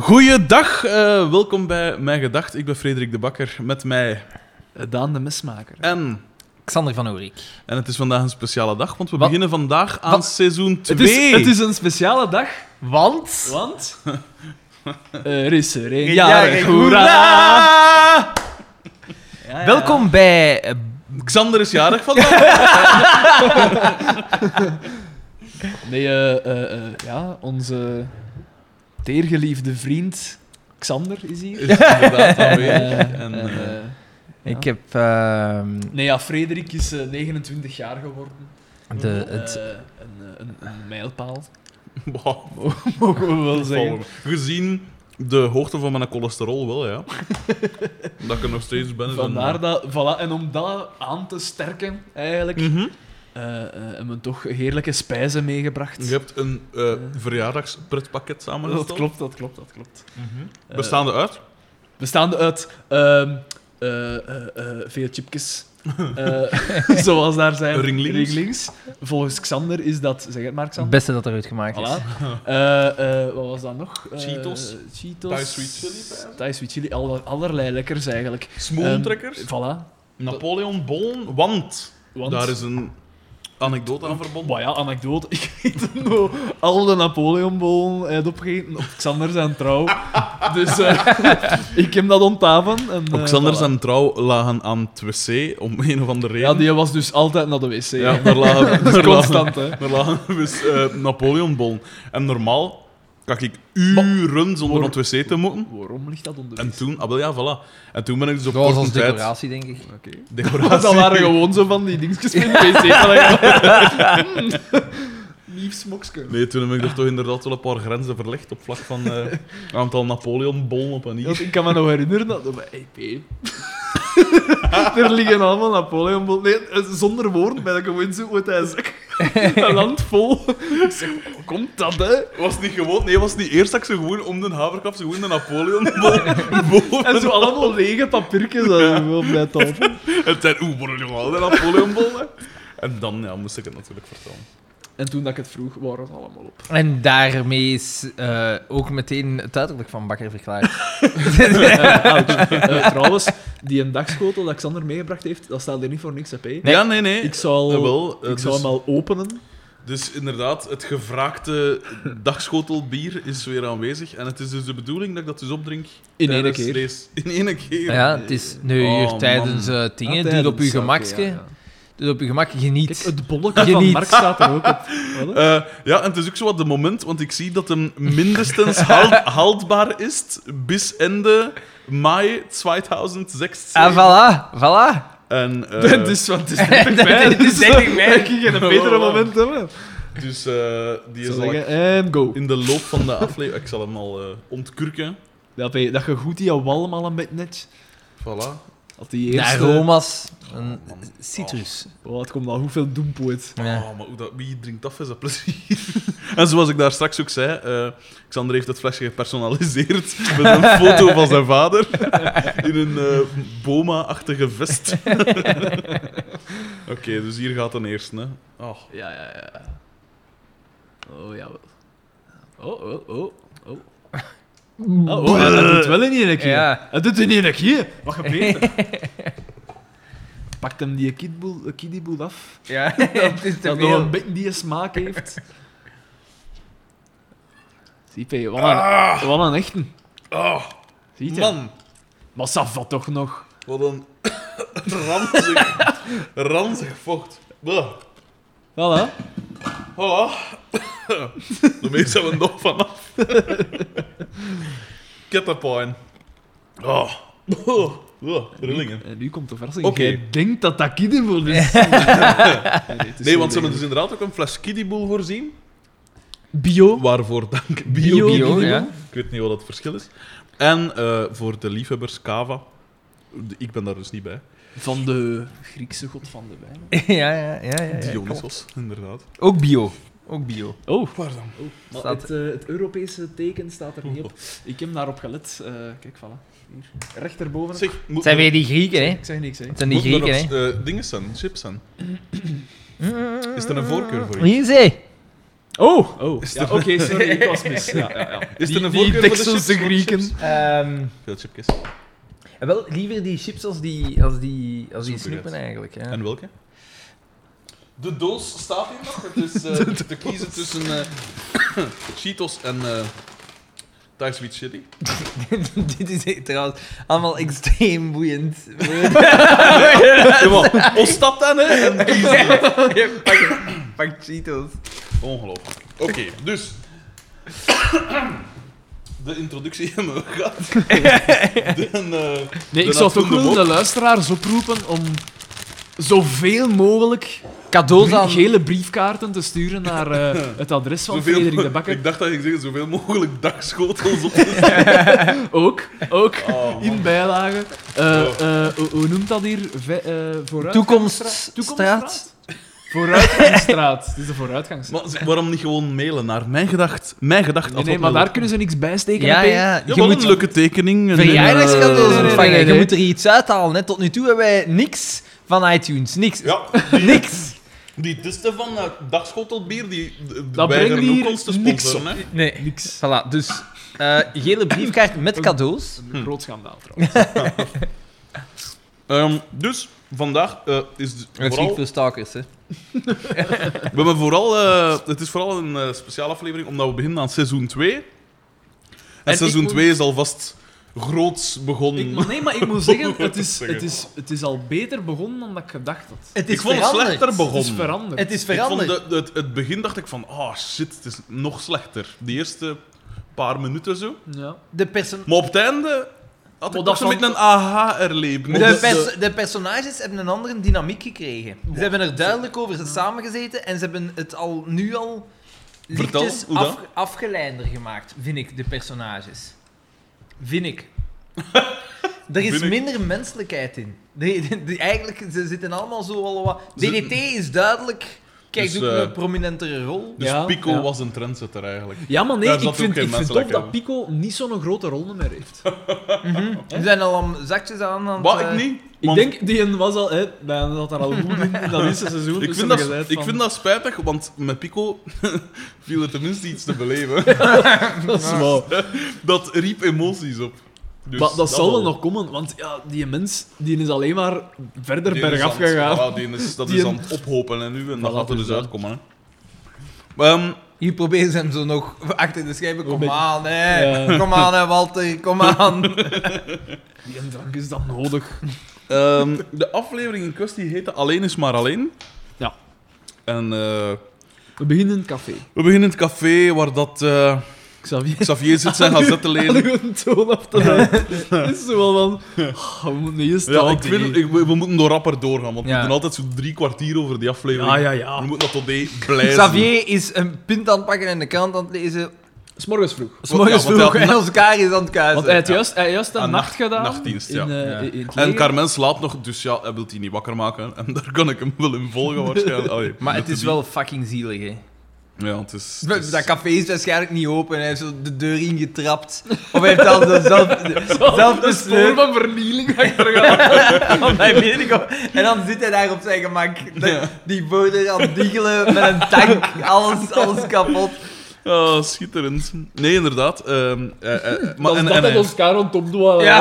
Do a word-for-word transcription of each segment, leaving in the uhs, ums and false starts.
Goeiedag, uh, welkom bij Mijn Gedacht. Ik ben Frederik de Bakker, met mij Daan de Mesmaker. En Xander van Oorik. En het is vandaag een speciale dag, want we Wat? beginnen vandaag aan Wat? seizoen twee. Het is, het is een speciale dag, Want... want er is er een Jarig, jarig. hoera! Ja, ja. Welkom bij... eh, Xander is jarig vandaag. Nee, eh, eh, eh, ja, onze teergeliefde vriend Xander is hier. Is inderdaad aanwezig. Eh, En, en, eh, eh, Ik heb ehm, nee, ja, Frederik is eh, negenentwintig jaar geworden. de, Eh, het... een, eh, een, een mijlpaal, Wow. mogen we wel zeggen. Gezien de hoogte van mijn cholesterol wel, ja. Dat ik er nog steeds ben. is een- Vandaar dat, voilà, en om dat aan te sterken, eigenlijk, Mhm. eh, eh, hebben we toch heerlijke spijzen meegebracht. Je hebt een uh, verjaardagspretpakket samengesteld. Dat klopt, dat klopt, dat klopt. Mhm. Bestaande uit? Bestaande uit ehm, eh, eh, eh, veel chipjes, eh, zoals daar zijn. Ringlings. Volgens Xander is dat... Zeg het maar, Het Xander. beste dat eruit gemaakt is. Voilà. Eh, eh, wat was dat nog? Eh, Cheetos. Cheetos. Thai sweet chili. Thai sweet chili. Aller, allerlei lekkers, eigenlijk. Smoelentrekkers. Ehm, voilà. Napoleon bollen. Want, Want... daar is een anekdote aan verbonden. Maar ja, anekdote. Ik weet het nog. Al de Napoleonbollen had opgegeten op Xander zijn trouw. Dus eh, ik heb dat onthaven. En, Op eh, Xander voilà. zijn trouw lagen aan het wc, om een of andere reden. Ja, die was dus altijd naar de wc. Ja, daar lagen, Dat is daar constant, hè. lagen, daar lagen dus uh, Napoleonbollen. En normaal kan ik uren zonder naar het wc te moeten. Waarom ligt dat onder de En wc? toen, ah, wel ja, voilà. En toen ben ik dus op Dat was korte als tijd... decoratie, denk ik. Oké. Decoratie. Dat waren gewoon zo van die dingetjes met de wc. Lief smokske. Nee, toen heb ik er toch inderdaad wel een paar grenzen verlegd op vlak van uh, aantal Napoleonbollen op een Ja, hier. ik kan me nog herinneren dat... Hey, P. Er liggen allemaal Napoleonbollen. Nee, zonder woorden, bij de gewoon zo met hij zak. Een land vol. Ik zeg, hoe komt dat, hè? Was het niet gewoon... Nee, was het niet eerst dat ik zo gewoon om de haverkap zo gewoon de Napoleonbol boven... En zo allemaal lege papiertjes ja. op mijn tafel. En toen, oeh, worden jullie al de Napoleonbollen? En dan ja, moest ik het natuurlijk vertellen. En toen dat ik het vroeg, waren het allemaal op. En daarmee is uh, ook meteen het uiterlijk van Bakker verklaard. uh, trouwens, die een dagschotel dat Xander meegebracht heeft, dat staat er niet voor niks op. Nee. Ja, nee, nee. Ik zal, uh, wel, uh, ik zal dus, hem al openen. Dus inderdaad, het gevraagde dagschotelbier is weer aanwezig. En het is dus de bedoeling dat ik dat dus opdrink In één keer. Race. In één keer. Ja, het is nu hier oh, tijdens uh, dingen. Ah, doe op je gemakske. Ja, ja. Dus op je gemak geniet. Kijk, het bolletje van Mark staat er ook op. Uh, ja, en het is ook zo wat de moment, want ik zie dat hem minstens haal, houdbaar is bis ende mei tweeduizend zestien. Ah, voilà, voilà. En, uh, het is, want het is dertig mei. Het is dertig mei. Ik ging een betere moment hebben. Dus uh, die zal zeggen, ik en go. in de loop van de aflevering... Ik zal hem al uh, ontkurken. Dat je, dat je goed die walm al een beetje net... Voilà. Dat die De eerste... aroma's, een citrus. Oh, het komt al hoeveel doempoet. Ja. Oh, maar hoe dat, wie drinkt af is dat plezier? En zoals ik daar straks ook zei, uh, Xander heeft het flesje gepersonaliseerd met een foto van zijn vader in een uh, Boma-achtige vest. Oké, okay, dus hier gaat de eerste. Hè. Oh. Ja, ja, ja. Oh, jawel. Oh, oh, oh, oh. Oh, oh, hij doet het wel in één keer. Ja. Hij doet het in één keer. Wat gebeurt er? Pakt hem die kiddieboel af. Ja, het is te Dat nog veel. een beetje die smaak heeft. Zie je, wat een, Ah. wat een echte. Oh, Zie je? man, Maar Safa toch nog. wat een ranzig, ranzig vocht. Blah. Voilà. Voilà. Daarmee zijn we nog vanaf. Ketapijn. Oh. Oh. Oh. Rillingen. En nu komt de verrassing. Oké. Jij denkt dat dat kiddieboel is. nee, nee, het is Nee, zo want ze hebben degelijk. dus inderdaad ook een fles kiddieboel voorzien. Bio. Waarvoor dank. Bio, Bio, kiddieboel. ja. Ik weet niet wat het verschil is. En uh, voor de liefhebbers, Cava. Ik ben daar dus niet bij. Van de Griekse god van de wijn. Ja, ja, ja. ja, ja. Dionysos, inderdaad. Ook bio. Ook bio. Oh. Pardon. Oh, maar Staat- het, uh, het Europese teken staat er niet op. Ik heb daarop gelet. Uh, kijk, voilà. Hier. Rechtsboven. Zeg, moet Het zijn er- weer die Grieken, hè? Ik zeg niks, hè. Het zijn die moet er Grieken, nog, hè? uh, dingen zijn, chips zijn. Is er een voorkeur voor je? Hier, zie. Oh, oh. Ja, oké, okay, sorry, ik was mis. Ja, ja, ja. Is die, er een die voorkeur voor de Texelse chips? Grieken. Ehm, Veel chipjes. wel, liever die chips als die, als die, als die Snoeperheads. snoepen eigenlijk. Ja. En welke? De doos staat hier nog. Het is uh, te kiezen tussen uh, Cheetos en uh, Thai Sweet Chili. Dit is echt trouwens allemaal extreem boeiend. Ja, maar, Ostat dan, hè? En kiezen. pak, pak Cheetos. Ongelooflijk. Oké, okay, dus... De introductie hebben we gehad. De, uh, Nee, de ik zou toch natte willen mop. de luisteraars oproepen om zoveel mogelijk Cadeaus brie- aan... gele briefkaarten te sturen naar uh, het adres van Zoveel- Frederik de Bakker. Ik dacht dat je zeggen zoveel mogelijk dakschotels op te zetten. Ook, ook Oh, man. in bijlage. Uh, uh, hoe, hoe noemt dat hier? Ve, uh, vooruitgangsstraat? Toekomststraat. Toekomststraat? Vooruitgangsstraat. Het is de vooruitgangsstraat. Maar z- waarom niet gewoon mailen naar mijn gedacht? Mijn gedacht. Nee, nee, maar daar kunnen ze niks bij steken. Ja, hè, P? ja. Ja, Je wel moet een leuke tekening. en- verjaardagscadeaus nee, nee, nee, ontvangen. nee, nee. Je moet er iets uithalen. Hè. Tot nu toe hebben wij niks van iTunes. Niks. Ja, Niks. die testen van uh, dagschotelbier, die Dat weigeren brengt ook hier ons te niks sponsoren. Hè? Nee. Niks. Voilà, dus eh, gele briefkaart met cadeaus. Een groot schandaal, trouwens. Ehm, dus, vandaag uh, is d- Dat is vooral... niet voor stalkers, hè. We hebben vooral... uh, het is vooral een uh, speciale aflevering, omdat we beginnen aan seizoen twee. En, En seizoen ik moet- twee is alvast groots begonnen. Ik, maar nee, maar ik moet zeggen, het is, Zeggen. het, is, het is al beter begonnen dan dat ik gedacht had. Het is Ik vond het veranderd. slechter Het is begonnen. veranderd. Het is Ik vond veranderd. de, het, het begin dacht ik van, oh shit, het is nog slechter. De eerste paar minuten zo. Ja. De, perso- Maar op het einde had Maar ik dat toch zo'n vond- beetje een aha-erlevenis. de, de- pers- de personages hebben een andere dynamiek gekregen. Ze hebben er duidelijk over samengezeten en ze hebben het al nu al Vertel, lichtjes hoe dat? af, afgeleider gemaakt, vind ik, de personages. Vind ik. Er is Vind ik. minder menselijkheid in. Die, die- die- eigenlijk, ze zitten allemaal zo al wat... D D T is duidelijk... Kijk, Dus, doet eh, een prominentere rol. Dus Ja, Pico ja. was een trendsetter eigenlijk. Ja, maar nee, Daar ik zat ook vind, geen ik vind tof menselijkheid dat Pico niet zo'n grote rol meer heeft. We zijn al aan zakjes aan aan het... Wat, eh, ik niet. Ik want denk, die was al... Hè, wij zat er al goed in, in dat eerste seizoen. ik, dus vind hebben dat, gezegd ik van- vind dat spijtig, want met Pico viel er tenminste iets te beleven. Dat is waar. Dat riep emoties op. Dus Maar dat zal wel. wel nog komen, want ja, die mens die is alleen maar verder Die is bergaf aan het- gegaan. voilà, die is, dat Die is een- aan het ophopen en nu, en dat Voilà, gaat er dus dus dat. uitkomen. Hè. Ehm, Hier proberen ze hem zo nog achter de schijven. Kom beetje- aan, hè. Ja. Kom aan, hè, Walter. Kom aan. Die een drank is dan nodig. ehm, de aflevering in kwestie heette Alleen is maar alleen. Ja. En eh, We beginnen in het café. we beginnen in het café waar dat, eh, Xavier. Xavier zit zijn gazetten lezen. een toon af te leggen. Het is zo wel van... Oh, we moeten eerst Ja, dat ik vind, ik, we, we moeten door rapper doorgaan, want we Ja. doen altijd zo drie kwartier over die aflevering. Ja, ja, ja. We moeten dat tot die blijven. Xavier is een punt aan het pakken en de krant aan het lezen. S'morgens vroeg. S'morgens Ja, want vroeg hij en had onze kaar is aan het kuisen. Want hij had juist, hij had juist een Een nacht nacht- gedaan. nachtdienst, ja. In, eh, Ja. in het En leger. Carmen slaapt nog, dus ja, hij wil die niet wakker maken. En daar kan ik hem wel in volgen waarschijnlijk. Allee, Maar met het is de wel fucking zielig, hè. die- Ja, het is... het is- Dat café is waarschijnlijk niet open. Hij heeft zo de deur ingetrapt. Of hij heeft al zo zelf, zelf Een spoor van vernieling achtergaan. van mij binnenkomen. En dan zit hij daar op zijn gemak. De- Die voordeur aan het diggelen met een tank. Alles, alles kapot. Oh, schitterend. Nee, inderdaad. ehm, eh, eh, maar, Maar en, dat en, dat hij, ons kar aan het opdoen Ja.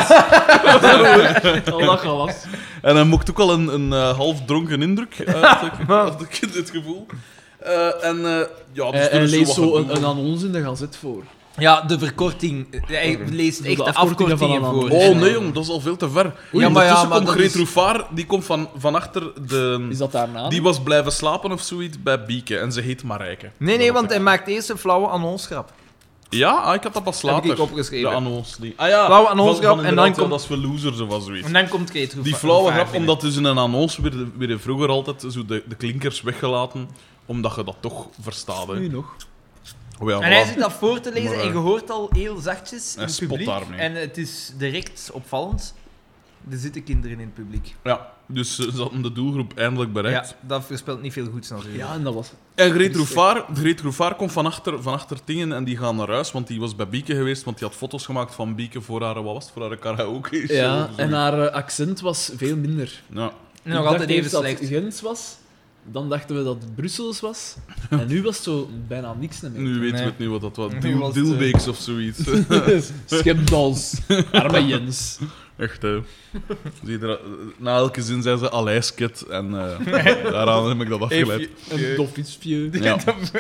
Al dat gewas. en hij mocht ook wel een, een eh, half dronken indruk, uit, had ik het gevoel. Eh, en eh, ja, dus Hij, er hij is leest wat zo een, gedoe. een annons in de gazet voor. Ja, de verkorting. Hij leest De echt de afkortingen afkortingen van voor. een- Oh nee, jong, dat is al veel te ver. Ja, Oei, maar ja, ondertussen maar komt dat Greet is- Rouvaar, die komt van, van achter de... Is dat daarna? Die was blijven slapen of zoiets bij Bieke en ze heet Marijke. Nee, nee, want hij maakt eerst een flauwe annonsgrap. Ja, ah, ik had dat pas Heb later. ik opgeschreven. De annons. Die... Ah ja, Flauwe van- annonsgrap van en dan inderdaad, komt- ja, dat is voor losers of zoiets. En dan komt Kate Rouvaar. Die flauwe grap, omdat dus in een annons werden, werden vroeger altijd zo de, de klinkers weggelaten, omdat je dat toch verstaat. Hè. Nu nog. Oh ja, En hij voilà. zit dat voor te lezen Maar, en eh, je hoort al heel zachtjes in hij het spot publiek. daarmee. En het is direct opvallend. Er zitten kinderen in het publiek. Ja, dus ze hadden de doelgroep eindelijk bereikt. Ja, dat voorspelt niet veel goeds natuurlijk. Ja, en dat was... En Greet Rouvaar, Greet Rouvaar komt van achter, van achter dingen en die gaan naar huis, want die was bij Bieke geweest, want die had foto's gemaakt van Bieke voor haar, wat was het, voor haar karaoke show Ja, of en zoiets. haar eh, accent was veel minder. Ja. Nog Ik altijd dacht even eerst dat slecht. het Gens was. dan dachten we dat het Brussels was. En nu was het zo bijna niks meer. Nu weten Nee. we het niet wat dat was. Nu Dil- was het, Dilbeeks of zoiets. Schepdals. Arme Jens. Echt, hè. Zie je er- na elke zin zijn ze Aleisket en uh, daaraan heb ik dat afgeleid. Een doffietsfje. Ja.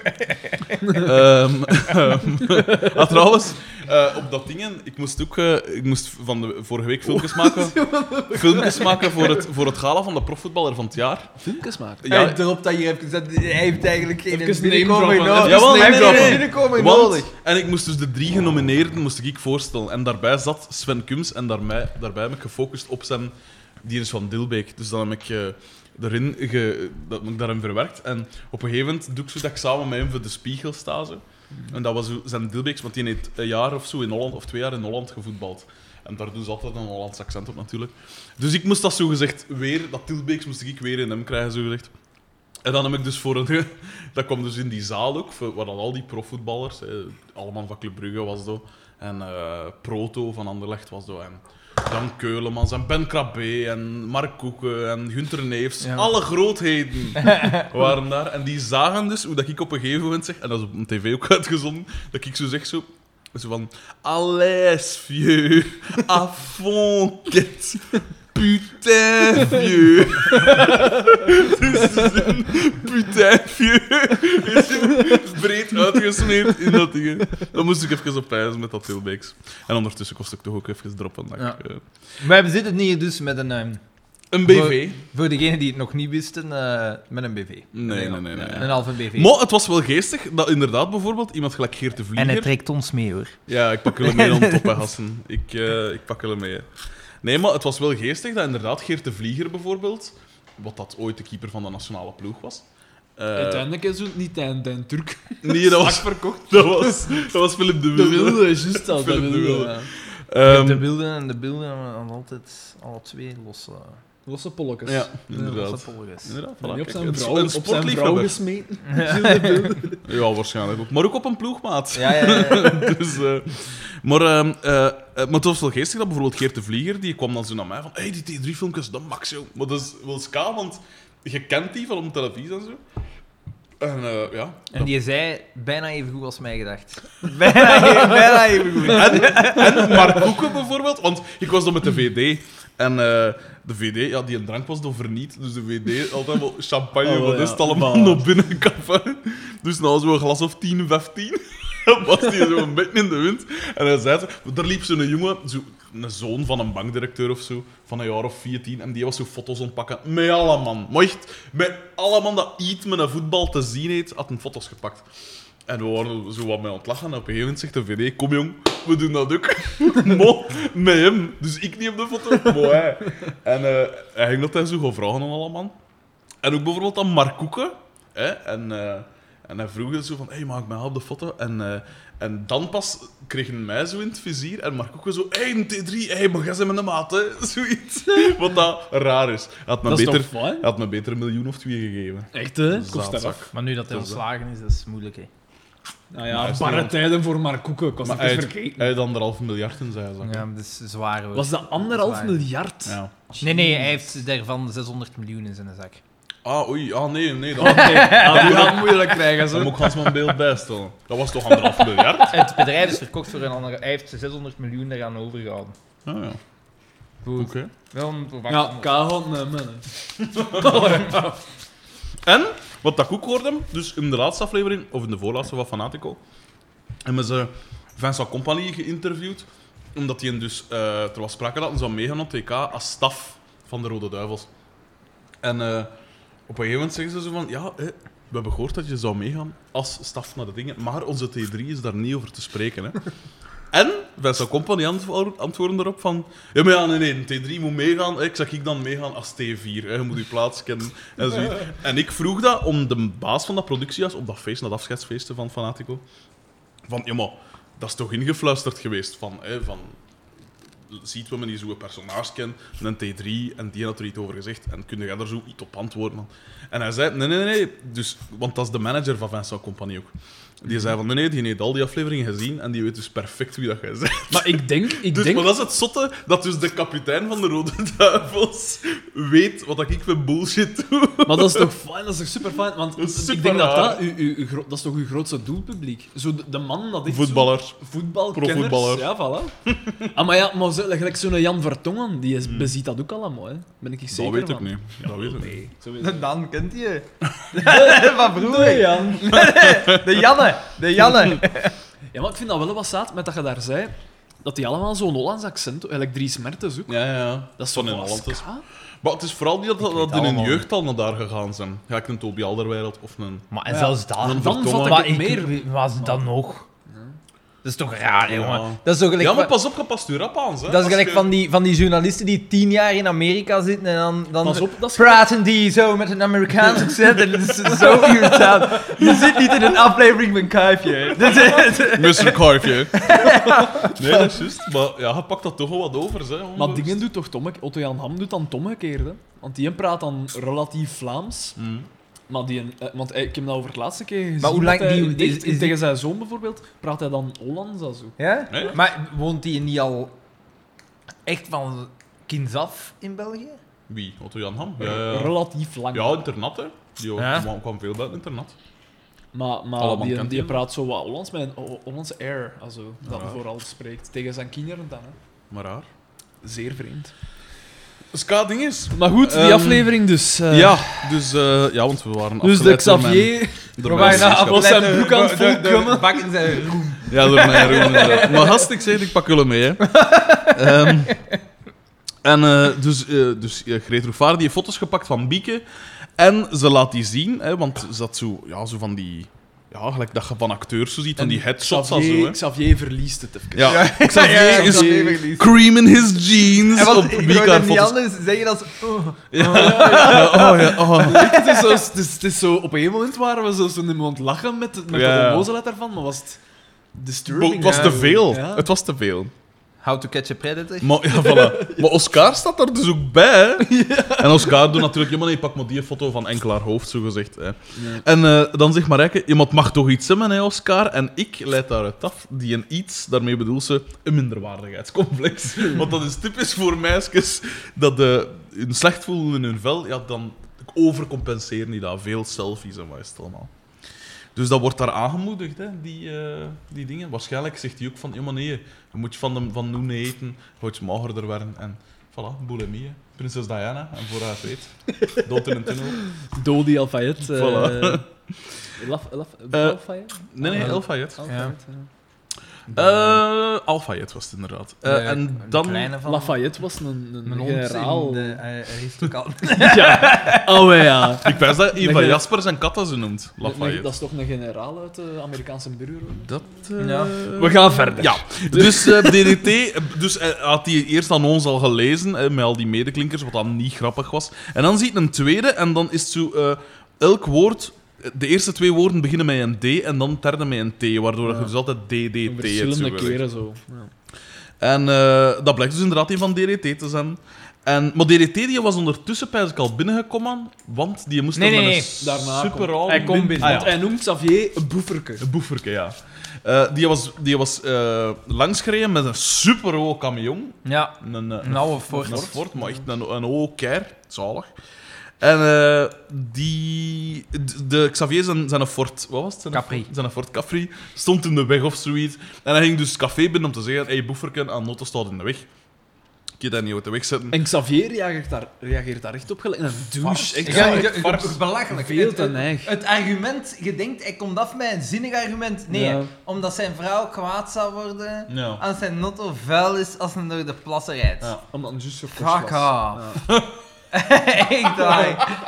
Ehm, ehm, ah, trouwens, uh, op dat dingen, ik moest ook uh, ik moest van de vorige week filmpjes maken, filmpjes maken voor het, voor het gala van de profvoetballer van het jaar. Filmpjes maken. Ja. Ja, erop dat je hebt gezet, hij heeft eigenlijk geen Even binnenkoming name droppen, nodig. Jawel, Hij heeft name geen droppen. binnenkoming Want, nodig. en ik moest dus de drie genomineerden moest ik voorstellen. En daarbij zat Sven Kums en daarbij, daarbij heb ik gefocust op zijn... Die is van Dilbeek. Dus dan heb ik uh, erin ge, dat heb ik daarin verwerkt. En op een gegeven moment doe ik zo dat ik samen met hem voor de Spiegel sta. Zo. En dat was zo zijn Dilbeeks, want die heeft een jaar of zo in Holland, of twee jaar in Holland gevoetbald. En daar doen ze altijd een Hollands accent op natuurlijk. Dus ik moest dat zo gezegd weer, dat Dilbeeks moest ik weer in hem krijgen, zo gezegd. En dan heb ik dus voor een... Dat kwam dus in die zaal ook, waar dan al die profvoetballers... Eh, allemaal van Club Brugge was dat. En uh, Proto van Anderlecht was dat. En Jan Keulemans en Ben Krabbe en Mark Koeken en Gunther Neefs. Ja. Alle grootheden waren daar. En die zagen dus hoe dat ik op een gegeven moment zeg... En dat is op een tv ook uitgezonden. Dat ik zo zeg zo... Zo van... Allez, vieux. À fond, quête. Putain, vieux. Dus een putain, vieux. Is breed uitgesmeerd in dat ding. Dan moest ik even op pijzen met dat Tilbeeks. En ondertussen kost ik toch ook even droppen. Dat Ja. ik, uh, Maar we zitten hier dus met een... ehm, een B V. voor degenen die het nog niet wisten, eh, met een B V. Nee, nee, nee. nee. Een halve B V. Maar het was wel geestig dat inderdaad bijvoorbeeld iemand gelijk Geert de En Vlieger... hij trekt ons mee, hoor. Ja, ik pak hem mee om top, hè, gasten. Ik, uh, ik pak hem mee. Hè. Nee, maar het was wel geestig dat inderdaad Geert de Vlieger bijvoorbeeld, wat dat ooit de keeper van de nationale ploeg was... Uh, Uiteindelijk is het niet een, een Turk. nee, dat was, verkocht. dat was, dat was Philip de De Wilde. wilde, juist dat. De Philip de wilde. Wilde. ja. Ehm, de beelden en de beelden hebben altijd alle twee losse, Losse polletjes. ja, losse inderdaad. polletjes. inderdaad En voilà, die op kijk, zijn een- vrouw, een op zijn vrouw sportliefhebber. gesmeten. Ja, waarschijnlijk ook. Maar ook op een ploegmaat. Ja, ja, ja. dus, uh, maar, uh, uh, uh, maar het was wel geestig dat bijvoorbeeld Geert de Vlieger, die kwam dan zo naar mij van hey, die T drie filmpjes, dat max, joh. Maar dat is wel ska, want je kent die van op televisie en zo. En uh, ja... En die zei bijna even goed als mij gedacht. Bijna, even- bijna even goed. En, en Mark Koeken bijvoorbeeld, want ik was dan met de V D. En uh, de V D, ja, die een drank was dan verniet. Dus de V D altijd wel champagne, Oh, wat ja. is het allemaal Maar- naar binnen kappen. Dus nou zo'n glas of tien, vijftien. was die zo een beetje in de wind. En hij zei zo, daar liep zo'n jongen, zo, een zoon van een bankdirecteur of zo, van een jaar of veertien, en die was zo foto's ontpakken met alle man. Maar echt, met alle man dat iets met een voetbal te zien heeft, had een foto's gepakt. En we waren zo wat mee aan het lachen. En op een gegeven moment zegt de V D, kom jong, we doen dat ook. Mo, met hem. Dus ik niet op de foto, maar hij. En uh, hij ging dat hij zo gaan vragen aan alle man. En ook bijvoorbeeld aan Mark Koeken. Hè? En, uh, en hij vroeg zo van, hé, hey, maak mij op de foto. En, uh, en dan pas kregen mij zo in het vizier. En Mark Koeken zo, hé, hey, een T drie, hé, hey, maar jij bent met een maat, hè. Zoiets. Wat dat raar is. Hij had me Dat is beter, toch fijn? hij had me beter een miljoen of twee gegeven. Echt, hè? Zaatzak. Kost dat af. Maar nu dat hij Dat is ontslagen is, dat is moeilijk, hè. Nou Maar hij ja, is barre niet tijden voor Mark Koeken. Kost Maar het hij eens had, vergeten. hij had anderhalf miljard in zijn zak. Ja, dat is zwaar, hoor. Was dat anderhalf Zwaar. miljard? Ja. Nee, nee, hij heeft daarvan zeshonderd miljoen in zijn zak. Ah, oei. Ah, nee, nee. Dat, Ah, die gaat moeilijk krijgen, dat zo. moet ik Hans mijn beeld bijstellen. Dat was toch anderhalf miljard? Het bedrijf is verkocht voor een andere... Hij heeft zeshonderd miljoen eraan overgehouden. Ah, ja. Goed. Oké. Wel een Ja, K-hand nemen. En, wat dat ik ook hoorde, dus in de laatste aflevering, of in de voorlaatste van Fanatico, hebben ze Vincent Compagnie geïnterviewd, omdat hij dus, uh, er was sprake dat hij zou meegaan op T K als staf van de Rode Duivels. En uh, op een gegeven moment zeggen ze zo van, ja, eh, we hebben gehoord dat je zou meegaan als staf naar de dingen, maar onze T drie is daar niet over te spreken, hè. En Vincent Compagnie antwoord, antwoorden erop van... Ja, maar ja, nee, nee, een T drie moet meegaan. Ik zeg ik dan meegaan als T vier. Hè. Je moet je plaats kennen. En, zoiets. En ik vroeg dat om de baas van dat productiehuis, op dat feest, dat afscheidsfeesten van Fanatico, van, ja, maar dat is toch ingefluisterd geweest van... Hè, van ziet we me niet zo'n personage kennen, een T drie, en die had er iets over gezegd. En kun jij daar zo iets op antwoorden? En hij zei, nee, nee, nee, dus, want dat is de manager van Vincent Compagnie ook. Die zei van, nee, nee, die heeft al die afleveringen gezien en die weet dus perfect wie dat jij bent. Maar ik denk... Ik Dus, denk maar dat is het zotte, dat dus de kapitein van de Rode Duivels weet wat ik voor bullshit doe. Maar dat is toch fijn, dat is toch super fijn? Want Dat is ik super denk dat raar. dat, uw, uw, uw gro- dat is toch uw grootste doelpubliek? Zo de, de man dat echt Voetballer. zo- voetbalkenners. Profvoetballer. Ja, voilà. ah, maar ja, maar zo, gelijk zo'n Jan Vertongen, die is, beziet dat ook allemaal, hè. Ben ik zeker Dat weet ik van. niet. Dat weet ik niet. Nee, zo weet ik. Dan kent je. Van vroeger. Nee, Jan. De Janne. De Janne. Ja, maar ik vind dat wel wat zaad met dat je daar zei, dat die allemaal zo'n Hollands accent, eigenlijk Dries Mertens ook. Ja, ja. Dat is Van toch in wel Holland is. ska? Maar het is vooral die dat, dat weet in hun allemaal. jeugd al naar daar gegaan zijn. Ja, ik een Toby Alderweireld of een... Maar en Ja, zelfs daar. dan Dan Vertongen. vat ik Maar het ik, meer. was het dan nog? Dat is toch raar, Ja. jongen. Dat is toch gelijk, Ja, maar van- pas op, gepast uw rap aan, hè. dat is Als gelijk je- van, die, van die journalisten die tien jaar in Amerika zitten en dan, dan Pas op, dat is praten die zo met een Amerikaans accent en dat is zo irritant. Je zit niet in een aflevering van Kuifje. Dat is- mister Carfje. Nee, dat is juist. Maar ja, je pakt dat toch wel wat over, hè. Maar dingen doet toch Tom, Otto Jan Ham doet dan het omgekeerde. Want die praat dan relatief Vlaams. Mm. Maar die, eh, want hij- ik heb dat over het laatste keer gezien. Maar hoe dat lang- hij die- dicht- is- is die- tegen zijn zoon bijvoorbeeld, praat hij dan Hollands of zo. Ja? Nee? Maar woont hij niet al echt van kinds af in België? Wie? Otto Jan Ham? Ja, ja. Relatief lang. Ja, internat, hè. Die Ja. kwam, kwam veel buiten internat. Maar, maar Allemaal die, kent die hij hem. praat zo wat Hollands met een Ho- Hollandse air, also, dat Ja. vooral spreekt. Tegen zijn kinderen dan, hè. Maar raar. Zeer vreemd. Ska-ding is... Maar goed, die Ehm, aflevering dus. eh, Ja, dus... eh, ja, want we waren Dus de afgeleid door mijn- Xavier... door We mijn waren vriendschap. was zijn broek aan het volkomen. Bakken zijn roem. Ja, door mij Roen, inderdaad. Maar gast, ik zeg, ik pak jullie mee, hè. Ehm, en eh, dus, eh dus eh, Greet Roefaar die heeft foto's gepakt van Bieke. En ze laat die zien, hè, want ze had zo, ja, zo van die... Ja, gelijk dat je van acteurs zo ziet, van die headshots en zo, Xavier, hè. Xavier verliest het even. Ja, Xavier Ja, ja, is Xavier verliest. cream in his jeans En wat, op ik Bieke hoorde haar niet foto's. anders zeggen dan... Oh. Ja, oh ja, oh. Het is, zo, het, is, het is zo... Op een moment waren we zo, zo iemand lachen met, met Ja. de onnozelheid ervan, maar was het disturbing. Het was ja. te veel. Ja. Het was te veel. How to catch a predator. Maar, ja, voilà. Maar Oscar staat er dus ook bij. Hè? En Oscar doet natuurlijk... Ja, maar nee, pak maar die foto van enkel haar hoofd, zo gezegd. Hè. En eh, dan zegt Marijke... Iemand mag toch iets hebben, hè, Oscar? En ik leid daaruit af. Die een iets, daarmee bedoelt ze een minderwaardigheidscomplex. Want dat is typisch voor meisjes dat de, hun slecht voelen in hun vel, ja, dan overcompenseren die dat. Veel selfies en wat is het allemaal. Dus dat wordt daar aangemoedigd, hè, die, eh, die dingen. Waarschijnlijk zegt hij ook van, ja, maar nee, je moet van, de, van Noene eten, je moet magerder werden. En voilà, boulimie, hè. Prinses Diana, en voor haar het weet. Dood in een tunnel. Dodi Alfayet. eh Voilà. Laf, Laf, Eh, Alfayet? Nee, nee, Ah, El Fayed. Alfayet, ja. Uh, Al Fayed was het inderdaad. Eh, De- en een dan... kleine van... Lafayette was een, een Mijn hond generaal. in de uh, aristocrat. Ja. Oh ja. Ik wijs dat een Nee, van nee. Jasper zijn katten ze noemt. Nee, Lafayette. dat is toch een generaal uit de Amerikaanse burgeroorlog? Dat... eh, Ja. We gaan verder. Ja, dus eh, D D T, eh, dus eh, had hij eerst aan ons al gelezen, eh, met al die medeklinkers, wat dan niet grappig was. En dan ziet hij een tweede, en dan is het zo, eh, elk woord, de eerste twee woorden beginnen met een D, en dan het derde met een T, waardoor Ja. je dus altijd D D T hebt. Verschillende zo gezegd. keren zo. Ja. En eh, dat blijkt dus inderdaad een van D D T te zijn. En, maar D D T die was ondertussen bij al binnengekomen, want die moest Nee, dan nee, met nee. een Daarna super komt- raar Hij komt binnen. Ah, Want ja. hij noemt Xavier een boeferke. Een boeferke, ja. Eh, die was, die was eh, langsgereden met een super hoge camion. Ja, Een, eh, een oude Ford. Een Ford, maar echt een, een oude keir. Zalig. En eh, die... de- De Xavier zijn, zijn een Ford... Wat was het? Zijn Capri. Ford- Zijn Ford Capri. Stond in de weg of zoiets. En hij ging dus het café binnen om te zeggen... Hé, hey, boeferken, aan Notte staat in de weg. Ik kan dat niet uit de weg zetten. En Xavier reageert daar, reageert daar echt op gelijk een douche. Ik Ja, zou ja, echt ja, vars- belachelijk. Veel Het- te het- neig. Het argument, je denkt, hij komt af met een zinnig argument. Nee, Ja. omdat zijn vrouw kwaad zou worden Ja. als zijn notto vuil is als hij door de plassen rijdt. Ja. Omdat een juist zo Fuck kort was. off. Ja. Echt waar.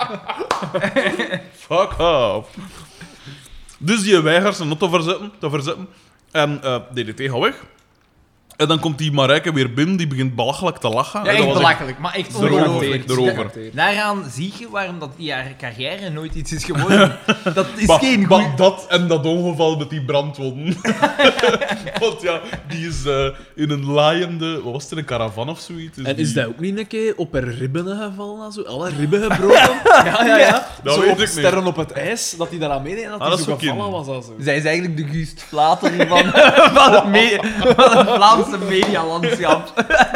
Fuck off. Dus die weigert zijn not te verzetten. Te verzetten. En eh, D D T gaat weg. En dan komt die Marijke weer binnen, die begint belachelijk te lachen. Ja, En echt dat was belachelijk, maar echt Erover, ongelooflijk. erover. Daaraan zie je waarom dat die haar carrière nooit iets is geworden. Dat is Maar- geen maar goed... dat en dat ongeval met die brandwonden. Want ja, die is uh, in een laaiende... Wat was het, in een caravan of zoiets? Dus En die... is dat ook niet een keer op haar ribben gevallen? En zo? Alle ribben gebroken? ja, ja, ja. Dat zo weet op ik niet. sterren op het ijs, dat hij daaraan meedeed en dat Ah, hij dat zo zou gevallen kunnen. was. En zo. Zij is eigenlijk de Guust Vlater van, van, het me- van het Vlaamse medialandschap.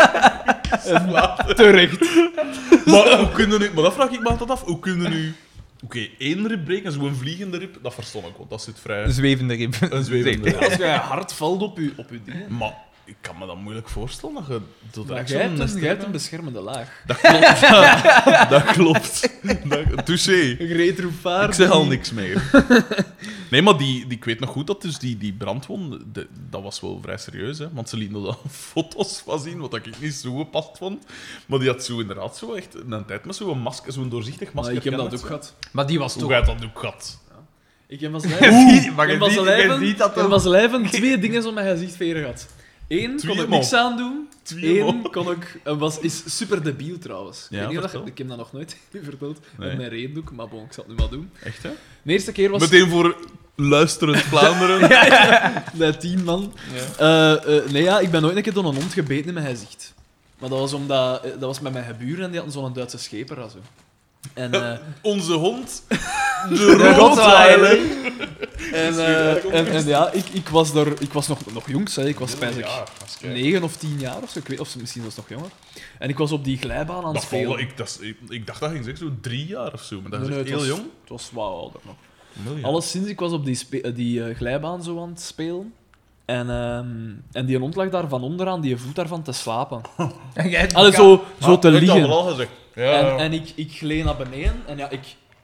Terecht. Maar, hoe kunnen nu... maar dat vraag ik me altijd af. Hoe kunnen nu... Oké, één rib breken, zo'n vliegende rib, dat verstond ik, want dat zit vrij... Een zwevende rib. Een zwevende rib. Als jij hard valt op je, op je dingen. Maar ik kan me dat moeilijk voorstellen, dat je... Dat er Maar echt jij zo'n hebt een, nest jij hebt hebt. een beschermende laag. Dat klopt. Ja, dat klopt. Dat, touché. Een retrovaar. Ik zeg al niks meer. Nee, maar die, die, ik weet nog goed dat dus die, die brandwond, de, dat was wel vrij serieus, hè? Want ze lieten er dan foto's van zien, wat ik niet zo gepast vond. Maar die had zo inderdaad zo echt een tijd met zo'n masker, zo'n doorzichtig Maar masker. ik heb dat ken ook je? gehad. Maar die was Hoe toch... gaat dat ook gehad? Ik heb als Oeh, lijven, maar ik je heb als ziet- lijven, je ziet dat ik heb toch? als lijven twee dingen op mijn gezicht veren gehad. Eén kon Twee ik man. niks aan doen. Twee Eén man. kon ik... En was, is super debiel trouwens. Ja, ik, weet niet of dat- vertel. ik heb dat nog nooit verteld Nee. met mijn redendoek, maar bon, ik zal het nu maar doen. Echt, hè? De eerste keer was Meteen voor luisterend Vlaanderen. bij tien man. Ja. Eh, eh, nee, ja, ik ben nooit een keer door een hond gebeten in mijn gezicht. Maar dat was omdat... eh, Dat was met mijn geburen en die hadden zo'n Duitse scheper. Zo. En... eh, Onze hond, de, Rottweiler. Rottweiler. En, eh, en, en ja, ik, ik was, daar, ik was nog, nog jongs, hè. Ik was spijs ik Ja, dat is negen of tien jaar of zo, ik weet, of misschien was het nog jonger. En ik was op die glijbaan aan het Dat spelen. volg ik, dat is- ik, ik dacht dat ging zeggen zo drie jaar of zo, maar dat is Nee, echt nee, het heel was- jong. Het was wat ouder nog. Miljoen. Alleszins, ik was op die, spe- eh, die eh, glijbaan zo aan het spelen. En, ehm, en die hond lag daar van onderaan, die voet daarvan te slapen. En jij hebt Allee, elkaar- zo, zo Ah, te ik had liggen. wel al gezegd. Ja, En, en ik, ik gleed naar beneden en ja, ik...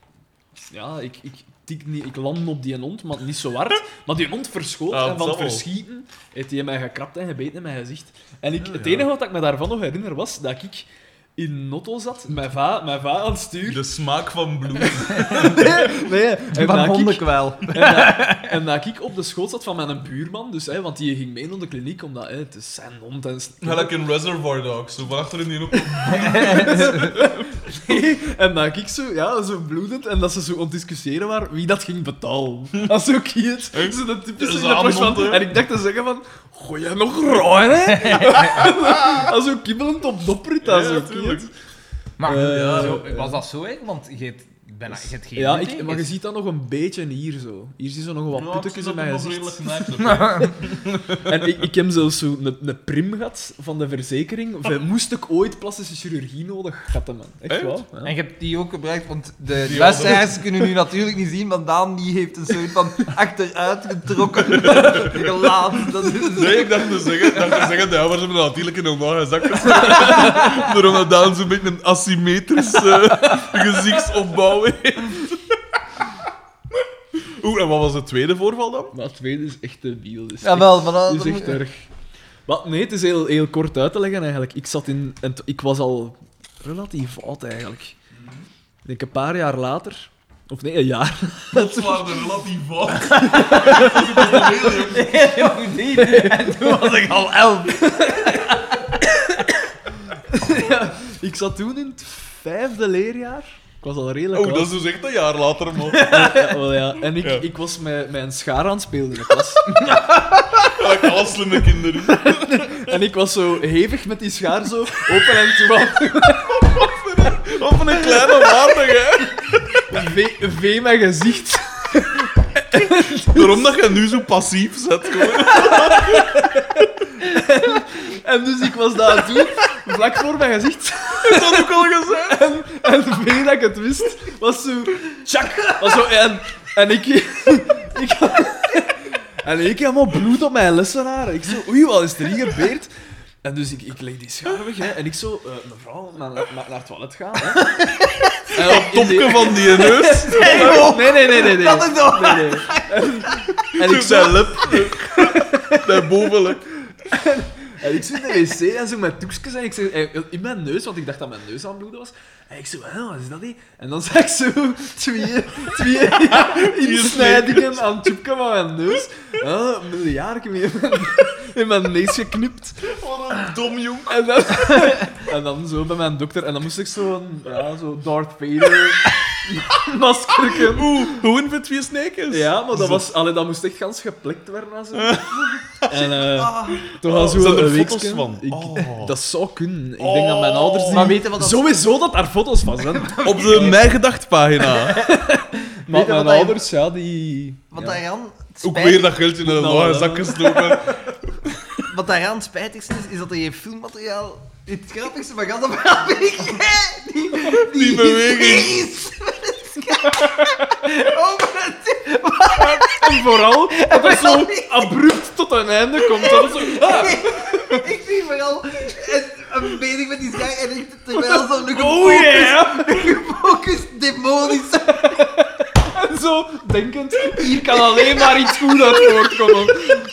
Ja, ik, ik, tik niet, ik land op die hond, maar niet zo hard. Maar die hond verschoot Ah, en van dat het wel. verschieten heeft hij mij gekrapt en gebeten in mijn gezicht. En ik, Ja, het ja. enige wat ik me daarvan nog herinner was dat ik in een auto zat, mijn va, mijn va aan het stuur. de smaak van bloed. Nee, en Van dat ik, hondenkwel. en, dat, en dat ik op de schoot zat van mijn buurman, dus, hè, want die ging mee naar de kliniek, omdat hè, het is zijn hond. En, Gelijk in Reservoir Dogs, zo van achter in die hoek. en dat ik zo, ja, zo bloedend, en dat ze zo aan het discussiëren waren wie dat ging betalen. Dat is ook cute. Echt? Zo de typische Dat is in de post aanhond, van... hè? En ik dacht te zeggen van... Gooi jij nog raar, hè? Dat zo kibbelend op doprit, dat is Ja, ook tuurlijk. cute. Maar Eh, zo, was dat zo, hè? Want je hebt bijna je hebt geen Ja, nut, ik, hè? maar je ziet dat nog een beetje hier zo. Hier zie je zo nog wat puttekjes in mijn gezicht. En ik, ik heb zelfs zo een, een prim gehad van de verzekering. Of, moest ik ooit plastische chirurgie nodig hadden, man. Echt, Echt? wel. Ja. En je hebt die ook gebruikt, want de Die luisteraars kunnen nu natuurlijk niet zien, want Daan die heeft een soort van achteruitgetrokken gelaat. Dat is... Nee, ik dacht te zeggen, ik dacht te zeggen de ouders hebben dat natuurlijk in een lage zak gezet. Daarom dat Daan zo'n beetje een asymmetrische gezichtsopbouw heeft. Oeh, en wat was het tweede voorval dan? Maar het tweede is echt de wiel. Dus Ja, wel, maar dat... Het is echt erg. Maar nee, het is heel, heel kort uit te leggen eigenlijk. Ik zat in... En t- ik was al relatief oud eigenlijk. Ik denk een paar jaar later... Of nee, een jaar. Dat waren er relatief wat. Heel goed niet. En toen was ik al elf. Ik zat toen in het vijfde leerjaar. Ik was al redelijk Oh, oud. dat is dus echt een jaar later, man. Ja, wel ja. En ik, Ja. ik was met, met een schaar aan het spelen in de klas. Gelijk alle slimme kinderen. En ik was zo hevig met die schaar zo open en toe. Wat voor een kleine waardig, hè? Vee, vee mijn gezicht. Waarom dat je nu zo passief zet, gewoon. En dus ik was daar toen, vlak voor mijn gezicht. Is dat ook al gezegd? En, en vee dat ik het wist, was zo... Tjak! Was zo, en, en ik... ik en ik helemaal bloed op mijn lessenaar. Ik zo, oei, wat is er hier gebeurd? En dus ik, ik leg die schaar weg, hè. En ik zo, uh, mevrouw, naar, naar, naar het toilet gaan, hè. En op- in Topje die- van die neus. Nee, nee, nee, nee, nee. Dat is toch... Nee, nee. En, en ik Ik zo... zijn lip. Dat bovenlip. En ik zit in de wc en zo met toekjes en ik zeg, eh, in mijn neus, want ik dacht dat mijn neus aan het bloeden was. En ik zo, hè, wat is dat hier? En dan zag ik zo twee, twee ja, insnijdingen aan het tjoepje van mijn neus. ah, een miljarden in mijn, in mijn neus geknipt. Wat een dom jong. En dan, en dan zo bij mijn dokter. En dan moest ik zo'n ja, zo Darth Vader maskerken. Oeh, hoe in twee snekers? Ja, maar dat, Zo. was, allee, dat moest echt gans geplekt worden. En, zo. en uh, Ah. toch al Oh, zo zijn er een foto's weekje. van? Ik, Oh. Dat zou kunnen. Ik denk dat mijn ouders die... Maar weten wat dat... Sowieso dat daar foto's van zijn. Op de Mijgedacht-pagina. Maar wat mijn dat- ouders, ja, die... Wat ja. daaraan Ook spijt- weer dat geld in een Nou, lage ja. zak gestoken. Wat daaraan het spijtigste is, is dat er geen filmmateriaal... Het grappigste van gans op ben ik die, die, Die beweging. hysteries met het scherm over het... En vooral dat het zo abrupt tot een einde komt. Dat het zo... Ah, Ik zie vooral een, een bezig met die scherm en ik terwijl zo'n gefocust, oh yeah! gefocust demonische... En zo denkend, hier kan alleen maar iets goed uit voortkomen.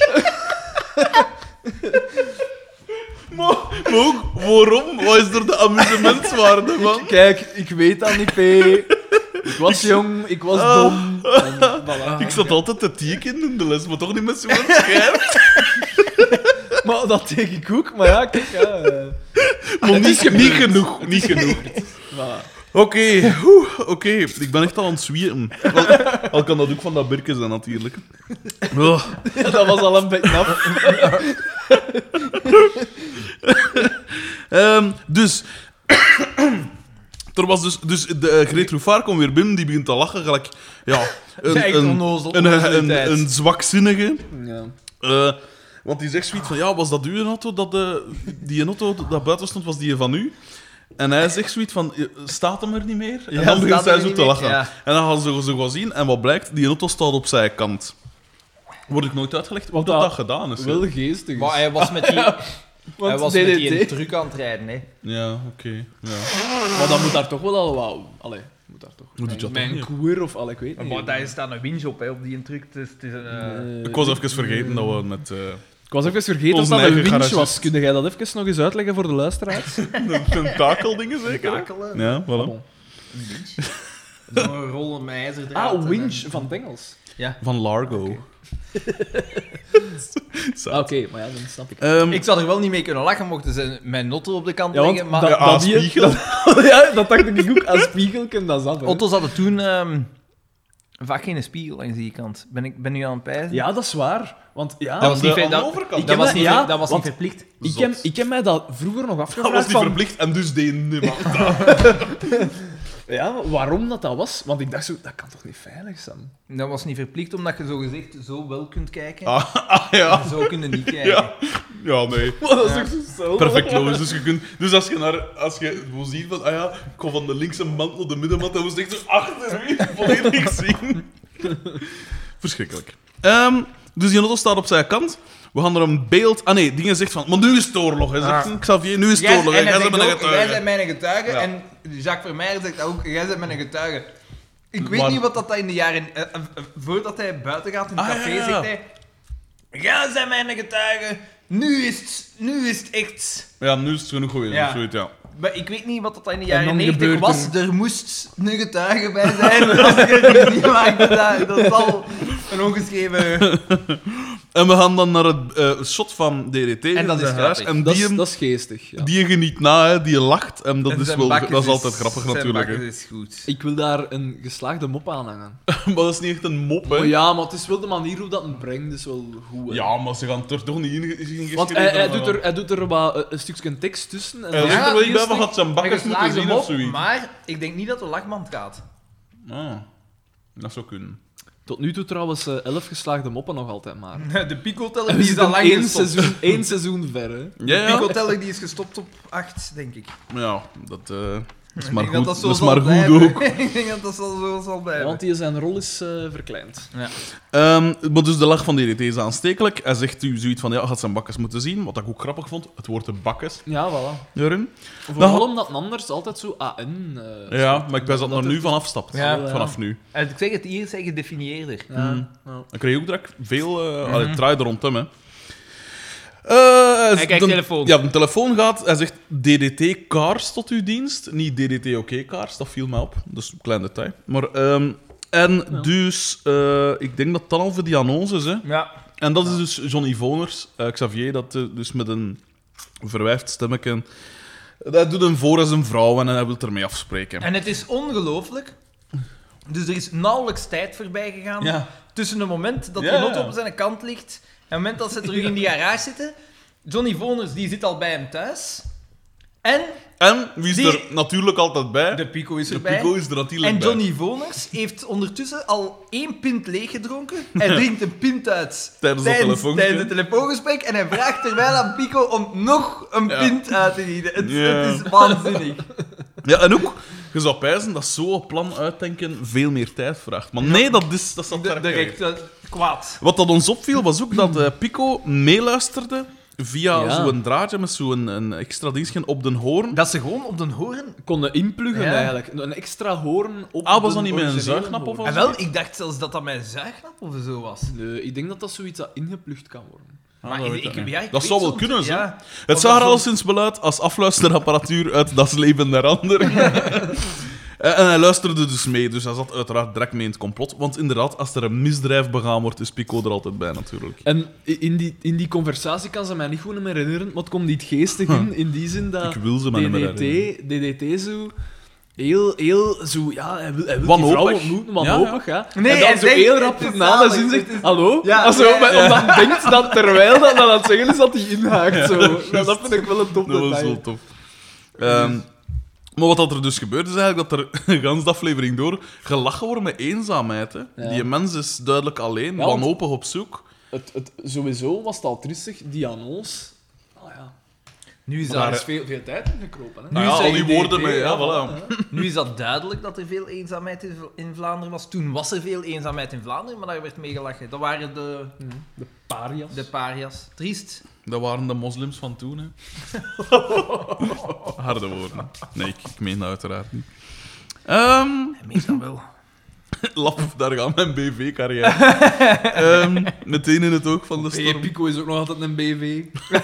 Maar, maar ook, waarom? Wat is er de amusementswaarde van? Kijk, ik weet dat niet, P. Ik was jong, ik was dom. En voilà. Ik zat altijd te tekenen in de les, maar toch niet met zo'n scherm. Maar dat denk ik ook, maar ja, kijk, ja. eh, Maar Het is niet, gebeurd. niet genoeg, niet genoeg. voilà. Oké, oeh, oké. Ik ben echt al aan het zwieren. Al, al kan dat ook van dat Birken zijn, natuurlijk. Oh. Ja, dat was al een beetje af. Ehm, dus... Er was dus... Dus de uh, Greet Roefaar komt weer binnen, die begint te lachen, gelijk... Ja, een, Echt een, onnozel. een, een, een, een zwakzinnige. Ja. Eh, want die zegt zoiets van, ja, was dat uw auto? Dat de, die auto dat buiten stond, was die van u? En hij zegt zoiets van, staat hem er niet meer? En Ja, dan begint staat zij er zo niet te meer, lachen. ja. En dan gaan ze zo gaan zien, en wat blijkt? Die auto staat op zijn kant. Wordt ik nooit uitgelegd hoe Want dat, dat- dat gedaan is. hè? Wel geestig. Maar hij was met die, hij Want was D D T. met die een truc aan het rijden, hè. Ja, oké. ja. Maar dan moet daar toch wel al wauw. Allee, moet daar toch. Hoe doet dat Mijn toch koer of al, ik weet niet. Maar daar staat een winch op, hè, op die truc. Dus het is een... eh, Eh, Ik was even vergeten dat we met eh, Ik was even vergeten Onze dat dat een eigen winch garagist. was. Kun jij dat even nog eens uitleggen voor de luisteraars? een tentakeldingen zeker? hè? Kakelen. Ja, voilà. Bon. Een winch. Zo'n rol met ijzerdraad. Ah, en winch een- van het Engels. Ja. Van Largo. Zo. Ah, Oké, maar ja, dan snap ik. Ehm, Ik zou er wel niet mee kunnen lachen mochten ze mijn notto op de kant Ja, want leggen, maar... dat, Ja, dat, die- spiegel. dat- ja, dat dacht ik ook. Als spiegelken, dat is af. hè. Otto's hadden toen ehm vaak geen spiegel langs die kant. Ben ik ben nu aan het pijzen? Ja, dat is waar. Want ja, Dat was de- niet, ver- aan de dat, overkant. dat Ik heb was dat- niet, ja, ver- dat was niet want- verplicht. ik heb, ik heb mij dat vroeger nog dat afgevraagd. was niet van, verplicht en dus deed niemand. ja, waarom dat dat was. Want ik dacht zo, dat kan toch niet veilig zijn? Dat was niet verplicht, omdat je zo gezegd zo wel kunt kijken. Ah, ah, ja. En zo kunnen niet kijken. Ja. Ja, nee. Dat is toch zo stel? Perfect logisch. Dus, je kunt, dus als je naar, als je wil zien van, ah ja, ik kom van de linkse mand naar de middenmat, dan moest je echt zo achter u volledig zien. Verschrikkelijk. Ehm, dus die auto staat op zijn kant. We gaan er een beeld... Ah nee, dingen zegt van, maar nu is het oorlog. Hij zegt, Ah. Xavier, nu is het Jij, oorlog. en Jij hij bent zegt een ook, jij getuige. bent mijn getuige. Ja. En Jacques Vermeijden zegt ook, jij bent mijn getuige. Ik weet Maar- niet wat dat in de jaren... eh, eh, voordat hij buiten gaat in het Ah, café, ja, ja. zegt hij... Jij bent mijn getuige. Nu is het, nu is het echt... Ja, nu is het genoeg geweest. Ja. of zoiets, ja. Maar ik weet niet wat dat in de En jaren dan negentig gebeurt was. er- Er moest een getuige bij zijn. Als je het niet maakt, dat, dat zal een ongeschreven... En we gaan dan naar het eh, shot van D D T En dat in is zijn huis. grappig. En Dat die, is, hem- dat is geestig. Ja. die je geniet na, hè, die lacht. En dat, En is, zijn wel, bakkes dat is altijd grappig zijn natuurlijk. bakkes Hè. is goed. Ik wil daar een geslaagde mop aan hangen. Maar dat is niet echt een mop, hè. Oh ja, maar het is wel de manier hoe dat het brengt, is wel goed. hè. Ja, maar ze gaan het er toch niet in, in geschreven. Want hij, hij, doet er, hij doet er wat, een, een stukje tekst tussen. En Hij dan- zegt Ja, er wel die bij, is van toch- gaat zijn bakkers Een moeten geslaagde zien of mop, zoiets. maar ik denk niet dat de lachband gaat. Ah, dat zou kunnen. Tot nu toe trouwens eh, elf geslaagde moppen nog altijd maar. De pico-teller En die we is al zitten lang één gestopt. seizoen, één seizoen ver, hè. Ja, De ja. pico-teller die is gestopt op acht, denk ik. Ja, dat, eh, dat is Ik maar denk goed, dat, dat dat, zo is maar zal goed blijven. ook. Ik denk dat dat zo zo zal Ja, blijven. want die zijn rol is eh, verkleind. Ja. Ehm, maar dus de lach van D D T is aanstekelijk. Hij zegt u zoiets van, ja, gaat zijn bakkers moeten zien. Wat ik ook grappig vond, het woord de bakkers. Ja, voilà. Jorin. Vooral omdat het anders altijd zo A N... eh, Ja, maar ik wijs dat er het- nu vanaf stapt. Ja. Vanaf nu. En ik zeg het hier, zeg gedefinieerder. Ja, Mm. ja. Dan krijg je ook direct veel... eh Mhm. allee, het draait er rond hem, hè. Eh, Hij kijkt de- telefoon. Ja, de telefoon gaat. Hij zegt D D T Cars tot uw dienst. Niet D D T OK Cars, dat viel mij op. Dat is een klein detail. Maar, ehm, En dus, uh, ik denk dat dat al voor die annonces, hè. Ja. En dat is dus Johnny Voners, uh, Xavier, dat uh, dus met een verwijfd stemmetje... Hij doet hem voor als een vrouw en hij wil ermee afspreken. En het is ongelooflijk. Dus er is nauwelijks tijd voorbij gegaan Ja. tussen het moment dat Ja, die auto ja. op zijn kant ligt en het moment dat ze terug in die garage zitten. Johnny Voners die zit al bij hem thuis. En En, wie is Die- er natuurlijk altijd bij? de Pico is De erbij. Pico is er natuurlijk En bij. Johnny Voners heeft ondertussen al één pint leeggedronken. Hij drinkt een pint uit Tijdens dat telefoongesprek. tijdens het telefoongesprek. En hij vraagt terwijl aan Pico om nog een Ja. pint uit te dienen. Het, Ja. het is waanzinnig. Ja, en ook, je zou pijzen dat zo'n plan uitdenken veel meer tijd vraagt. Maar nee, dat is dat staat De- daar Direct eh, kwaad. Wat dat ons opviel, was ook dat eh, Pico meeluisterde via Ja. zo'n draadje met zo'n een extra dingetje op de hoorn. Dat ze gewoon op de horen. Konden inpluggen Ja. eigenlijk. Een extra hoorn op Ah, was de dat niet met een originele zuignap of hoorn. wat? En wel, ik dacht zelfs dat dat mijn zuignap of zo was. Nee, ik denk dat dat zoiets dat ingeplucht kan worden. Ah, Maar dat ik- weet ik ik- niet. ja, ik dat weet zou wel soms- kunnen, zo. ja. Het Of zag er dat al zo- sinds beluid als afluisterapparatuur uit Das Leben der Ander. Eh, En hij luisterde dus mee, dus hij zat uiteraard direct mee in het complot. Want inderdaad, als er een misdrijf begaan wordt, is Pico er altijd bij, natuurlijk. En in die, in die conversatie kan ze mij niet goed meer herinneren, maar het komt niet geestig in, in die zin dat Ik wil ze maar niet meer D D herinneren. T, D D T zo... Heel, heel zo, ja, hij wil, hij wil die Wanhopig. vrouw ontmoeten, wanhopig, ja. Nee, en hij dan zo zegt- heel rap het is na de zalig, zin het zegt, is- hallo? Ja, Ja, zo, ja, maar ja. omdat denkt dat terwijl dat aan het zeggen is, dat hij inhaakt, zo. Nou, dat vind ik wel een top Dat was detail. wel tof. Ehm, maar wat dat er dus gebeurt, is eigenlijk dat er een ganse aflevering door gelachen wordt met eenzaamheid. Hè. Ja. Die mens is duidelijk alleen, Ja, want- wanhopig op zoek. Het, het, sowieso was het al triestig, die annons. Oh ja. Nu is Maar daar dat, is veel, veel tijd in gekropen, hè. Nou ja, zeg al die je woorden D D T, mee, ja, ja, voilà. nu is dat duidelijk dat er veel eenzaamheid in, in Vlaanderen was. Toen was er veel eenzaamheid in Vlaanderen, maar daar werd mee gelachen. Dat waren de, De parias. de parias. Triest. Dat waren de moslims van toen, hè. Harde woorden. Nee, ik, ik meen dat uiteraard niet. Ehm Meestal wel. lap, daar gaat mijn B V-carrière. Ehm meteen in het oog van de Hey, storm. Pico is ook nog altijd een B V.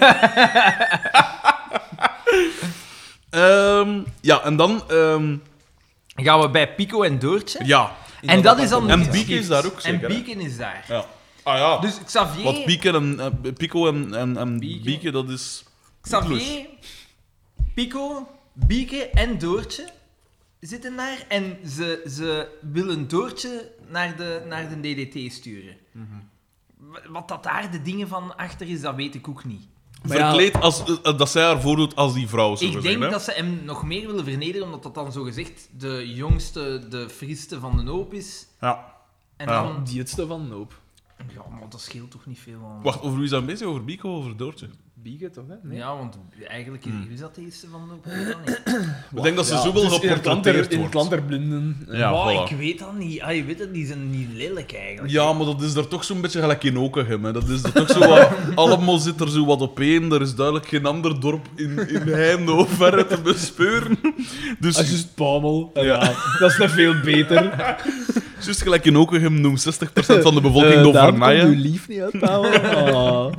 Ehm, ja, en dan... ehm, Gaan we bij Pico en Doortje. ja. En dat is dan... En Bieke is daar ook En zeker, hè? Bieken is daar. Ja. Ah ja. Dus Xavier... Wat Pieke en, eh, Pico en, en, en Bieke. Bieke, dat is... Xavier, Pico, Bieke en Doortje zitten daar. En ze, ze willen Doortje naar de, naar de D D T sturen. Wa- Wat dat daar de dingen van achter is, dat weet ik ook niet. Maar ja- Verkleed als, eh, dat zij haar voordoet als die vrouw, zo Ik gezegd, denk hè. dat ze hem nog meer willen vernederen, omdat dat dan zogezegd de jongste, de friste van de hoop is. Ja. En Ja. dan... Die hetste van Noop. Ja, maar dat scheelt toch niet veel. aan- Wacht, over wie is dat bezig? Over Bieke of over Doortje? Bieke toch, hè? Nee. Ja, want eigenlijk is, is dat de eerste van de hoop. Ik weet dat niet. Ik denk dat ze Ja, zo wel het is in het land der- geportretteerd In het wordt. land der blinden. Ja, Maar voilà. ik weet dat niet. Ah, je weet het, die zijn niet lelijk eigenlijk. Ja, maar dat is er toch zo'n beetje gelijk in Okenhem. Hè. Dat is er toch zo wat... Allemaal zit er zo wat op één. Er is duidelijk geen ander dorp in, in Heinde of verre te bespeuren. Dus Als je het Pamel. Ja. Ja. Dat is nog veel beter. juist gelijk in Okenhem noemt zestig procent van de bevolking Eh, door daarom komt Vernaaien. uw lief niet uit, Pamel. Oh.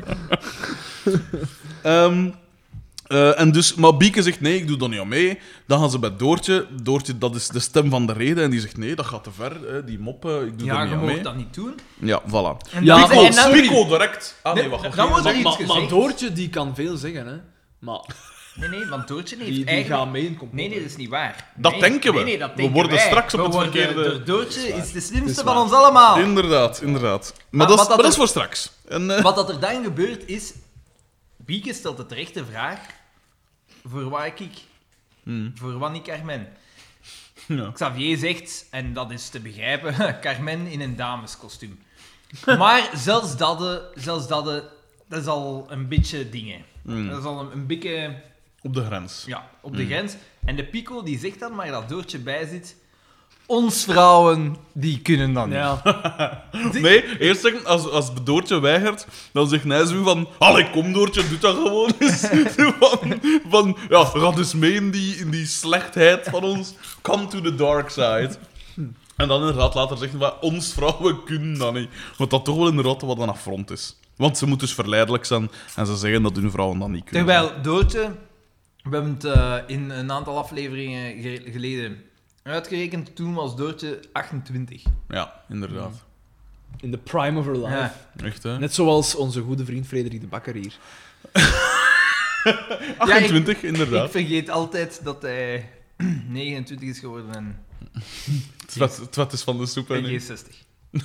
Ehm, eh, en dus, maar Bieke zegt nee, ik doe er niet aan mee. Dan gaan ze bij Doortje. Doortje, dat is de stem van de reden. En die zegt nee, dat gaat te ver. Hè. Die moppen, ik doe Ja, er je niet aan mag mee. dat niet doen. Ja, voilà. En Ja, dan- Pico, en dan- Pico direct. Ah nee, Nee, wacht. wacht. dan wordt er Maar, iets maar, maar gezegd. Doortje die kan veel zeggen, hè. Maar Nee, nee, want Doortje heeft die, die eigenlijk... gaat mee in complot. Nee, nee, dat is niet waar. Dat Nee, denken we. Nee, nee, dat We denken worden wij. straks op We het worden- verkeerde- de Doortje is de slimste is van waar. ons allemaal. Inderdaad, inderdaad. Maar, Maar dat, is, wat dat maar dat is er- voor straks. En, eh, Wat dat er dan gebeurt is... Bieke stelt de terechte vraag. Voor wat ik? hmm, Voor wat niet Carmen? ja. Xavier zegt, en dat is te begrijpen, Carmen in een dameskostuum. Maar zelfs dat, eh, zelfs dat, eh, dat is al een beetje dingen. Hmm. Dat is al een, een beetje Op de grens. ja, op de Mm. grens. En de Pico die zegt dan, maar dat Doortje bij zit... Ons vrouwen, die kunnen dat niet. Ja. Nee, eerst zeggen, als, als Doortje weigert, dan zegt hij zo van... Allee, kom Doortje, doe dat gewoon eens. Zo van, van, ja, ga dus mee in die, in die slechtheid van ons. Come to the dark side. En dan inderdaad later zeggen van, ons vrouwen kunnen dat niet. Wat dat toch wel inderdaad wat een affront is. Want ze moeten dus verleidelijk zijn en ze zeggen dat hun vrouwen dat niet kunnen. Terwijl Doortje... We hebben het eh, in een aantal afleveringen ge- geleden Uitgerekend toen was Doortje achtentwintig. Ja, inderdaad. In the prime of her life. Ja. Echt, hè? Net zoals onze goede vriend Frederik de Bakker hier. achtentwintig, Ik inderdaad. vergeet altijd dat hij negenentwintig is geworden en Het wat, het wat is van de soep. hè, hij nu. is zestig.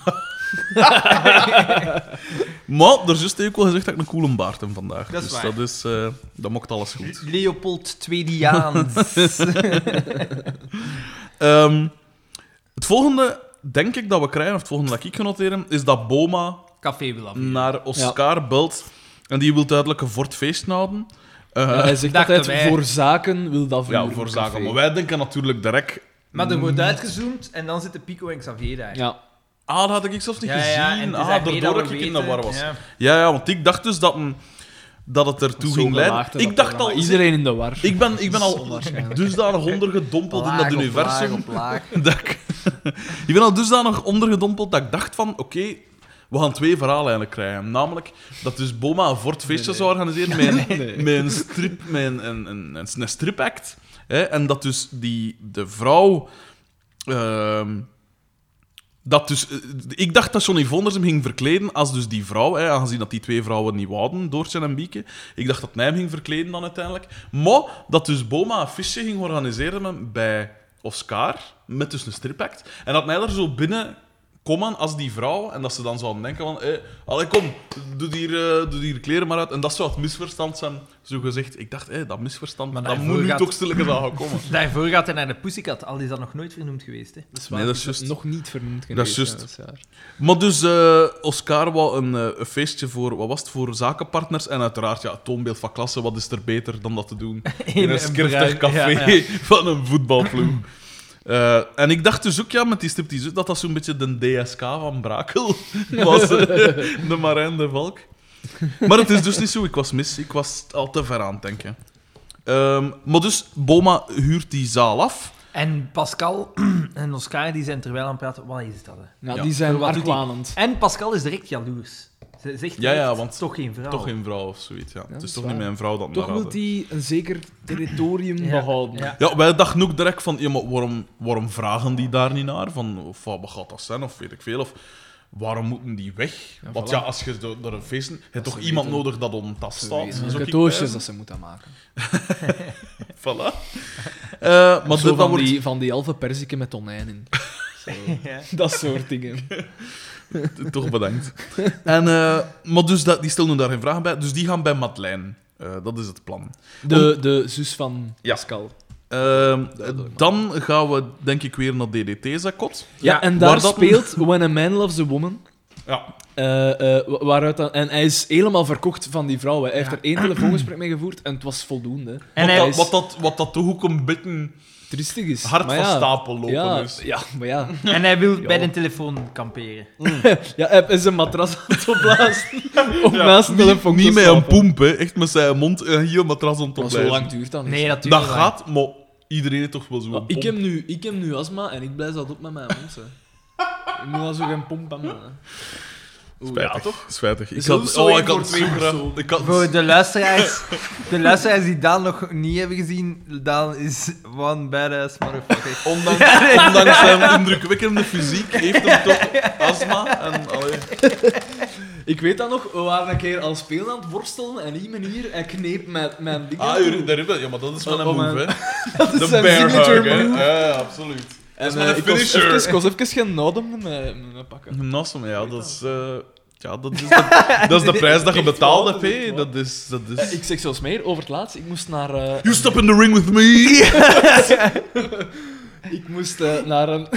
Maar er is juist ook wel gezegd dat ik een coole baard heb vandaag. Dat is dus waar. dat is... eh dat maakt alles goed. Leopold Tweediaans. Ehm, het volgende, denk ik, dat we krijgen, of het volgende dat ik ga noteren, is dat Boma Café wil afhuren. naar Oscar belt. En die wil duidelijk een fort feest houden. Eh, Ja, hij zegt dachten altijd, wij. voor zaken wil dat ja, vuur voor een zaken. café. Maar wij denken natuurlijk direct... Maar er wordt uitgezoomd en dan zitten Pico en Xavier daar. Ja. Ah, dat had ik zelfs niet Ja, gezien. ja, en het is ah, daarmee daardoor dat dat we ik in de weten, war was. ja. Ja, ja, want ik dacht dus dat, een, dat het ertoe Zo ging leiden. gelaagd, hè, Ik dat dacht er al... maar iedereen in de war. Ik ben, ik ben Dat is al onwaarschijnlijk. dusdanig ondergedompeld in dat Laag op universum. laag op laag. Dat ik, ik ben al dusdanig ondergedompeld dat ik dacht van... Oké, we gaan twee verhalen eigenlijk krijgen. Namelijk dat dus Boma een fortfeestje Nee, nee. zou organiseren met een, Nee. met een strip... Met een, een, een, een, een stripact. Hè, en dat dus die, de vrouw... ehm, dat dus, eh, ik dacht dat Johnny Vonders hem ging verkleden als dus die vrouw, hè, aangezien dat die twee vrouwen niet wouden, Doortje en Bieke. Ik dacht dat hij hem ging verkleden dan uiteindelijk. Maar dat dus Boma een feestje ging organiseren bij Oscar, met dus een stripact. En dat hij er zo binnen komen als die vrouw, en dat ze dan zouden denken van, hé, allee, kom, doe hier, uh, doe hier kleren maar uit. En dat zou het misverstand zijn, zo gezegd. Ik dacht, hé, dat misverstand, Maar dat daarvoor moet nu gaat- toch stilletjes aan gaan komen. Daarvoor gaat hij naar de Pussycat, al is dat nog nooit vernoemd geweest. Hè. Dat is Nee, dat is juist. nog niet vernoemd Dat is geweest, juist. ja, dat is waar. Maar dus, eh, Oscar wou een, eh, een feestje voor, wat was het, voor zakenpartners. En uiteraard, ja, het toonbeeld van klasse, wat is er beter dan dat te doen in een een skirtig bruin- café ja, ja. van een voetbalploeg. Eh, en ik dacht dus ook, ja, met die striptease, dat dat zo'n beetje de D S K van Brakel was. eh, de Marijn de Valk. Maar het is dus niet zo, ik was mis. Ik was al te ver aan het denken. Ehm, maar dus, Boma huurt die zaal af. En Pascal en Oscar die zijn terwijl aan het praten. Wat is dat? Hè? Ja, Ja. die zijn Wat doet die? argwanend. En Pascal is direct jaloers. Ze zegt Ja, direct, ja, want toch geen vrouw. Toch geen vrouw of zoiets, ja. dat het is is toch waar. niet mijn vrouw dat Toch maar wil hadden. hij een zeker territorium Ja, behouden. ja. Ja, wij dachten ook direct van, ja, maar waarom, waarom vragen die daar niet naar? Van, of wat gaat dat zijn, of weet ik veel. Of waarom moeten die weg? Ja, Want voilà. ja, als je door door een feest... Je hebt toch ze iemand weten- nodig dat ontast staat? Ze zou weten ik cadeautjes pijzen. dat ze moeten maken. Voilà. Eh, maar Zo dit, dat van, wordt... die, van die halve perziken met tonijn in. Zo, Ja. dat soort dingen. Toch bedankt. En, eh, maar dus, dat, die stellen daar geen vragen bij. Dus die gaan bij Madeleine. Eh, dat is het plan. De, de zus van Ja. Pascal. Ehm, dan gaan we, denk ik, weer naar D D T-zakot. Ja, Ja, en daar waar dat- speelt When a Man Loves a Woman. Ja. Eh, eh, wa- waaruit dan, en hij is helemaal verkocht van die vrouw. Hè. Hij heeft Ja. er één telefoongesprek mee gevoerd en het was voldoende. En wat, hij dat, is- wat, dat, wat dat toch ook een beetje Triestig is. hard Maar van ja, stapel lopen ja, is. ja, maar ja. En hij wil Ja. bij de telefoon kamperen. Ja, hij is een matras aan het opblazen. Om Ja, naast de niet, telefoon te niet met een slapen. pomp, hè. Echt met zijn mond en hier een matras om te Maar zo blijven. lang duurt dat niet. Nee, dat duurt Dat niet lang. gaat, maar iedereen heeft toch wel zo'n Maar ik, pomp. heb nu, ik heb nu astma en ik blijf dat op met mijn mond. Hè. Ik moet dan zo geen pomp hebben. Hè. Oeh, Spijtig, ja, toch? spijtig. Ik Is had, dat zo oh, één ik voor had twee zo graag... personen? Ik had, Voor de luisteraars, de luisteraars die Daan nog niet hebben gezien, Daan is one badass motherfucker. ondanks, ondanks zijn indrukwekkende fysiek heeft hem toch astma. En, allee. Ik weet dat nog, we waren een keer al spelen aan het worstelen en die manier, hij kneep mijn, mijn ding. Ah, jullie- de ribben. Ja, maar dat is wel een Oh, move, man. hè. Dat is De zijn bear signature hug, hè. move. Ja, ja, absoluut. En, Dat is mijn eh, ik was finisher. even- Ik was even geen nodig met mijn, met mijn pakken. Naast me, ja, dat is... eh, ja, dat is de, dat is de prijs dat je betaald hebt, hè. Dat is... Dat Eh, is... Ik zeg zoals meer, over het laatst, ik moest naar... eh, You step in the ring with me! ik moest eh, naar een...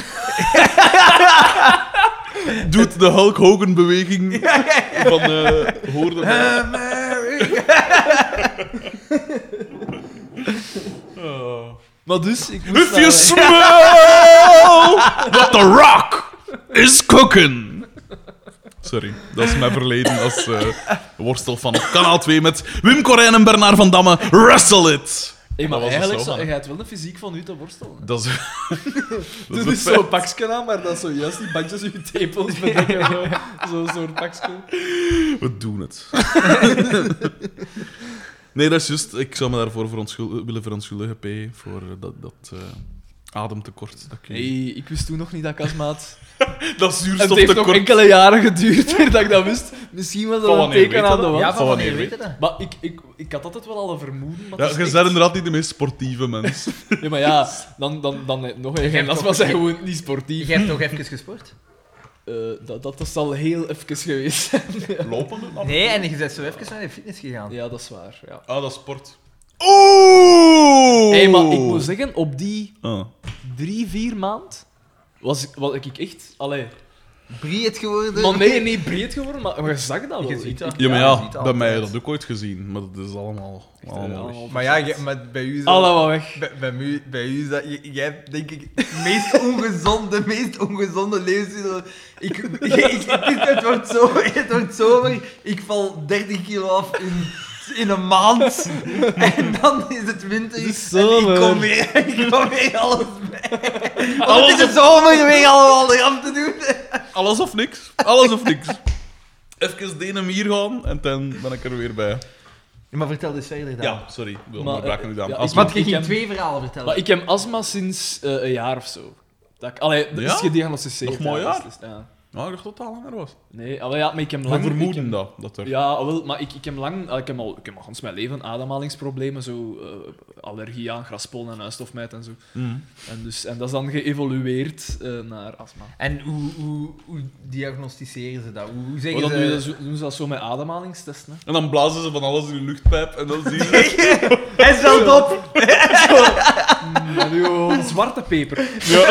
Doet de Hulk Hogan beweging van uh, hoorde oh. Maar dus, ik moest If naar... you smell what the rock is cooking. Sorry, dat is mijn verleden als uh, worstel van Kanaal twee met Wim Corijn en Bernard van Damme. Wrestle it! Hey, maar Dat was eigenlijk, het zo, zou- man. jij hebt wel de fysiek van u te worstelen. hè. Dat is... Dat een is feit. zo'n pakje aan, maar dat is zo juist die bandjes uw tepels bedekken. zo. Zo'n soort pakje. We doen het. Nee, dat is juist. Ik zou me daarvoor verontschul- willen verontschuldigen, P. Voor dat... dat uh, Ademtekort. Dat, kun je- Nee, ik wist toen nog niet dat ik astma had. dat En het heeft nog zuurstoftekort. enkele jaren geduurd voordat ik dat wist. Misschien was dat Van een wanneer teken weet aan je de dat? wand. Ja, van wanneer wanneer weet weet je dat? Maar ik, ik, ik had altijd wel al een vermoeden. Maar Ja, het je is echt- bent inderdaad niet de meest sportieve mens. Ja, maar ja, dan, dan, dan eh, nog een. hebt Dat toch- was hij gewoon niet sportief. Je hebt nog even gesport? Eh, dat, dat is al heel even geweest zijn. Lopen? Nee, en je bent zo even naar de fitness gegaan. Ja, dat is waar. Ja. Ah, dat is sport. Oeh! Hey, maar ik moet zeggen, op die Ah. drie, vier maand was ik, was ik echt... Allee, Breed geworden? maar nee, niet breed geworden, maar je zag dat wel. Je ziet Ik- dat. ik- Ja, maar Ja, ja, je ziet bij altijd. mij dat ook ooit gezien, maar dat is allemaal... allemaal weg. Maar ja, je- maar bij u is dat... Allemaal weg. Bij, bij, u, bij u is dat... je- Jij hebt, denk ik, de meest ongezonde, meest ongezonde levensstijl. Ik, ik, ik, het, het wordt zo, het wordt zomer. Ik val dertig kilo af in, in een maand. En dan is het winter. Het is en ik zomer. kom weer, ik kom weer alles bij. Alles in de zomer weer allemaal eraf te doen. Alles of niks. Alles of niks. Even de ene hier gaan en dan ben ik er weer bij. Maar vertel eens verder dan. Ja, sorry. Ik wil Maar, onderbreken eh, u dan. ja, Als ik- we- Want je Ik ging heb- twee verhalen vertellen. Maar ik heb astma sinds eh, een jaar of zo. Dat ik, allee, dat Ja? is gediagnosticeerd. Nog maar een ja, jaar? dus- dus- ja. Nou, ik dacht dat het al langer was. Nee, allee, ja, maar ik heb We lang... ik vermoeden heb- dat. dat er... Ja, wel, maar ik, ik heb lang... Ik heb al, ik heb al gans mijn leven ademhalingsproblemen, zo eh, allergie aan graspol en huisstofmijt en zo. Mm. En, dus, en dat is dan geëvolueerd eh, naar astma. En hoe, hoe, hoe diagnosticeren ze dat? Hoe, hoe Maar zeggen dan doen, ze... ze, zo- doen ze dat zo met ademhalingstesten. Hè? En dan blazen ze van alles in hun luchtpijp en dan zien ze... Hij stelt op! Mm, nu gewoon zwarte peper.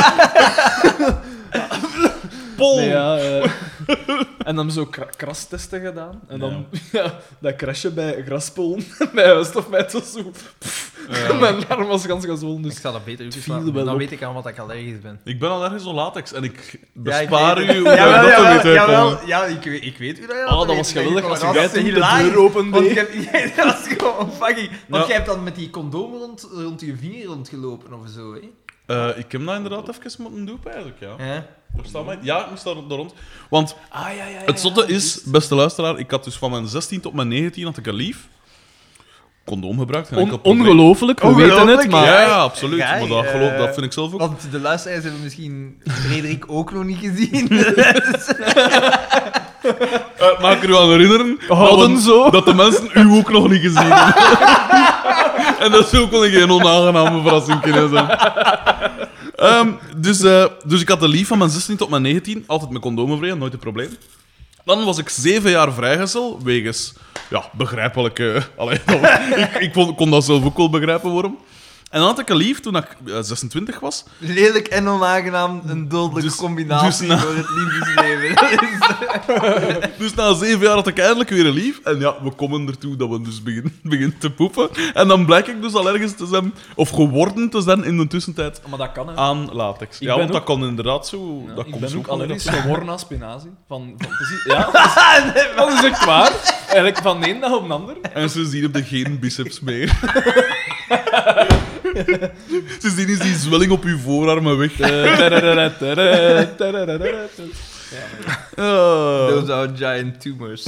Pol! Nee, ja, eh, en dan zo kra- krastesten gedaan. En dan ja. dat crasje bij graspollen, bij huisstofmijt was zo... Pff, Ja. Mijn arm was gans gezwollen, dus... Ik zal dat beter Het uitslapen. viel wel Dan op. weet ik aan wat ik allergisch ben. Ik ben allergisch op latex en ik Ja, ik bespaar weet u het. hoe Jawel, dat te jawel, weten jawel. komen. Ja, ik weet, ik weet hoe dat je Oh, dat weet. was geweldig als je Dat bij was toen de hilarisch. deur opende. Want je hebt- jij- dat was gewoon fucking... Want Ja. jij hebt dan met die condoom rond, rond je vinger rondgelopen of zo, hè? Eh, ik heb dat inderdaad even moeten doen, eigenlijk, ja. Ja. Daar staat mij... Ja, ik moest daar daar rond. Want Ah, ja, ja, ja, het zotte ja, is, beste luisteraar, ik had dus van mijn zestien tot mijn negentien had ik een lief. Condoom gebruikt. geen enkel On- probleem. ongelooflijk, we Ongelooflijk, weten het, maar... Ja, Ja, ja, absoluut. ja, maar dat, eh, geloof, dat vind ik zelf ook. Want de luisteraars hebben misschien Frederik ook nog niet gezien. Uh, mag ik er u aan herinneren Houden dat, zo. dat de mensen u ook nog niet gezien hebben. En dat zou ook wel een geen onaangename verrassing kunnen zijn. Ehm, dus, eh, dus ik had de lief van mijn zestien tot mijn negentien, altijd met condomen vrij, nooit een probleem. Dan was ik zeven jaar vrijgezel, wegens ja, begrijpelijke... Allee, ik ik kon, kon dat zelf ook wel begrijpen waarom. En dan had ik een lief toen ik eh, zesentwintig was. Lelijk en onaangenaam, een dodelijke Dus- combinatie dus na- voor het liefdesleven. Dat is- Dus na zeven jaar had ik eindelijk weer een lief. En ja, we komen ertoe dat we dus beginnen begin te poepen. En dan blijk ik dus allergisch te zijn, of geworden te zijn in de tussentijd, Maar dat kan, hè. aan latex. Ik ja, ben want dat ook- kan inderdaad zo... Ja, dat ik komt ben zo ook van allergisch dat- geworden aan spinazie. Van, van, precies, ja, dat is, dat is echt waar. Eigenlijk van de ene dag op de ander. En sindsdien heb je geen biceps meer. Sindsdien is die zwelling op je voorarmen weg. Ah. Those are giant tumors.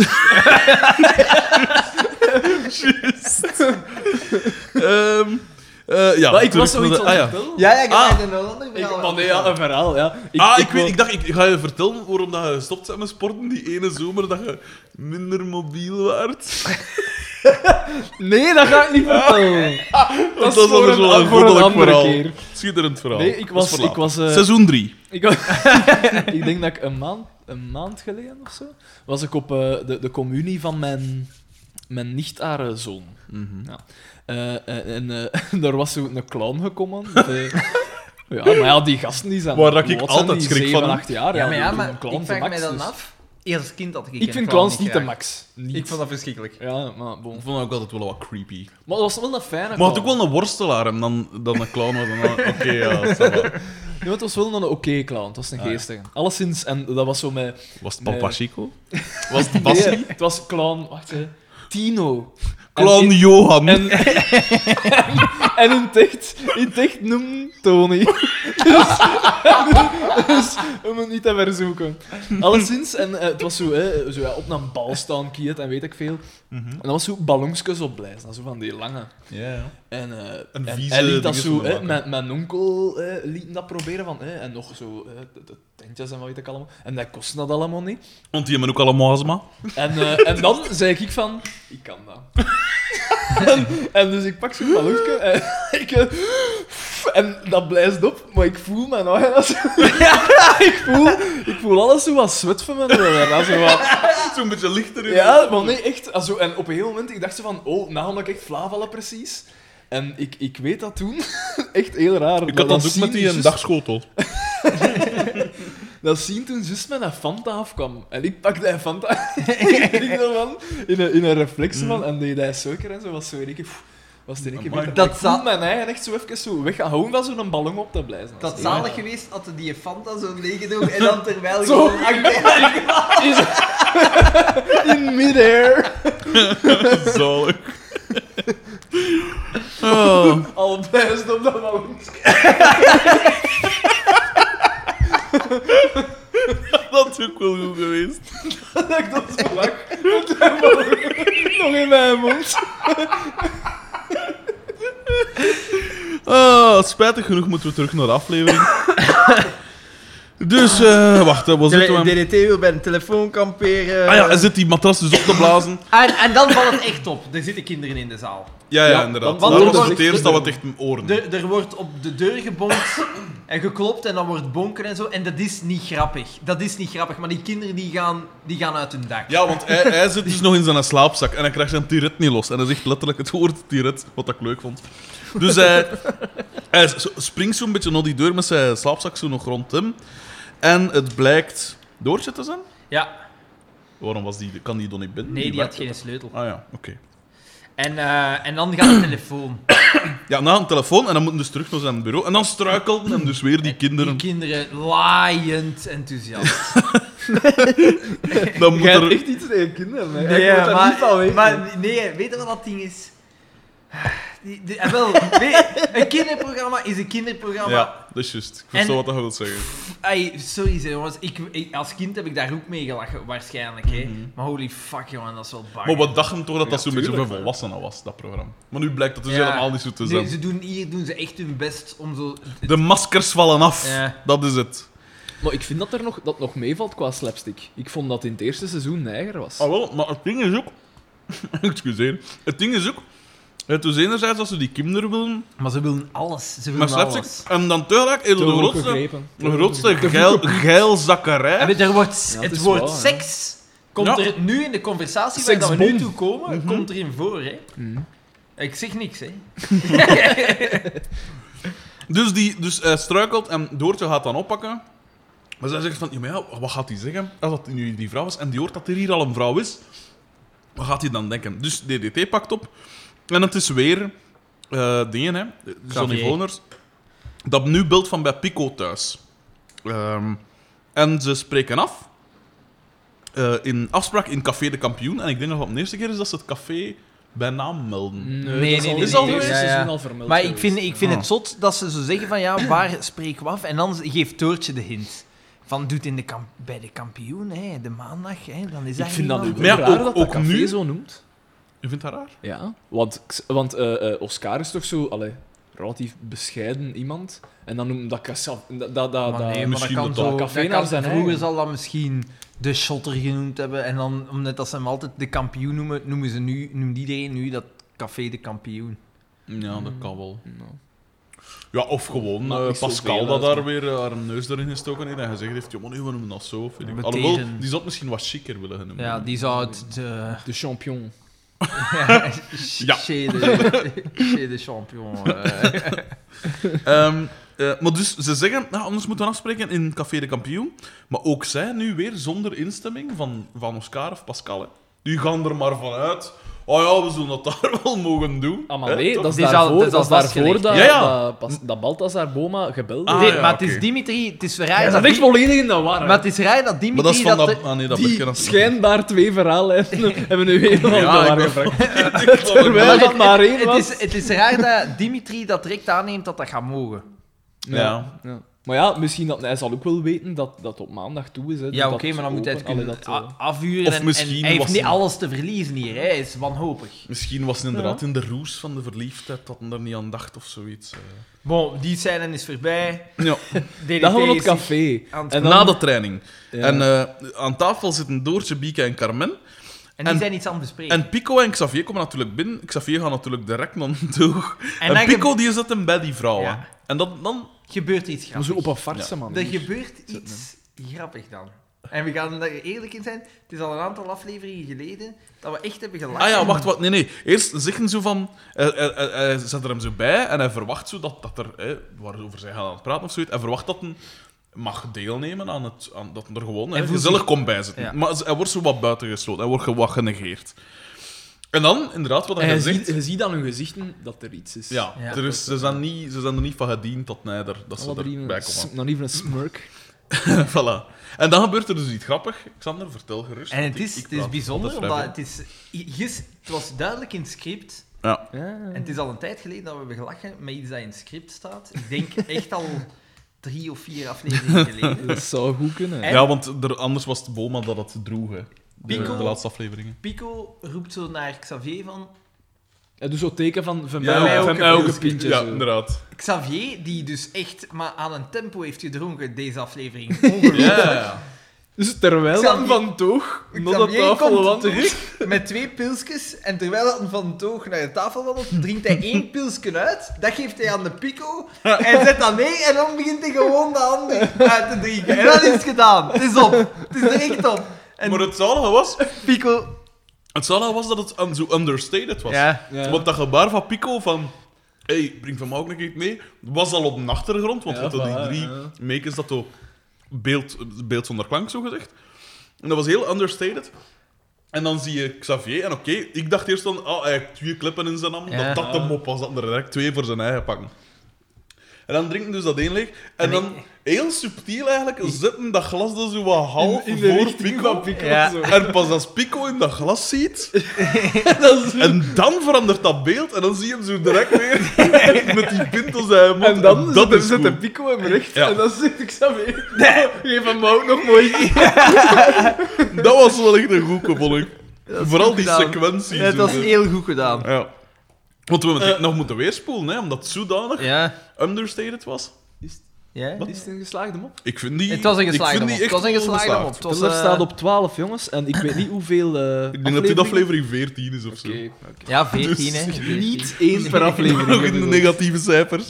Ehm, eh, ja, Maar ik terug was naar zoiets de- aan ah, het ja. vertellen. Ja, ja, ik Ah. heb een ander Ik, verhaal. maar nee, ja, een verhaal, ja. Ik, ah, ik, ik, weet, wil- ik dacht, ik, ik ga je vertellen waarom dat je gestopt bent met sporten die ene zomer dat je minder mobiel werd. Nee, dat ga ik niet vertellen. Dat, is is voor anders een- wel een voor een goddelijk andere verhaal. keer. Schitterend verhaal. Nee, ik Dat was- is voor ik was, later. eh, Seizoen drie. Ik, was- ik denk dat ik een maand, een maand geleden of zo, was ik op eh, de, de communie van mijn, mijn nicht-are zoon. Mhm. Ja. Eh, eh, en eh, daar was zo een clown gekomen. Eh, ja, maar ja, die gasten die zijn... Waar dat ik wat zijn altijd die, schrik zeven, van heb. acht jaar. Ja, maar die ja, doen maar een clown ik voor vraag max, mij dan dus- af. Eerst als kind had ik Ik een vind clown clowns niet niet te graag. max. Niet. Ik vond dat verschrikkelijk. Ja, maar bon. Ik vond dat ook altijd wel wat creepy. Maar dat was wel een fijne Maar het clown. ook wel een worstelaar en dan, dan een clown was. en dan- Oké, ja, ça va. Ja, het was wel een oké clown. Het was een Ah, ja. geestige. Alleszins, en dat was zo met... Was het Nee. Papa Chico? Was het Bassie? Nee, het was clown... Wacht, hè. Tino. Clown in- Johan. En, en in het echt, in het echt noem Tony. Dus, dus we moeten niet te verzoeken. Alleszins, en uh, het was zo, hè, zo ja, op een bal staan, kiet en weet ik veel. Mhm. En dat was zo ballonsjes opblijzen, zo van die lange. Ja, ja. En, uh, Een en vieze hij liet dat dinges zo, van hè, maken. mijn, mijn onkel hè, liet dat proberen van, hè, en nog zo, hè, de, de tentjes en wat weet ik allemaal. En dat kostte dat allemaal niet. Want die hebben ook allemaal astma. En, uh, en dan zei ik van, ik kan dat. en, en dus ik pak zo'n ballonsje en ik... Uh, en dat blijft op, maar ik voel mijn ogen als... ik, voel, ik voel alles zo wat zwet van mijn ogen. Zo wat... Zo'n beetje lichter in. Ja, maar nee, echt. Also, en op een heel moment, ik dacht zo van, oh, nou ga ik echt flauw vallen precies. En ik, ik weet dat toen, echt heel raar. Ik had dat ook zien met die juist- een dagschotel. Dat zien toen juist met een Fanta afkwam. En ik pakte een Fanta ik drink daarvan in een, in een reflex van, en deed hij suiker en zo, was zo in één keer... pff, Was het in één keer Amai. beter. Dat Ik voel za- mijn eigen echt zo even zo weg. Gewoon van zo'n ballon op te blijven. Dat Ja. zalig geweest had hij die Fanta zo leeggedogen en dan terwijl Zo. gewoon achter... In mid-air. Zalig. Oh. Al blijft op dat ballon. Dat is ook wel goed geweest. Dat ik dat zo lach. Met mijn ballon nog in mijn mond. Oh, spijtig genoeg moeten we terug naar de aflevering. Dus, eh wacht, waar zitten we? D D T wil bij een telefoon kamperen. Ah ja, hij zit die matras dus op te blazen. En, en dan valt het echt op. Er zitten kinderen in de zaal. Ja, ja, Ja, inderdaad. want- Want want dat er was het wordt- eerste dat we het echt oren. Er, er wordt op de deur gebonkt en geklopt en dan wordt bonken en zo. En dat is niet grappig. Dat is niet grappig, maar die kinderen die gaan, die gaan uit hun dak. Ja, want hij, hij zit dus nog in zijn slaapzak en hij krijgt zijn tiret niet los. En hij zegt letterlijk het woord tiret, wat ik leuk vond. Dus hij, hij zo- springt zo'n beetje naar die deur met zijn slaapzak zo nog rond hem. En het blijkt Doortje te zijn. Ja. Waarom was die, kan die dan niet binnen? Nee, die had werkt geen het. sleutel. Ah ja, oké. En, eh, en dan gaat de telefoon. Ja, na een telefoon en dan moeten dus terug naar zijn bureau. En dan struikelden en dus weer die kinderen. Die kinderen laaiend enthousiast. Dan moet Jij hebt er... echt iets tegen kinderen, hè? Nee, Ik moet daar maar, niet van weten. maar nee, weet je wat dat ding is? Die, die, en wel, weet- een kinderprogramma is een kinderprogramma. Ja, dat is juist. Ik versta En- wat je wilt zeggen. Ay, sorry zeg, jongens. Ik, ik- als kind heb ik daar ook mee gelachen, waarschijnlijk. Hè. Maar holy fuck, jongen, dat is wel bang. Maar we dachten toch dat dat Ja, zo'n beetje tuurlijk, voor hè. volwassenen was, dat programma. Maar nu blijkt dat dus Ja. helemaal niet zo te Nu, zijn. ze doen, hier doen ze echt hun best om zo... De maskers vallen af. Ja. Dat is het. Maar ik vind dat er nog, dat nog meevalt qua slapstick. Ik vond dat in het eerste seizoen neiger was. Ah wel, maar het ding is ook... Excuseer. Het ding is ook... Het is enerzijds dat ze die kinderen willen, Maar ze willen alles. Ze maar willen alles. slapstick. En dan tegelijk is er de Te hoog grootste, gegrepen. de grootste geil, geilzakkerij. En weet je, er wordt, Ja, het het is woord waar, hè. seks komt Ja. er nu in de conversatie waar dat we nu Seksbom. toe komen, Mhm. komt erin voor. Hè. Mm. Ik zeg niks, hè. Dus, die, dus hij struikelt en Doortje gaat dan oppakken. Maar zij zegt van, ja, maar ja, wat gaat hij zeggen als dat nu die vrouw is en die hoort dat er hier al een vrouw is? Wat gaat hij dan denken? Dus D D T pakt op en het is weer eh dingen, hè, Johnny Xavier. Voners, dat nu beeld van bij Pico thuis. Ehm, en ze spreken af eh, in afspraak in Café de Kampioen. En ik denk dat het de eerste keer is dat ze het café bij naam melden. Nee, Nee, dat nee, al nee, in nee, het nee. eerste Ja, ja. seizoen al vermeld Maar ik geweest. vind, ik vind Ah. het zot dat ze zo zeggen van ja, waar spreken we af? En dan geeft Toortje de hint. Van doet in de kamp bij de kampioen, hè, de maandag, hè, dan is Ik dat vind dat nu iemand- wel Maar ja, raar ook- dat dat ook café nu- zo noemt. Je vindt dat raar? Ja, want, want eh, eh, Oscar is toch zo... Allee, relatief bescheiden iemand. En dan noemt dat... kassa- Dat, dat, dat, Maar dat- nee, maar misschien dat kan dat zo, dat café dat naar kan- zijn vroeger eigen. zal dat misschien de shotter genoemd hebben. En dan, omdat dat ze hem altijd de kampioen noemen, noemen ze nu, noemt iedereen nu dat café de kampioen. Ja, dat kan wel. Nou. Ja, of gewoon Maakt eh, niet Pascal zoveel dat uit, daar weer eh, haar neus erin gestoken heeft en gezegd heeft, ja, maar nu we noemen dat zo. Vind ik. We Alhoewel, tegen- die zou het misschien wat chiquer willen genoemd Ja, die zou het de... De champion. Ja. Chez de, chez de champion. eh. Ehm, eh, maar dus, ze zeggen, nou, anders moeten we afspreken in Café de Kampioen. Maar ook zij nu weer zonder instemming van, van Oscar of Pascal. Hè. Die gaan er maar vanuit oh ja, we zullen dat daar wel mogen doen. Ah, maar Hè, nee, toch? dat is Die is al- daarvoor, dat is dat is al daarvoor vastgelegd. dat, Ja, ja. dat, pas- dat Balthazar Boma gebeld Ah, heeft. Nee, ja, maar het oké. is Dimitri... Het is raar Hij dat... zat echt Di- volledig in de war. hè. Maar het is raar dat Dimitri... Maar dat is van dat... de- Ah nee, dat Die ben ik nog- schijnbaar twee verhaallijnen hebben nu helemaal in de Ja, war ik ben- gebracht. Ik vond het Terwijl wel- dat maar één het, was. is, het is raar dat Dimitri dat direct aanneemt dat dat gaat mogen. Ja. Ja. Maar ja, misschien dat hij zal ook wel weten dat dat op maandag toe is. Hè, Ja, dat oké, maar dan moet hij het open- kunnen allee, dat, a- eh, afvuren. Of en, en misschien hij heeft was niet hij- alles te verliezen hier. Hè. Hij is wanhopig. Misschien was het inderdaad in de roes van de verliefdheid dat hij er niet aan dacht of zoiets. eh. Bon, die scène is voorbij. Ja, D D T Dan gaan we op is het café. aan het- En dan- na de training. Ja. En eh, aan tafel zitten Doortje, Bieke en Carmen. En die en- zijn iets aan het bespreken. En Pico en Xavier komen natuurlijk binnen. Xavier gaat natuurlijk direct naar toe. En, En dan Pico ge- die zit hem bij die vrouw. Ja. hè. En dat, dan... gebeurt iets Maar grappigs. zo op een farse, man. Er gebeurt iets grappig dan. En we gaan er eerlijk in zijn. Het is al een aantal afleveringen geleden dat we echt hebben gelachen. Ah ja, wacht, wat. Nee, nee. Eerst zeggen ze van... Hij, hij, hij, hij zet er hem zo bij en hij verwacht zo dat, dat er... Hè, waarover zij gaan aan het praten of zoiets. Hij verwacht dat hij mag deelnemen aan het... Aan, dat hij er gewoon hè, Hij voelt gezellig zich- komt bij zitten. Ja. Maar hij wordt zo wat buitengesloten. Hij wordt ge- wat genegeerd. En dan, inderdaad, wat En hij je, zegt... ziet, je ziet aan hun gezichten dat er iets is. Ja, Ja. er is, ze, zijn niet, ze zijn er niet van gediend dat, nee, er, dat ze Alle drie erbij een s- komen. Not even een smirk. Voilà. En dan gebeurt er dus iets grappig. Xander, vertel gerust. En het want is, ik- ik het is praat bijzonder, altijd omdat vrij het is... Gis, het was duidelijk in het script. Ja. Ja. En het is al een tijd geleden dat we hebben gelachen met iets dat in het script staat. Ik denk echt al drie of vier afleveringen geleden. Dat zou goed kunnen. En- Ja, want er, anders was het Boma dat het droeg, hè. De, Pico- de laatste afleveringen. Pico roept zo naar Xavier van... Hij doet zo teken van van Ja, mij ja, ook ook van een elke pilsje. pintje. Ja, zo. inderdaad. Xavier, die dus echt maar aan een tempo heeft gedronken deze aflevering. Ongelooflijk. Ja, ja. Dus terwijl Xavier- dan Van Toog naar de Xavier tafel komt wandelt... terug met twee pilsjes en terwijl hij van toog naar de tafel wandelt, drinkt hij één pilsje uit, dat geeft hij aan de Pico, hij zet dat neer en dan begint hij gewoon de ander uit te drinken. En dat is het gedaan. Het is op. Het is direct op. En Maar het zalige was... Pico... Het zalige was dat het un- zo understated was. Ja. Ja. Want dat gebaar van Pico van... hey, breng van mij ook een keer mee, was al op de achtergrond, want Ja, we hadden die voilà, drie ja. makers dat zo beeld, beeld zonder klank, zo gezegd. En dat was heel understated. En dan zie je Xavier, en oké, ik dacht eerst dan, oh, hij heeft twee klippen in zijn hand, Ja. dat dat de mop was, dat er direct twee voor zijn eigen pakken. En dan drinken dus dat één leeg, en, En dan ik- heel subtiel eigenlijk, zitten dat glas dan zo wat half In de voor richting Pico. van Pico. Ja. Zo. En pas als Pico in dat glas ziet, en dan verandert dat beeld, en dan zie je hem zo direct weer met die pint op zijn mond. En dan dat zet, is zet de cool. Pico hem recht Ja. en dan zit ik zo weer. Geef hem ook nog mooi. Dat was wel echt een goeie, vond ik. Dat is Vooral goed die gedaan. sequentie. Het zo. was heel goed gedaan. Ja. Want we hebben het nog moeten weerspoelen, hè, omdat het zodanig Ja. understated was. Ja. Is het een geslaagde mop? Ik vind die... Het was een ik geslaagde vind mop. die Het was een echt wel geslaagde geslaagd. mop. Het was, Tiller eh, staat op twaalf, jongens. En ik weet niet hoeveel uh, Ik denk dat dit aflevering veertien is of zo. Oké. Ja, veertien, Dus hè. veertien. Niet één per aflevering. Nog in de negatieve cijfers.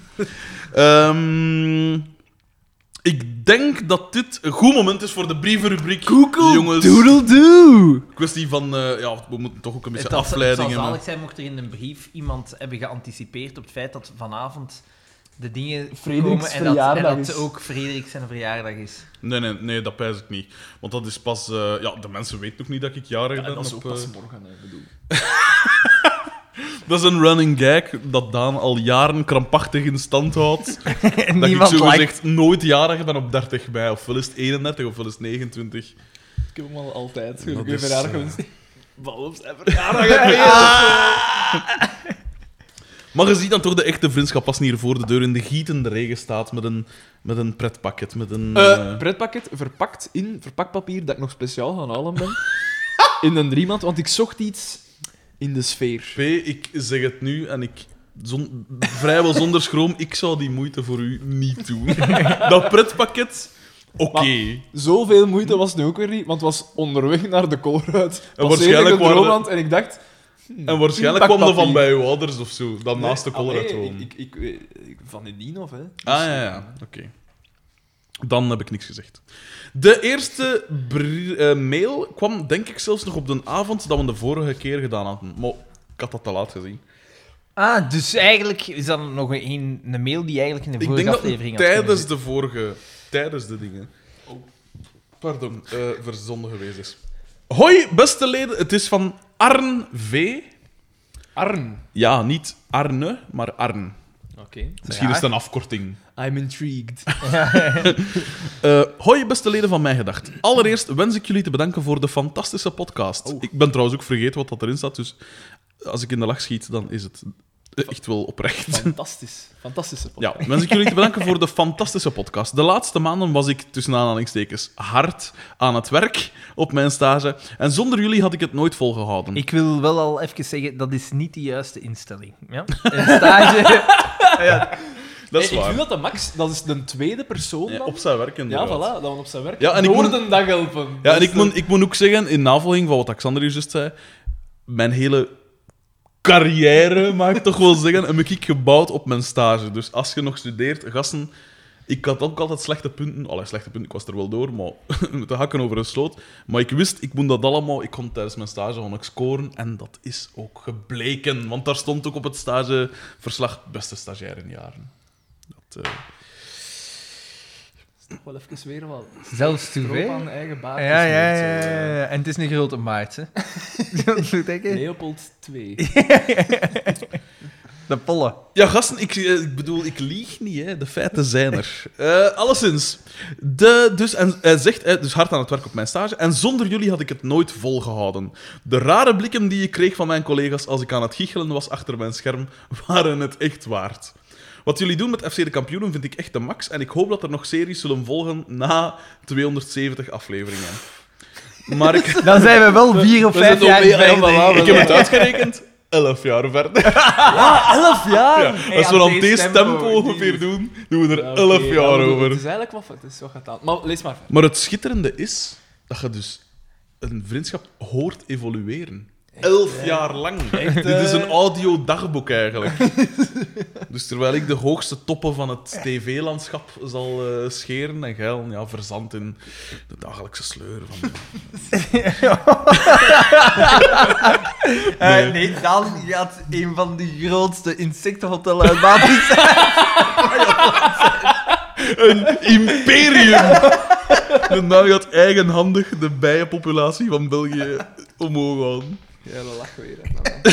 Ehm, ik denk dat dit een goed moment is voor de brievenrubriek. Jongens, Doodle-doo! kwestie van... eh, ja, we moeten toch ook een beetje Het had- afleiding Het zou hebben. zalig zijn mocht er in een brief iemand hebben geanticipeerd op het feit dat vanavond de dingen Frederiks komen en dat, en verjaardag dat is. ook Frederik zijn verjaardag is. Nee, nee, nee, dat pijs ik niet. Want dat is pas... eh, ja, de mensen weten nog niet dat ik jarig Ja, ben. dat is op, ook pas eh, morgen, hè, bedoel. Dat is een running gag dat Daan al jaren krampachtig in stand houdt. En dat niemand ik zo lijkt. gezegd nooit jarig ben op dertig mei. Ofwel is het eenendertig, ofwel is het negenentwintig. Ik heb hem al altijd. Dat Gelukkig is, verjaardag eh, gewenst. Behalve op zijn verjaardag. Maar je ziet dan toch de echte vriendschap als hij hier voor de deur in de gietende regen staat met een, met een pretpakket, met een... Eh, eh, pretpakket verpakt in verpakpapier dat ik nog speciaal gaan halen ben. In een driemaand, want ik zocht iets in de sfeer. P, ik zeg het nu en ik... Zon, vrijwel zonder schroom, ik zou die moeite voor u niet doen. Dat pretpakket, oké. Zoveel moeite was het nu ook weer niet, want het was onderweg naar de Colruyt. En Passeerde waarschijnlijk de waren de- Droomland en ik dacht... En waarschijnlijk kwam dat van inpakpapier. bij uw ouders of zo, dat naast de Nee, koller uit allee, wonen. ik, ik, ik, ik- Van Edien of, hè. Ah, ja, ja. Oké. Dan heb ik niks gezegd. De eerste br- eh, mail kwam, denk ik, zelfs nog op de avond dat we de vorige keer gedaan hadden. Maar ik had dat te laat gezien. Ah, dus eigenlijk is dat nog een, een mail die eigenlijk in de Ik vorige denk dat het aflevering had kunnen tijdens zitten. de vorige... Tijdens de dingen... Pardon, eh verzonden geweest is. Hoi, beste leden. Het is van Arn V. Arn. Ja, niet Arne, maar Arn. Oké. Misschien is het een afkorting. I'm intrigued. Uh, hoi, beste leden van Mijn Gedacht. Allereerst wens ik jullie te bedanken voor de fantastische podcast. Oh. Ik ben trouwens ook vergeten wat dat erin staat, dus als ik in de lach schiet, dan is het echt wel oprecht. Fantastisch. Fantastische podcast. Ja, wens ik jullie te bedanken voor de fantastische podcast. De laatste maanden was ik, tussen aanhalingstekens, hard aan het werk op mijn stage. En zonder jullie had ik het nooit volgehouden. Ik wil wel al even zeggen, dat is niet de juiste instelling. Ja? Een stage... ja. Dat is Hey, ik waar. vind dat de Max, dat is de tweede persoon Ja, dan. op zijn werk, Ja, inderdaad. voilà, dat we op zijn werk. Ja, en ik door moet- de dag helpen. Ja, Dat en is ik de- moet, ik moet ook zeggen, in navolging van wat Xander hier juist zei, mijn hele carrière, mag ik toch wel zeggen, heb ik gebouwd op mijn stage. Dus als je nog studeert, gasten, ik had ook altijd slechte punten. Allee, slechte punten, ik was er wel door, maar met de hakken over een sloot. Maar ik wist, ik moet dat allemaal, ik kon tijdens mijn stage gewoon ook scoren. En dat is ook gebleken, want daar stond ook op het stageverslag beste stagiair in jaren. Dat... eh, Wel even weer wat. Zelfs te Stroop veel. aan eigen baard. Ja, ja, ja, gesmeerd, zo, ja, eh. ja. En het is een grote maart, hè. Dat moet ik. Leopold twee. De pollen. Ja, gasten, ik, eh, ik bedoel, ik lieg niet, hè. De feiten zijn er. Eh alleszins. De, dus, en hij zegt, eh, dus hard aan het werk op mijn stage. En zonder jullie had ik het nooit volgehouden. De rare blikken die ik kreeg van mijn collega's als ik aan het giechelen was achter mijn scherm, waren het echt waard. Wat jullie doen met F C de Kampioenen vind ik echt de max. En ik hoop dat er nog series zullen volgen na tweehonderdzeventig afleveringen. Maar ik, Dan zijn we wel vier of we vijf zitten jaar op- ja, verder. voilà, ik heb het uitgerekend. Elf jaar verder. elf jaar? Ja, als we dan deze tempo ongeveer doen, doen we er Ja, oké, elf ja, jaar maar over. Het is eigenlijk wat, het is wat gaat aan. Maar lees maar verder. Maar het schitterende is dat je dus een vriendschap hoort evolueren. Elf jaar lang. Dit is een audiodagboek eigenlijk. Dus terwijl ik de hoogste toppen van het tv-landschap zal eh, scheren en geil, ja, verzand in de dagelijkse sleur van... Eh, Nee. nee, dan gaat een van de grootste insectenhotellen uit Batis zijn. Een imperium! En dan gaat eigenhandig de bijenpopulatie van België omhoog houden. Ja, dat lach weer. Hè.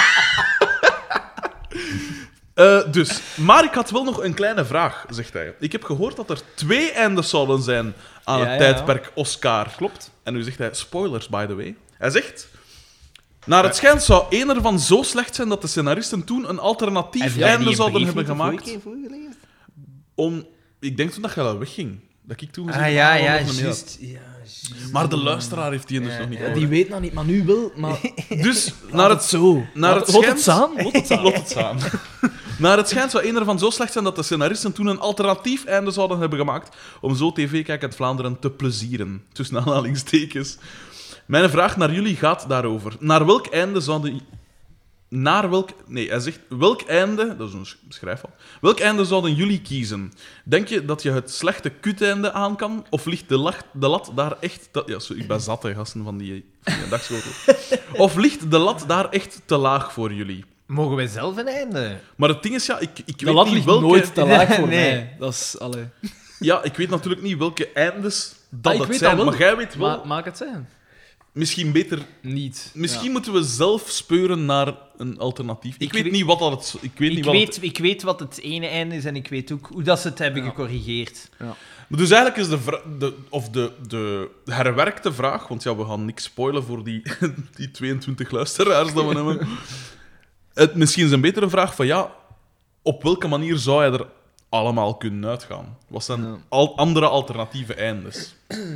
Eh, dus, maar ik had wel nog een kleine vraag, zegt hij. Ik heb gehoord dat er twee eindes zouden zijn aan Ja, het ja, tijdperk Oscar. Klopt. En nu zegt hij, spoilers, by the way. Hij zegt... Naar het schijnt zou één ervan zo slecht zijn dat de scenaristen toen een alternatief einde zouden hebben gemaakt. Om... Ik denk toen dat je al wegging. Dat ik toen gezegd Ah ja, heb, ja, nog niet juist. Ja, had. juist. Maar de luisteraar heeft die dus Ja, nog niet ja, gehoord. Die weet nog niet, maar nu wel. Maar Dus, naar het, zo. naar Laat- het lot schijnt... het samen. Lot het samen. Lot het samen. Naar het schijnt zou één ervan zo slecht zijn dat de scenaristen toen een alternatief einde zouden hebben gemaakt om zo tv-kijkend Vlaanderen te plezieren. Tussen aanhalingstekens. Mijn vraag naar jullie gaat daarover. Naar welk einde zouden... Naar welk... Nee, hij zegt... Welk einde... Dat is een sch- schrijffout. Welk einde zouden jullie kiezen? Denk je dat je het slechte kuteinde aan kan? Of ligt de, lach, de lat daar echt... Te, ja, sorry, ik ben zat, hè, gasten, van die, van die dagschotel. Of ligt de lat daar echt te laag voor jullie? Mogen wij zelf een einde? Maar het ding is, ja, ik, ik De weet lat niet ligt welke... nooit te laag voor Nee. mij. Dat is... Allee. Ja, ik weet natuurlijk niet welke eindes dat Ah, ik het weet zijn. dat wel. Maar jij weet wel... Maar maak het zijn. Misschien beter... Niet. Misschien Ja. moeten we zelf speuren naar een alternatief. Ik, Ik weet weet- niet wat dat het... Ik weet niet Ik wat weet, het... ik weet wat het ene einde is en ik weet ook hoe dat ze het hebben Ja. gecorrigeerd. Maar dus eigenlijk is de, vra- de, of de, de herwerkte vraag, want ja, we gaan niks spoilen voor die, die tweeëntwintig luisteraars dat we hebben. Het, misschien is een betere vraag van ja, op welke manier zou je er allemaal kunnen uitgaan? Wat zijn Ja. al, andere alternatieve eindes?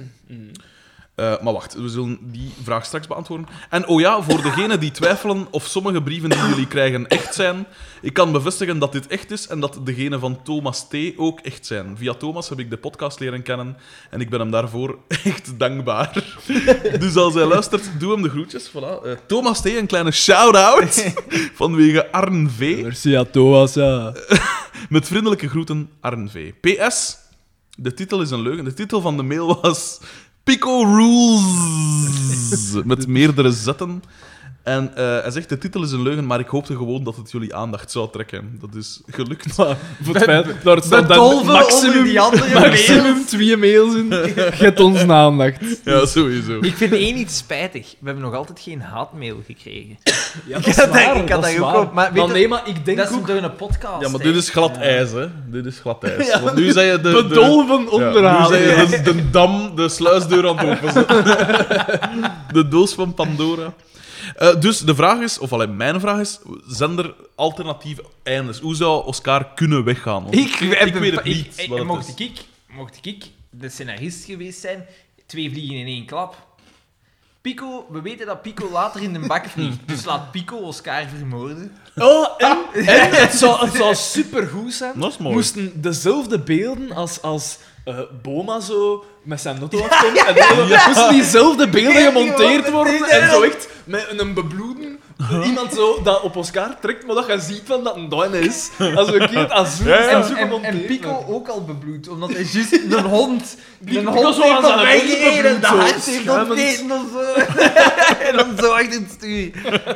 Eh, maar wacht, we zullen die vraag straks beantwoorden. En oh ja, voor degenen die twijfelen of sommige brieven die jullie krijgen echt zijn, ik kan bevestigen dat dit echt is en dat degene van Thomas T. ook echt zijn. Via Thomas heb ik de podcast leren kennen en ik ben hem daarvoor echt dankbaar. Dus als hij luistert, doe hem de groetjes. Voilà. Eh, Thomas T., een kleine shout-out vanwege Arn V. Merci à Thomas, ja. Met vriendelijke groeten, Arn V. P S. De titel is een leugen. De titel van de mail was Pico Rules. Met meerdere zetten. En uh, hij zegt, de titel is een leugen, maar ik hoopte gewoon dat het jullie aandacht zou trekken. Dat is gelukt. Maar voor het feit, daar staat dan Bedolven onder maximum, die andere maximum mails. twee mails in. Get ons aandacht. Ja, sowieso. Ik vind één iets spijtig. We hebben nog altijd geen haatmail gekregen. Ja, Ik had daar- ik had daar ook op, maar weet Maar je- nee, maar ik denk Dat is ook... door een podcast. Ja, maar hè. dit is glad ijs, hè. Dit is glad ijs. Ja, Want nu zijn je de... de Bedolven ja, nu onderhalen. zijn je de, de dam, de sluisdeur aan het openzetten. De doos van Pandora. Uh, dus de vraag is, of alleen mijn vraag is, zijn er alternatieve eindes? Hoe zou Oscar kunnen weggaan? Want Ik, ik, heb ik weet het ik- niet. ik- wat het mocht, is. ik, mocht ik de scenarist geweest zijn, twee vliegen in één klap. Pico, we weten dat Pico later in de bak vliegt. Dus laat Pico Oscar vermoorden. Oh, en, en het zou, het zou supergoed zijn. Dat is mooi. Moesten dezelfde beelden als, als eh, Boma zo met zijn auto afkomt. En dan moesten diezelfde beelden gemonteerd worden. En zo echt met een bebloeden. Iemand zo dat op Oscar trekt, maar dat je ziet van dat een duin is. Als we een keer het azoen Ja, ja. En, zo en, gemonteerd en Pico wordt. ook al bebloed, omdat hij juist een hond... Pico een hond zo heeft aan zijn op hond weggereden, bebloed, de zo hart heeft schuimend. opgegeten of zo. En dan zo achter het stuur.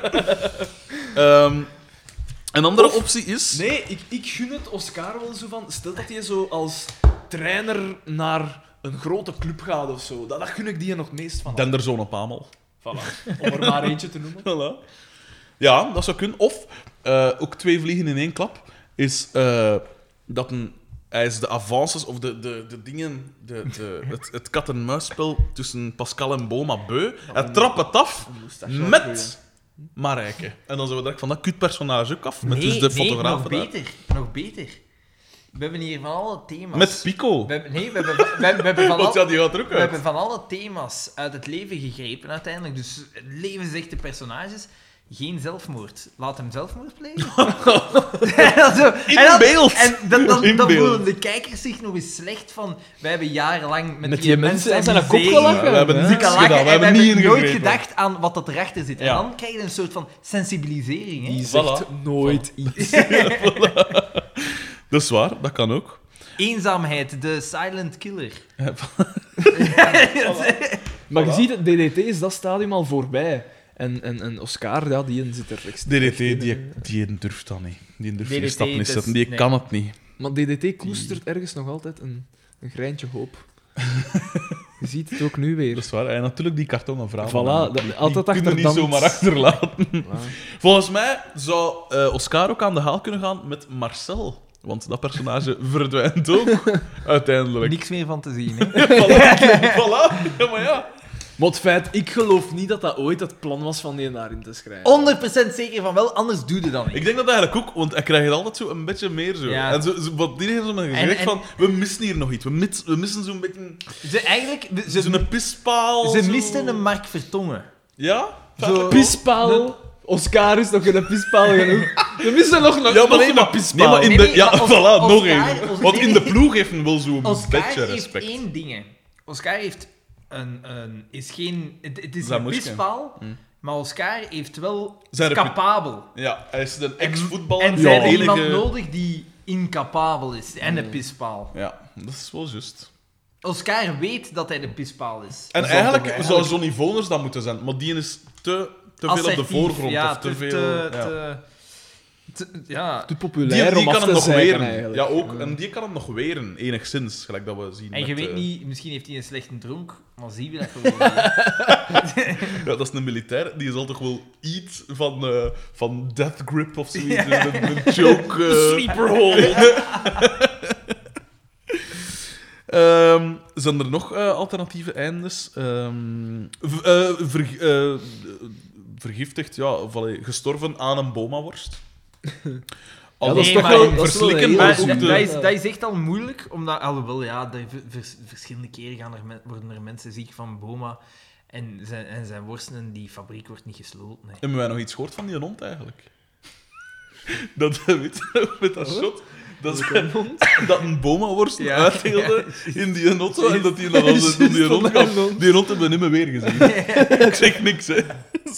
Ehm, een andere Of- optie is... Nee, ik, ik gun het Oscar wel zo van. Stel dat hij zo als trainer naar een grote club gaat of zo. Dat, dat gun ik die nog het meest van. Denderzoon op Amel. Voilà. Om er maar eentje te noemen. Voilà. Ja, dat zou kunnen. Of, uh, ook twee vliegen in één klap, is uh, dat een... Hij is de avances, of de, de, de dingen, de, de, het, het kat-en-muisspel tussen Pascal en Boma beu. Hij trapt het af met Marijke. En dan zijn we direct van dat kutpersonage ook af, met dus de fotograaf nog daar. beter. Nog beter. We hebben hier van alle thema's... Met Pico. We hebben, nee, we hebben, we, hebben- we hebben van Want al, ja, die gaat er ook we uit. hebben van alle thema's uit het leven gegrepen uiteindelijk. Dus levensechte personages. Geen zelfmoord. Laat hem zelfmoord plegen. Zo. In en dan, beeld. En dan, dan, In dan beeld. voelen de kijkers zich nog eens slecht van... Wij hebben jarenlang met, Met die mensen aan zijn kop miserie gelachen. Ja, we hebben Ja. niks zitten gedaan, lachen we en hebben niet nooit ingegrepen. gedacht aan wat dat erachter zit. Ja. En dan krijg je een soort van sensibilisering. Hè? Die zegt Voilà. nooit iets. Dat is waar, dat kan ook. Eenzaamheid, de silent killer. Maar je ziet, het D D T is dat stadium al voorbij. En, en, en Oscar, ja, die zit er rechts. D D T, die, die durft dat niet. Die durft die D D T, stap niet het is- zetten. Die nee. kan het niet. Maar D D T koestert ergens nog altijd een, een greintje hoop. Je ziet het ook nu Dat weer. is waar. En natuurlijk die kartonnen vrouw. Voilà, dat- altijd die kunnen niet achterdans. zomaar achterlaten. Ja. Volgens mij zou eh, Oscar ook aan de haal kunnen gaan met Marcel. Want dat personage verdwijnt ook, uiteindelijk. Niks meer van te zien. Hè? Voilà. voilà. Ja, maar ja. Maar het feit, ik geloof niet dat dat ooit het plan was van die daarin te schrijven. honderd procent zeker van wel, anders doe je dat niet. Ik denk dat eigenlijk ook, want hij krijgt altijd zo een beetje meer zo. Ja. En zo, zo, wat die heeft zo'n En- gezegd en- van, we missen hier nog iets. We, mis, we missen zo'n beetje... Ze, eigenlijk, ze, Zo'n pispaal. ze zo. misten een Mark Vertongen. Ja? Zo- Pispaal. Oscar is nog geen pispaal genoeg. We missen nog, nog, Ja, maar nog nee, een maar, pispaal. nee, maar in Nee, de... nee, ja, maar Os- voilà, nog Oscar- één. Os- Want nee, in de nee. ploeg heeft hem wel zo'n Oscar beetje heeft respect. één ding. Oscar heeft een... een is geen... Het, het is Zijn een moesje. pispaal, Hm. maar Oscar heeft wel... Zijn is repu- capabel. Ja, hij is een En, ex-voetballer. en die zij hebben enige- iemand nodig die incapabel is. En Hm. een pispaal. Ja, dat is wel juist. Oscar weet dat hij de pispaal is. En Zou eigenlijk toch zou eigenlijk- Johnny Voners dat moeten zijn, maar die is te, te veel op de Assertief, voorgrond. Ja, of te, veel... te, ja. te- te- ja. Te Die, populair die om af kan te hem nog zeiken, weren. eigenlijk. Ja, ook. En die kan hem nog weren, enigszins, gelijk dat we zien. En je met, weet eh, niet, misschien heeft hij een slechte dronk, maar zie je dat gewoon niet. Ja, dat is een militair, die is al toch wel iets van, eh, van death grip of zoiets. Ja. Een, een choke. eh. Sleeper hold. Ehm, zijn er nog eh, alternatieve eindes? Ehm, v- eh, ver- eh, vergiftigd, ja, of allee, gestorven aan een boma-worst. Al dat is Nee, toch maar- wel... dat is wel verslikken, heel maar Maar ook dat, de- dat is, dat is echt al moeilijk, omdat, alhoewel, ja, er, vers- verschillende keren gaan er men- worden er mensen ziek van Boma en zijn, en zijn worstelen, die fabriek wordt niet gesloten. Hè. Hebben wij nog iets gehoord van die hond eigenlijk? Dat, weet je nog, met dat shot. Dat, zijn, dat een boma-worst Ja. uitdeelde in die auto en dat die naar onze die Juist, hond dat gaf. een hond. Die hond hebben we niet meer weer gezien. Ik zeg niks, hè.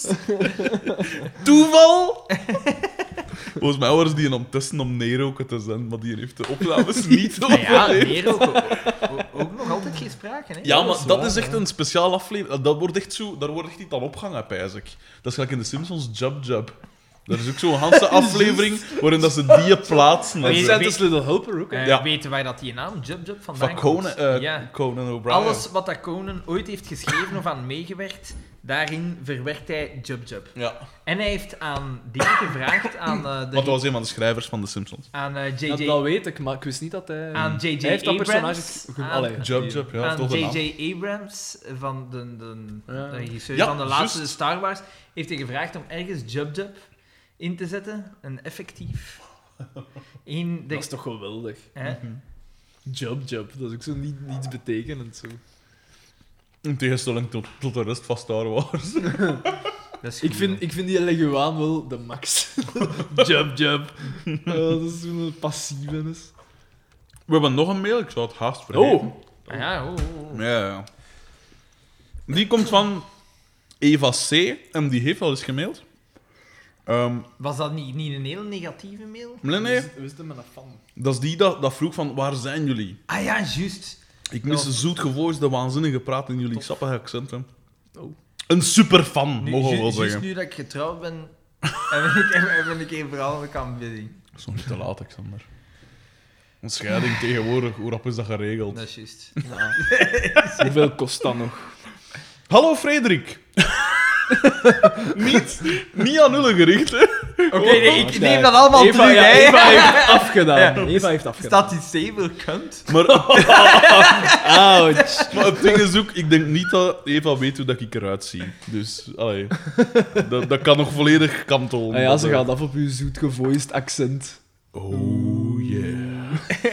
Toeval! Volgens mij waren ze die aan het testen om neerroken te zijn, maar die heeft de opnames niet Ah ja, overleefd. Nero, ook, ook nog altijd geen sprake, hè? Ja, dat maar is dat waar, is echt ja. een speciaal aflevering. Dat wordt echt zo, daar wordt echt iets aan opgehangen, pijs ik. Dat is gelijk in de Simpsons Jub Jub. Er is ook zo'n hele aflevering waarin dat ze die plaatsen. Weet- En zo. Santa's Little Helper ook. hè. Eh, Ja. Weten wij dat die naam Jub Jub vandaan Van komt? Conan, eh, Ja. Conan O'Brien. Alles wat dat Conan ooit heeft geschreven of aan meegewerkt, daarin verwerkt hij Jub Jub. Ja, En hij heeft aan dingen gevraagd, aan uh, want de... dat was een van de schrijvers van de Simpsons. aan uh, J J... Dat, dat weet ik, maar ik wist niet dat hij... Aan J J Hij heeft dat personage... Abrams, ge- aan- Allee, Jub Jub, ja, aan toch de J naam. J Abrams, van de, de, Ja. de regisseur Ja, van de laatste juist. Star Wars, heeft hij gevraagd om ergens Jub Jub in te zetten. Een effectief. In de... Dat is toch geweldig. Hè? Jub Jub, dat is ook zo niet, niets betekenend. Zo. In tegenstelling tot, tot de rest van Star Wars. Dat is Ik goed, vind, ik vind die Leguaan wel de max. Jub Jub. Ja, dat is zo'n passieve. Is. We hebben nog een mail, ik zou het haast vergeten. Oh, Ah, ja, oh, oh, oh. Ja, ja. Die komt van Eva C. En die heeft al eens gemaild. Ehm, Was dat niet, niet een heel negatieve mail? nee, nee. we zitten met een fan. Dat is die dat, dat vroeg van, waar zijn jullie? Ah ja, juist. Ik mis Ja. zoet gevoisde, waanzinnige praat in jullie sappige accenten. Oh. Een superfan, Nu, mogen we ju- wel juist zeggen. nu dat ik getrouwd ben, heb ik, heb, heb ik een vrouwelijke aanbidding. Dat is nog niet te laat, Alexander. Een scheiding tegenwoordig, hoe rap is dat geregeld? Dat is juist. Hoeveel kost dat nog? Hallo Frederik. niet, niet aan nullen gericht, hè. Oké, nee, ik Oké. neem dat allemaal Eva, terug, ja, hè. Eva heeft afgedaan. Ja. Eva heeft afgedaan. Staat die stable kunt? Maar, Ouch. maar het ding is ook, ik denk niet dat Eva weet hoe dat ik eruit zie. Dus, allee. Dat, dat kan nog volledig kantelen. Ah ja, Dat, ze eh, gaat af op uw zoet gevoiced accent. Oh, yeah.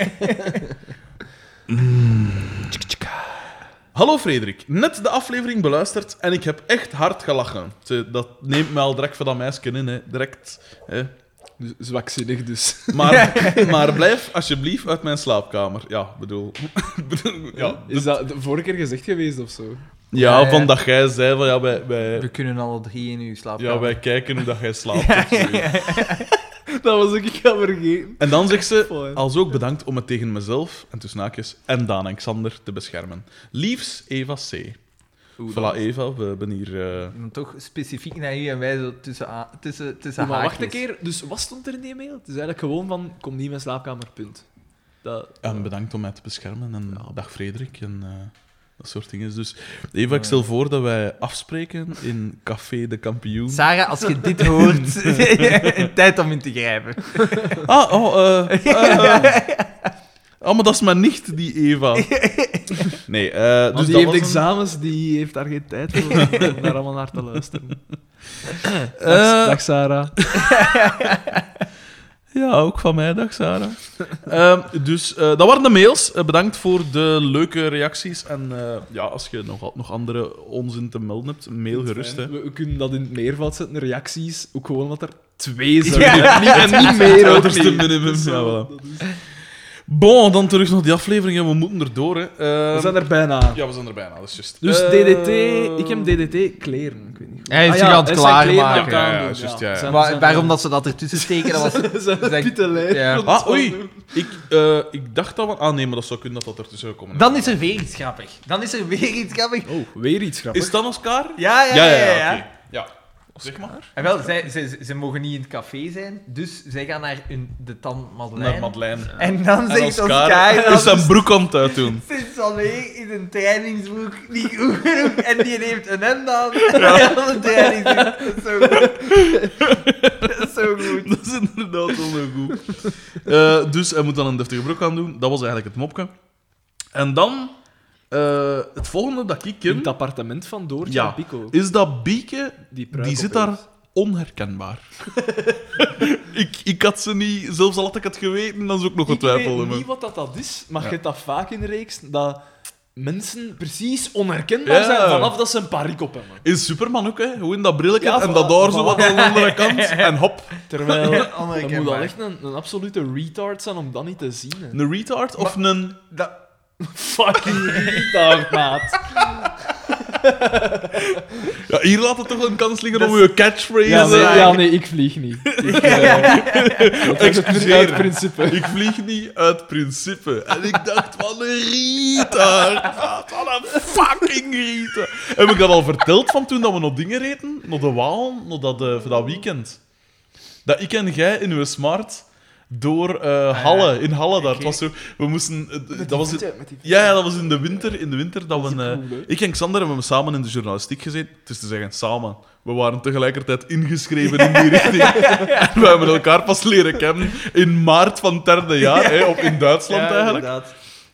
Mm. Hallo Frederik, net de aflevering beluisterd en ik heb echt hard gelachen. Ze- Dat neemt mij al direct van dat meisje in, hè. Direct. Hè. Dus zwakzinnig dus. Maar, maar blijf alsjeblieft uit mijn slaapkamer. Ja, bedoel... bedoel, ja, Is dat de vorige keer gezegd geweest of zo? ja, Ja, ja. van dat jij zei van ja, wij, wij, We kunnen alle drie in uw slaapkamer. ja, wij kijken hoe dat jij slaapt. of zoiets. Dat was ik ik ga vergeten. En dan zegt ze, Fijn. als ook bedankt om het tegen mezelf, en tussen haakjes, en Daan en Xander te beschermen. Liefs, Eva C. Oeh, Voilà, dat- Eva, we hebben hier... eh, Maar toch specifiek naar u en wij zo tussen, a- tussen, tussen Maar wacht een haakjes. keer, dus wat stond er in die mail? Het is eigenlijk gewoon van, kom niet in mijn slaapkamer, punt. Dat, En bedankt om mij te beschermen. En dag Frederik. En eh, dat soort dingen. Dus Eva, ik stel voor dat wij afspreken in Café de Kampioen. Sarah, als je dit hoort, tijd om in te grijpen. Ah, oh, eh... eh, eh. Oh, maar dat is mijn nicht, die Eva. Nee, eh dus dus die dat heeft was een- examens, die heeft daar geen tijd voor om daar allemaal naar te luisteren. Eh, Dag, dag Sarah. Ja, ook van mij, dag Sarah. Ehm, dus eh, dat waren de mails. Eh, bedankt voor de leuke reacties. En eh, ja, als je nog, nog andere onzin te melden hebt, mail gerust. Hè. We, we kunnen dat in het meervoud zetten, reacties. Ook gewoon wat er twee zijn. Ja. Niet, en niet meer ook Uiterste niet. minimum, Dus, ja, eh, voilà. dat is- Bon, dan terug naar die aflevering. en We moeten erdoor. Hè. Ehm, We zijn er bijna. Ja, we zijn er bijna. Dat is juist. Dus Eh, D D T, ik heb D D T kleren. Ik weet niet goed. Hij is Ah zich aan het hij is zijn kleren klaarmaken. aan het Ja, ja, aandoen, ja, juist, ja, ja. Zijn- Maar zijn- waarom dat ze dat ertussen steken, dat was... zijn Zijn- pietelijn. Ja. Ah, oei. Ik, eh, ik dacht dat we... Ah, nee, maar dat zou kunnen dat dat ertussen gekomen is. Dan is er weer iets grappig. Dan is er weer iets grappig. Oh, weer iets grappigs. Is dat Oscar? Ja, ja, ja. ja, ja. oké. Ja. Zeg maar. En wel, zij, zij, ze mogen niet in het café zijn, dus zij gaan naar hun, de tante Madeleine. Naar Madeleine. En dan En zegt Oscar Oscar... is dat zijn broek aan het uitdoen. Sinds alweer is een trainingsbroek niet goed genoeg en die heeft een hemd aan en ja. een trainingsbroek. Dat is zo goed. Dat is zo goed. Dat is inderdaad wel heel goed. Eh, dus hij moet dan een deftige broek aan doen. Dat was eigenlijk het mopje. En dan... eh, het volgende dat ik In ken... het appartement van Doortje Ja. en Pico. is dat Bieke... Die, pruik Die zit opeens. daar onherkenbaar. ik, ik had ze niet... Zelfs al had ik het geweten, dan is ook nog Ik getwijfeld. weet in me. niet wat dat, dat is, maar Ja. je hebt dat vaak in de reeks, dat mensen precies onherkenbaar Ja. zijn vanaf dat ze een parik op hebben. In Superman ook, hè. Hoe in dat brilletje Ja, en voilà, dat daar zo voilà. wat aan de andere kant. En hop. Terwijl, Ja, dat moet onherkenbaar. al echt een, een absolute retard zijn om dat niet te zien. Hè. Een retard of een... Dat, Fucking retard, maat. Ja, hier laat het toch een kans liggen Dat om je catchphrase... Ja, nee, eh, ja, nee, ik vlieg niet. Ik, uh, dat is het Excuseer. uit principe. Ik vlieg niet uit principe. En ik dacht, wat een retard. Wat een fucking retard. Heb ik dat al verteld van toen dat we nog dingen reden? Nog de Waal, nog dat, uh, voor dat weekend. Dat ik en jij in uw smart door uh, Halle, in Halle daar. Het was zo, we moesten... Uh, dat was in, ja, ja, dat was in de winter. In de winter dat we... Uh, ik en Xander hebben we samen in de journalistiek gezeten. Het is te zeggen, samen. We waren tegelijkertijd ingeschreven in die richting. En we hebben elkaar pas leren kennen in maart van het derde jaar, hè, op, in Duitsland Ja, eigenlijk. inderdaad.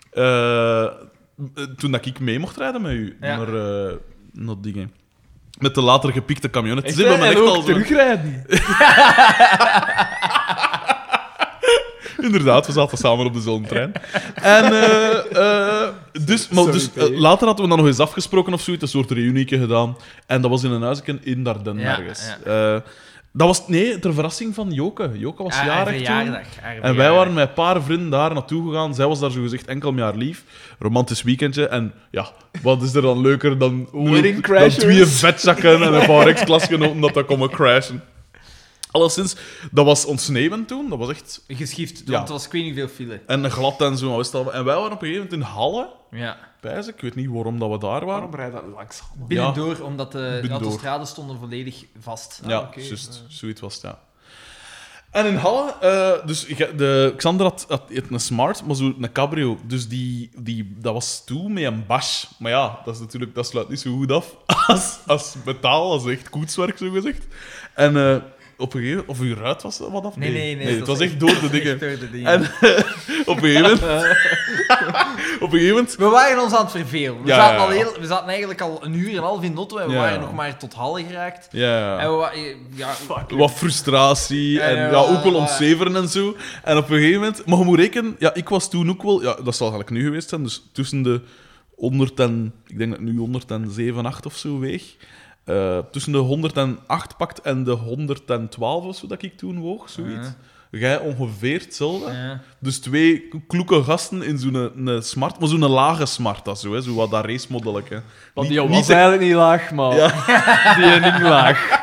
Uh, toen dat ik mee mocht rijden met u Ja. naar, uh, naar dingen. Met de later gepikte camionet. Echt, Ze hebben hè? me En echt ook al zo... terugrijden. Inderdaad, we zaten samen op dezelfde trein. En uh, uh, dus, maar Sorry, dus P. uh, later hadden we dan nog eens afgesproken of zoiets, een soort reunieke gedaan. En dat was in een huisje in Dardenne Ja, ergens. ja. Uh, dat was, nee, ter verrassing van Joke. Joke was Ah, haar jarig toen. verjaardag, haar En wij verjaardag. waren met een paar vrienden daar naartoe gegaan. Zij was daar zogezegd enkel met haar lief. Romantisch weekendje. En ja, wat is er dan leuker dan, Wedding dan crashers. twee vetzakken en een paar ex-klasgenoten dat dat komen crashen. Alleszins, dat was ontsneeuwend toen. Dat was echt... Geschift, Ja. want het was ik weet niet veel file. En glad en zo. wat was dat? En wij waren op een gegeven moment in Halle. Ja. Pijs, ik weet niet waarom dat we daar waren. Waarom rijdt dat langs? Binnendoor, omdat de, de Binnendoor. autostraden stonden volledig vast. Ja, oké. juist. Zoiets was het, ja. En in Halle, eh, dus ik- de, Xander had, had een Smart, maar zo een cabrio. Dus die, die, dat was toen met een Bash. Maar ja, dat, is natuurlijk, dat sluit niet zo goed af als, als metaal, als echt koetswerk, zo gezegd. En eh, op een gegeven moment... Of uw ruit was wat af? Nee, nee, nee. het dat was is echt door de dingen. echt door de dingen. En op een gegeven moment... op een gegeven moment... We waren ons aan het vervelen. We, Ja, zaten ja, al ja. heel, we zaten eigenlijk al een uur en een half in de auto en we Ja, waren ja. nog maar tot Halle geraakt. Ja, En we wa- ja, wat frustratie Ja, en ja, ja, ook wel ja. ontzeveren en zo. En op een gegeven moment... Maar je moet rekenen, ja, ik was toen ook wel... Ja, dat zal eigenlijk nu geweest zijn. Dus tussen de honderd en... Ik denk dat ik nu honderdzeven, acht of zo weeg. Eh, tussen de honderdacht pakt en de honderdtwaalf of zo dat ik toen woog, zoiets. Jij ongeveer hetzelfde. ja. Dus twee kloeke gasten in zo'n een, een smart, maar zo'n lage smart, dat zo, hè, zo wat dat racemodelletje. Want Niet- die niet was te- eigenlijk niet laag, maar Ja. die ding laag.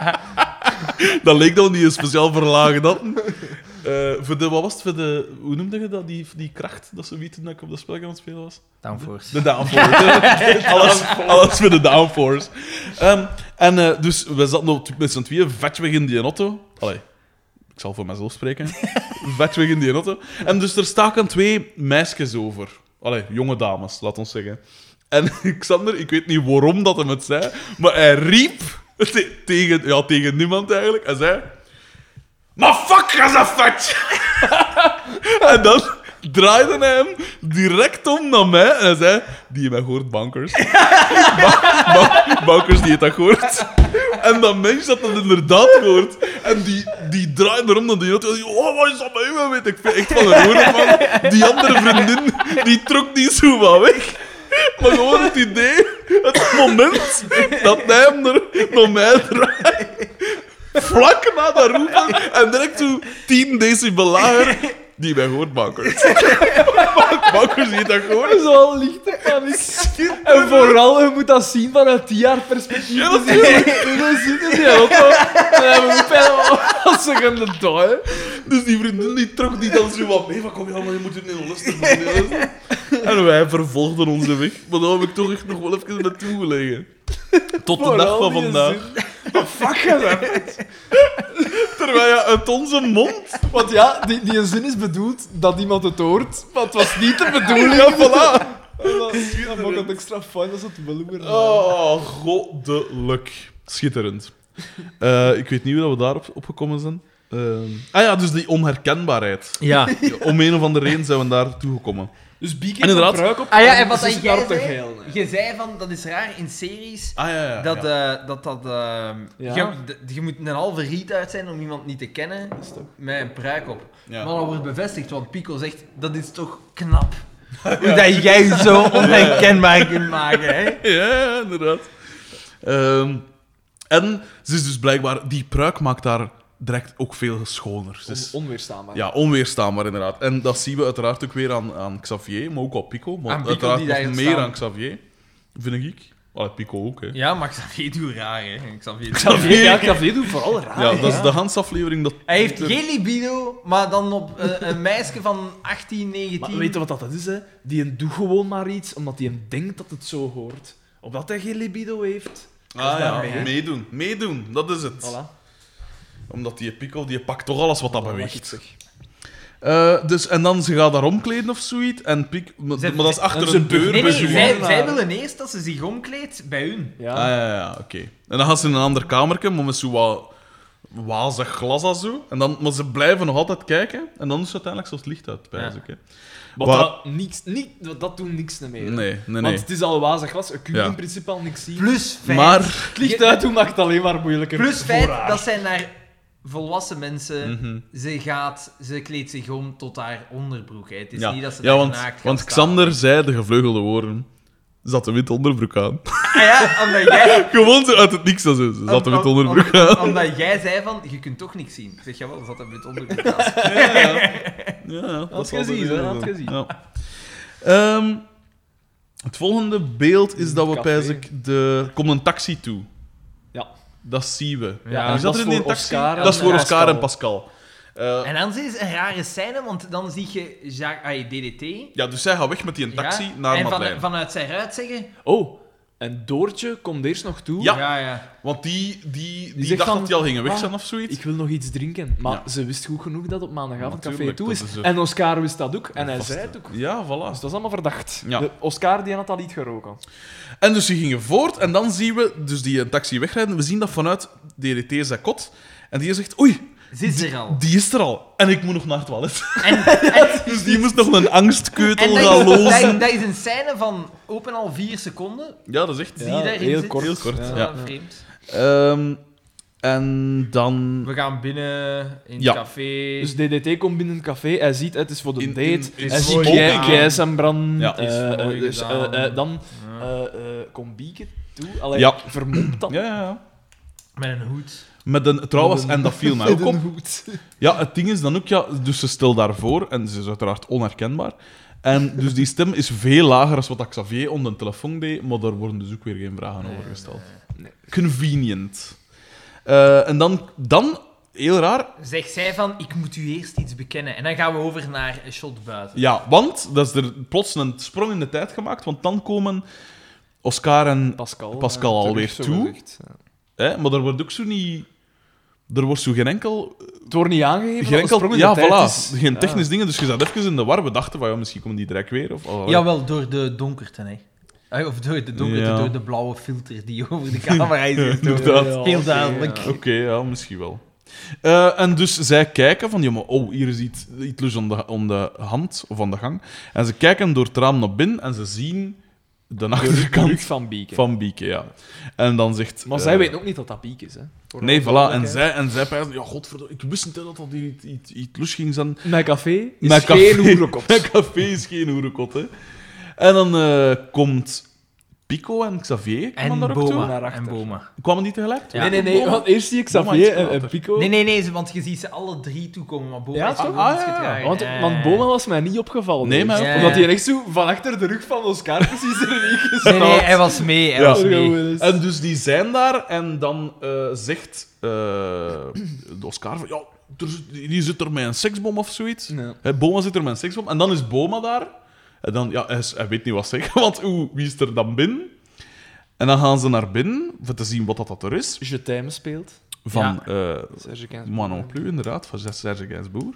Dat leek dan niet een speciaal verlagen hadden. Eh, voor de, wat was het? Voor de, hoe noemde je dat? Die, die kracht dat ze weten dat ik op dat spel aan het spelen was? Downforce. De downforce. alles, alles voor de downforce. Um, en uh, dus we zaten op, met z'n tweeën vetweg in die auto. Allee, ik zal voor mezelf spreken. Vetweg in die auto. En dus er staken twee meisjes over. Allee, jonge dames, laat ons zeggen. En Xander, ik weet niet waarom dat hem het zei, maar hij riep te- tegen, ja, tegen niemand eigenlijk. Hij zei... Maar fuck, is dat vet! En dan draaide hij hem direct om naar mij en hij zei... Die heeft mij gehoord, bankers. Ba- ba- bankers, die heeft dat gehoord. En dat mens had dat inderdaad gehoord. En die, die draaide erom naar die auto. En die, oh, wat is dat bij u? Weet ik veel. Echt van een horen, man. Die andere vriendin, die trok niet zo wat weg. Maar gewoon het idee, het moment dat hij hem er naar mij draait. Vlak na dat roepen en direct zo tien decibel lager. Die mij hoort, bankers. Bankers die dat Dat gewoon. is wel licht, man. En vooral, je moet dat zien vanuit tien jaar perspectief. Ja, dat Dus je- je zit in die auto en dan moet je als ze gaan de dag. Dus die vriendin die trok die dan zo wat mee. Van kom ja, maar je moet hier niet luisteren. En wij vervolgden onze weg. Maar daar heb ik toch echt nog wel even naartoe gelegen. Tot de dag van vandaag. Fuck je dat? Terwijl je uit onze mond... Want ja, die, die zin is bedoeld dat iemand het hoort, maar het was niet de bedoeling. Ja, voilà. En dan, dan maakt het extra fijn als het wel weer. Oh, goddelijk. Schitterend. Eh, ik weet niet hoe dat we daarop opgekomen zijn. Ehm, ah ja, dus die onherkenbaarheid. Ja. Om een of andere reden zijn we daar toegekomen. Dus Bieke En heeft een inderdaad- pruik op. Ah ja, en wat ze dat is jij daar te zei, geil, hè. je zei van, dat is raar in series, Ah ja, ja. dat ja. eh, dat... dat eh, Ja. je, de- je moet een halve riet uit zijn om iemand niet te kennen, is toch- met een pruik op. Ja. Maar dat wordt bevestigd, want Pico zegt, dat is toch knap. Hoe dat jij je zo onherkenbaar kunt maken, hè? Ja, inderdaad. Ehm, en ze is dus blijkbaar... Die pruik maakt daar direct ook veel schoner. Ze is, On- onweerstaanbaar. ja, onweerstaanbaar inderdaad. En dat zien we uiteraard ook weer aan, aan Xavier, maar ook op Pico. Maar Aan Pico, uiteraard die nog daar meer staan. aan Xavier, vind ik. Allee, Pico ook, hè. Ja, maar Xavier doet raar, hè. Xavier doet Xavier, ja, Xavier doet vooral raar. Ja, hè. dat is de Hans-aflevering. Dat... Hij heeft geen libido, maar dan op uh, een meisje van achttien, negentien. Maar weet je wat dat is, hè? Die doet gewoon maar iets omdat hij denkt dat het zo hoort. Omdat hij geen libido heeft. Ah ja, daarmee, hè? meedoen. Meedoen, dat is het. Voilà. Omdat die Pico, die pakt toch alles wat dat Wat ik beweegt. zeg. Uh, dus, en dan ze gaat daar omkleden of zoiets. En Pico... Maar, Ze- maar dat is achter ze- een deur. Nee, bij nee, zo'n- zij, maar- zij willen eerst dat ze zich omkleedt bij hun. Ja. Ah ja, ja, oké. En dan gaan ze in een ander kamertje, maar met zo wat wazig glas en zo. En dan, maar ze blijven nog altijd kijken. En dan is uiteindelijk zo het licht uit, pijs Ja. ik, hè. Wat Waar- dat, niks, niet, dat doet niks meer. hè. Nee, nee, nee. Want het is al wazig glas, je kunt Ja. in principe al niks zien. Plus feit, Maar... Het licht uit doen maakt het alleen maar moeilijker. plus voor feit haar. dat zij naar volwassen mensen... Mhm. Ze, gaat, ze kleedt zich om tot haar onderbroek. Hè. Het is Ja, niet dat ze ja daar want, naakt gaat want staan. Xander zei de gevleugelde woorden. Ze had een wit onderbroek aan. Ah ja, omdat jij... Gewoon zo uit het niks. Zo. Ze had een wit om- om- onderbroek om- aan. Omdat jij zei van, je kunt toch niks zien. Ik zeg, jawel, ze had een wit onderbroek aan. Ja, ja. Ja, ja, dat Had zal gezien, wel hè, zijn. had gezien. Ja. Ehm, het volgende beeld is dat we Café. pijs ik de... komt een taxi toe. Ja. Dat zien we. Ja, Wie en zat dat er is in die voor taxi? Oscar en dat is voor Pascal. Oscar en Pascal. Eh, En dan is het een rare scène, want dan zie je Jacques, ah, D D T. ja, dus zij gaat weg met die taxi ja, naar en van, Madeleine. vanuit zijn ruit zeggen... Oh, en Doortje komt eerst nog toe. Ja. Ja, ja. Want die, die, die, zegt dacht van, dat die al gingen weg ah, zijn of zoiets. Ik wil nog iets drinken. Maar Ja. ze wist goed genoeg dat op maandagavond café Natuurlijk, toe dat is. is zo. En Oscar wist dat ook. En hij Vast, zei hè. het ook. Ja, Dus voilà. dat is allemaal verdacht. Ja. De Oscar die had al iets geroken. En dus ze gingen voort en dan zien we dus die een taxi wegrijden. We zien dat vanuit D D T zijn kot. En die zegt, oei, Ze is er al. die is er al. En ik moet nog naar het toilet. En, en, Dus die moest nog een angstkeutel en dat, gaan is, lozen. dat, dat is een scène van open al vier seconden. Ja, dat is echt... Zie je daarin heel zitten? kort. Heel kort, Ja. ja. Vreemd. Ehm, en dan... We gaan binnen in het Ja. café. Dus D D T komt binnen een café, hij ziet het is voor de In- date, in- in hij ziet mooi Gij- gedaan. Gijs en Bran. Ja. eh, Is eh, mooi dus, gedaan. eh, eh, dan Ja. eh, eh, komt Bieke toe. Allee, Ja. vermomt dat. Ja, ja, ja. Met een hoed. Met een, trouwens, Met een- en dat viel mij Met ook op. een hoed. Ja, het ding is dan ook, ja, dus ze stelt daarvoor, en ze is uiteraard onherkenbaar. En dus die stem is veel lager dan wat Xavier onder de telefoon deed, maar daar worden dus ook weer geen vragen over gesteld. Nee. Convenient. Eh, en dan, dan, heel raar, Zegt zij van, ik moet u eerst iets bekennen. En dan gaan we over naar een shot buiten. ja, want dat is er plots een sprong in de tijd gemaakt, want dan komen Oscar en... Pascal, Pascal eh, alweer terug, zo toe. gezegd. Ja. Hè, maar er wordt ook zo niet... Er wordt zo geen enkel... Het wordt niet aangegeven Geen dat enkel een sprong in ja, de tijd voilà. is. Geen Ja. technisch dingen, dus je zat even in de war. We dachten van, ja, misschien komen die direct weer. Of, oh, Jawel, door de donkerte, hè. Eh, Of door de donkerte, Ja. door de blauwe filter die over de camera is. Ja, gestoken. inderdaad. Ja, Heel oké, duidelijk. ja. Oké, ja, misschien wel. Eh, en dus zij kijken van, ja, maar, oh, hier is iets, iets los aan de, aan de hand, of aan de gang. En ze kijken door het raam naar binnen en ze zien de De rug achterkant van Bieke. van Bieke, ja. En dan zegt... Maar eh, zij weet ook niet dat dat Bieke is. Hè. Voor Nee, alle voilà. En duidelijkheid. zij, en zij pijzen, ja, godverdomme, ik wist niet dat dat hier iets, iets, iets los ging zijn. Mijn café is Mijn geen café- hoerenkop. Mijn café is geen hoerenkot, hè. En dan eh, komt Pico en Xavier kwamen En daar ook Boma. toe. Naar achter. En Boma. Kwamen die tegelijk? Ja. Nee, nee, nee. Boma. Want eerst zie ik Boma Xavier iets en, en later. Pico. Nee, nee, nee, ze- want je ziet ze alle drie toekomen, maar Boma Ja, is toch? toch Ah, iets ja, ja. gedragen. Want, Eh, want Boma was mij niet opgevallen. Nee, maar- eerst. Ja, Omdat ja. hij echt zo van achter de rug van Oscar precies er niet gestaan. Nee, nee, hij was mee, hij Ja. was mee. En dus die zijn daar en dan eh, zegt eh, de Oscar van, ja, er zit- die zit er met een seksbom of zoiets. Ja. Hè, Boma zit er met een seksbom. En dan is Boma daar. En dan, ja, hij, is- hij weet niet wat zeggen, want oeh, wie is er dan binnen? En dan gaan ze naar binnen, om te zien wat dat, dat er is. Je Thijmen speelt. Van eh Serge Gainsbourg. Moi non plus, inderdaad, van Serge Gainsbourg.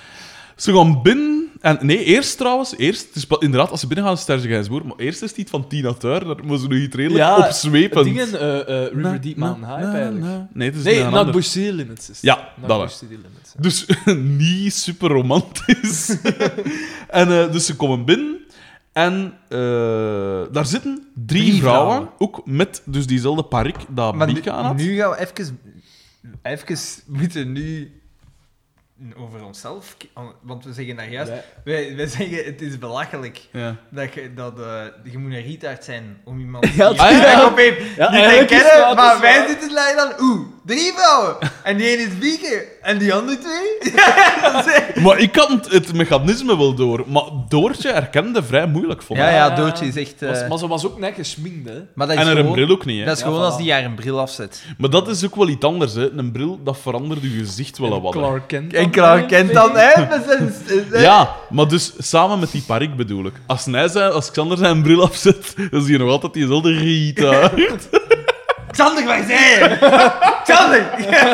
Ze gaan binnen... En nee, eerst trouwens, eerst, het is pa- inderdaad, als ze binnen gaan is Serge Gainsbourg, maar eerst is het iets van Tina Turner, daar moeten ze nog iets redelijk Ja, opzwepend. Dingen, eh, eh, River Deep Na- Mountain High, na- eigenlijk. na- Nee, het is Nee, een Not ander. Bush City Limits. Is het. Ja, Not dat Bush is. City Limits. ja. Dus niet super romantisch. en eh, dus ze komen binnen en eh, daar zitten drie, Drie vrouwen, vrouwen. ook met dus diezelfde parik dat Maar nu, Bieke aan had. nu gaan we even... Even moeten nu over onszelf... ki- Want we zeggen daar juist... Wij- Wij, wij zeggen, het is belachelijk Ja. dat je, dat, eh, je moet een retard zijn om iemand Ja, die ah, je ja. op heeft Ja, niet te eigenlijk is kennen, dat- maar dat is wij waar. zitten daar dan... Oeh, drie vrouwen. En die ene is Bieke. En die andere twee? Dat is- Maar ik had het mechanisme wel door. Maar Doortje herkende vrij moeilijk, vond ik. ja, ja, Doortje is echt... eh, Was- maar ze was ook net gesminkt, hè. maar dat is En er een gewoon, bril ook niet, hè. dat is Ja, gewoon voilà. als die haar een bril afzet. Maar dat is ook wel iets anders, hè. Een bril, dat verandert je gezicht wel En wat. hè. Clark Kent. En dan, Clark hè, Kent weet dan, ik. hè? Met zijn... Ja, maar dus samen met die parik bedoel ik. Als, hij zijn, als Xander zijn bril afzet, dan zie je nog altijd diezelfde Rita. Xander, waar zijn je? Xander!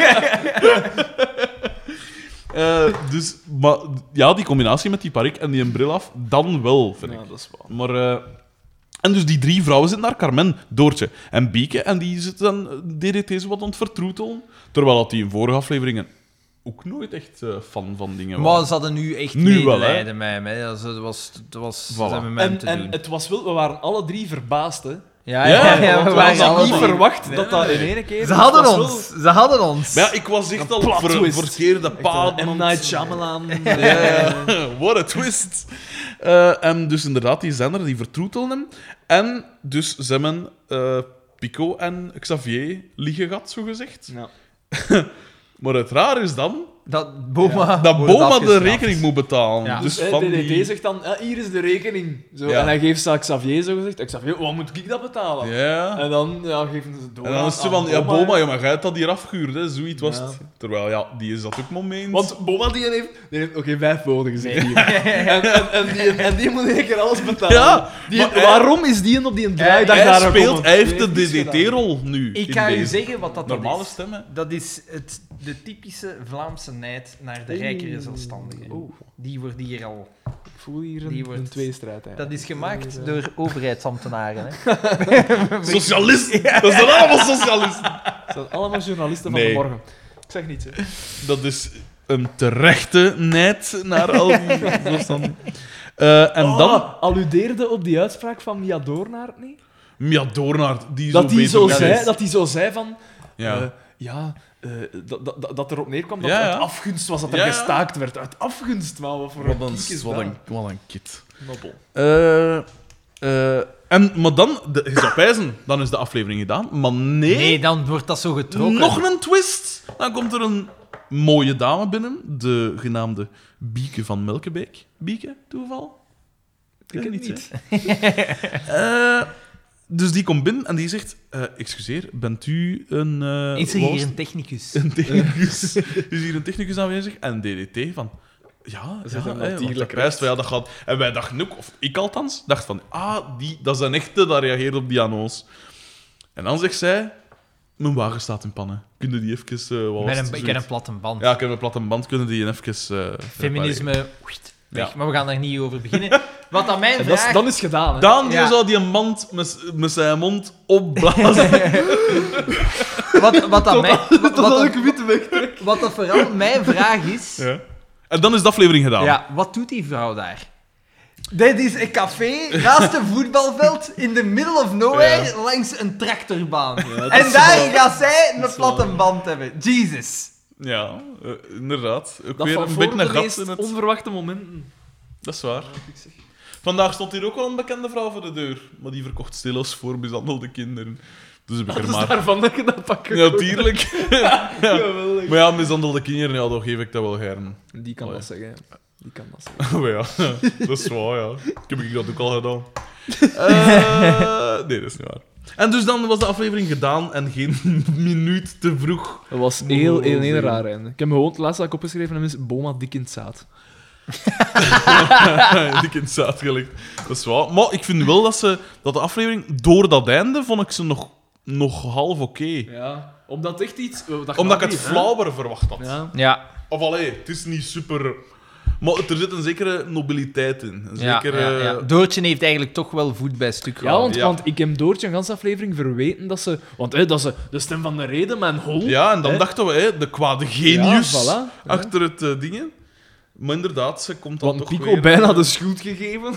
Eh, dus, maar ja, die combinatie met die parik en die een bril af, dan wel, vind ik. Ja, dat is waar. Maar, eh, en dus die drie vrouwen zitten daar, Carmen, Doortje en Bieke, en die zitten dan D D T zo wat aan het vertroetelen. Terwijl dat die in vorige afleveringen ook nooit echt eh, fan van dingen Maar waren. ze hadden nu echt Nu wel, hè? medelijden met hem. Hè. Dat was, dat was, Voilà. ze hebben met hem En, te en doen. het was wel, we waren alle drie verbaasd, hè. Ja, Ja, ja, ja, want we we waren hadden alle niet drie. verwacht Nee, dat dat in nee. één keer... Ze het hadden was wel ons. Ze hadden ons. Maar ja, ik was echt Een al plot ver, twist. verkeerde echt paden. een aan M. het- Night Shyamalan. Ja, ja. What a twist. Eh, en dus inderdaad, die zender die vertroetelen hem. En dus ze hebben eh, Pico en Xavier liggen gehad, zogezegd. Ja. Maar het raar is dan Dat Boma, dat wordt Boma de afgestraft. rekening moet betalen. Ja. Dus Dus van D D T die... zegt dan, ah, hier is de rekening. Zo, Ja. En hij geeft ze aan Xavier zo gezegd. Xavier, wat moet ik dat betalen? Ja. En dan ja, geven ze door En dan is het zo aan van, ja, Boma, ja, maar jij hebt dat hier afgehuurd, hè. Zoiets was Ja. het. Terwijl, ja, die is dat ook moment. Want Boma die heeft, die heeft oké, vijf woorden gezegd hier. en, en, en, die, en die moet in één keer alles betalen. Ja, die, maar hij- waarom is die op die draaidag hij daar speelt, gekomen? hij heeft de Die niets gedaan. D D T-rol nu. Ik in ga u deze. zeggen wat dat, dat Normale is. stemmen. Dat is het, de typische Vlaamse nijd naar de rijkere zelfstandigen. Oeh. Die wordt hier al... Ik voel hier Die een, wordt- een tweestrijd. hè. Dat is gemaakt door overheidsambtenaren. Hè. Socialisten! Dat zijn allemaal socialisten! Het zijn allemaal journalisten van Nee. de morgen. Ik zeg niets, hè. Dat is een terechte nijd naar al die zelfstandigen. Eh, en Oh, dan... alludeerde op die uitspraak van Mia Doornaert, niet? Mia Doornaert, die Dat zo die beter zo, is. zei, dat die zo zei van... Ja. eh, ja, eh, dat, dat, dat erop neerkwam dat Ja, het ja. afgunst was dat er Ja, ja. gestaakt werd. Uit afgunst, maar wat voor Wat een een, kiek is wat dat? een, wat een kid. Noppel. Eh, eh, en, maar dan, de, je zou pijzen, dan is de aflevering gedaan. Maar nee, Nee, dan wordt dat zo getrokken. nog een twist. Dan komt er een mooie dame binnen, de genaamde Bieke van Melkebeek. Bieke, toeval? Ik Ja, het niet. hè? Eh, dus die komt binnen en die zegt: eh, excuseer, bent u een. eh, Is er wat hier was een het? technicus? Een technicus? Is hier een technicus aanwezig? En D D T van. Ja, Dat ja, is een hè, want natuurlijk dat prijst, ja, dat gaat. En wij dachten ook, of ik althans, dacht van, ah, die, dat is een echte, dat reageert op die annons. En dan zegt zij, mijn wagen staat in pannen. Kunnen die even... eh, wat was Met het, een, ik heb zoiets? een platte band. Ja, ik heb een platte band, kunnen die even... eh, Feminisme, oeit, weg. Ja. Maar we gaan daar niet over beginnen. Wat aan mijn En dat is, vraag... dan is het gedaan, hè. Daan, die Ja. zou die een mand met, met zijn mond opblazen. Wat, wat aan mijn... Wat, wat, Totdat dat- ik witte weg. wat dat vooral mijn vraag is... ja. En dan is de aflevering gedaan. Ja, wat doet die vrouw daar? Dit is een café naast een voetbalveld in the middle of nowhere langs een tractorbaan. dat en is daar wel- gaat zij een dat is platte wel- band hebben. Jesus. Ja, eh, inderdaad. Ook Dat weer van een voor beetje de een gat meest in het... onverwachte momenten. Dat is waar. ik zeg. Vandaag stond hier ook wel een bekende vrouw voor de deur. Maar die verkocht stilos voor mishandelde kinderen. Dus heb ik Dat er is maar... daarvan dat je dat pakken Ja, tuurlijk. ja. Geweldig. Maar ja, mishandelde kinderen, ja, dan geef ik dat wel gern. Die kan Oh, dat ja. zeggen. Die kan dat zeggen. Maar ja, dat is waar, ja. Ik heb ik dat ook al gedaan. Eh, nee, dat is niet waar. En dus dan was de aflevering gedaan en geen minuut te vroeg. Dat was Moet heel, wel heel, heel zeggen. raar einde. Ik heb gewoon het laatste dat ik opgeschreven heb is Boma dik in het zaad. Die kind zaad gelegd. Dat is waar. Maar ik vind wel dat ze... Dat de aflevering, door dat einde, vond ik ze nog, nog half oké. Ja, omdat echt iets... Dat Omdat ik gaat het niet, hè? flauwer verwacht had. Ja. Ja. Of allee, het is niet super... Maar er zit een zekere nobiliteit in. Een Ja, zekere... ja, ja. Doortje heeft eigenlijk toch wel voet bij stuk Ja, gehouden. want, Ja. want ik heb Doortje een ganse aflevering verweten dat ze... Want hè, dat ze de stem van de reden, mijn hol... Ja, en dan hè? dachten we, hè, de kwade genius Ja, voilà. Ja. achter het eh, dingen. Maar inderdaad, ze komt dan Want toch Pico weer... bijna de schuld gegeven.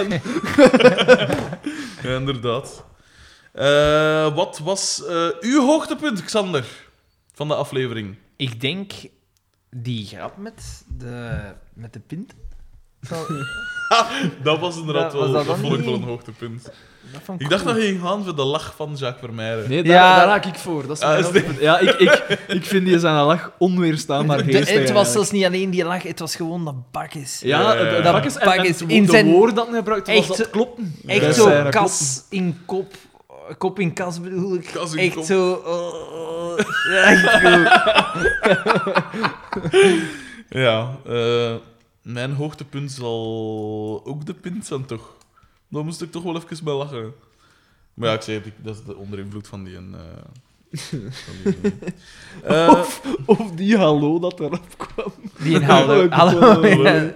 Ja, inderdaad. Eh, wat was eh, uw hoogtepunt, Xander, van de aflevering? Ik denk die grap met de, met de pint. Dat was inderdaad Dat- was wel, dat dat dan vond ik niet? wel een hoogtepunt. Dat vond Ik dacht dat je ging gaan voor de lach van Jacques Vermeijden. Nee, daar, Ja. daar raak ik voor. Dat is Ah, mijn is dit- hoofdpunt. Ja, ik, ik, ik vind die zijn lach onweerstaanbaar De- geestig. het was eigenlijk. zelfs niet alleen die lach, het was gewoon dat bakjes. Ja, Ja, ja, het- ja. het Dat bakjes en, bakjes en in de zijn- woord dat hij gebruikte was Echt dat klopten. Echt Ja, zo ja, ja, kas in kop. Kop in kas bedoel ik. Kas in echt kop. zo... oh, oh. Ja, echt goed. Ja, eh, mijn hoogtepunt zal ook de pint zijn, toch? Daar moest ik toch wel even bij lachen. Maar ja, ik zei het, ik- dat is de onderinvloed van die... een, eh, van die Eh, Of, of die hallo dat erop kwam. Die in hallo. Hallo. Hallo. Ja.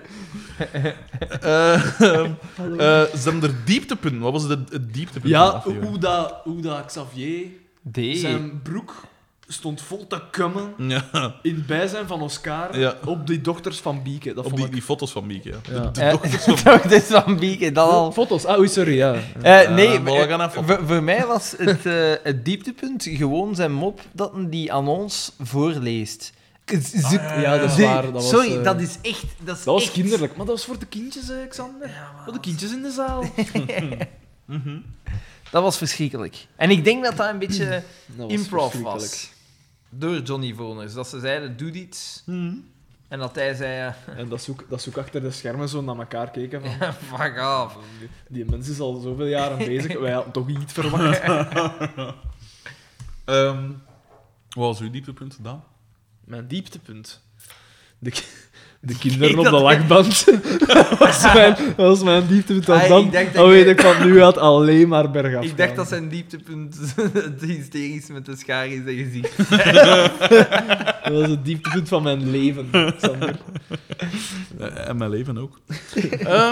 eh, eh, zijn er dieptepunten? Wat was het, het dieptepunt van de Ja, aflevering? hoe dat, hoe dat Xavier D. zijn broek stond vol te kummen Ja, in het bijzijn van Oscar Ja. op die dochters van Bieke. Dat op vond die, ik... die foto's van Mieke. Ja. Ja. De, de Eh, dochters van Toch, dit is van Bieke, dat al. Foto's. Ah, oei, sorry, ja. Eh, Ja, nee, maar we gaan even- voor, voor mij was het, eh, het dieptepunt gewoon zijn mop dat hij die aan ons voorleest. Z- z- Ja, dat is de- waar. Dat was, Sorry, eh, dat is echt... Dat, is Dat was echt... kinderlijk. Maar dat was voor de kindjes, hè, Xander. Ja, maar Voor de kindjes in de zaal. Mhm. dat was verschrikkelijk. En ik denk dat dat een beetje Dat was improv verschrikkelijk. was. Door Johnny Voners. Dat ze zeiden, doe iets. Mhm. En dat hij zei, ja, En dat ze ook, dat ze ook achter de schermen zo naar elkaar keken van... fuck off. Die mens is al zoveel jaren bezig. Wij hadden toch iets verwacht. Ehm, wat was uw dieptepunt dan? Mijn dieptepunt. De, ki- de kinderen op dat- de lachband. dat, was mijn, dat was mijn dieptepunt. Ah, En dan, ik dacht dat dan je- weet ik van nu uit alleen maar bergaf. Ik dacht gaan. dat zijn dieptepunt het hysterisch met de schaar in zijn gezicht. Dat was het dieptepunt van mijn leven, Xander. Eh, en mijn leven ook. Ehm,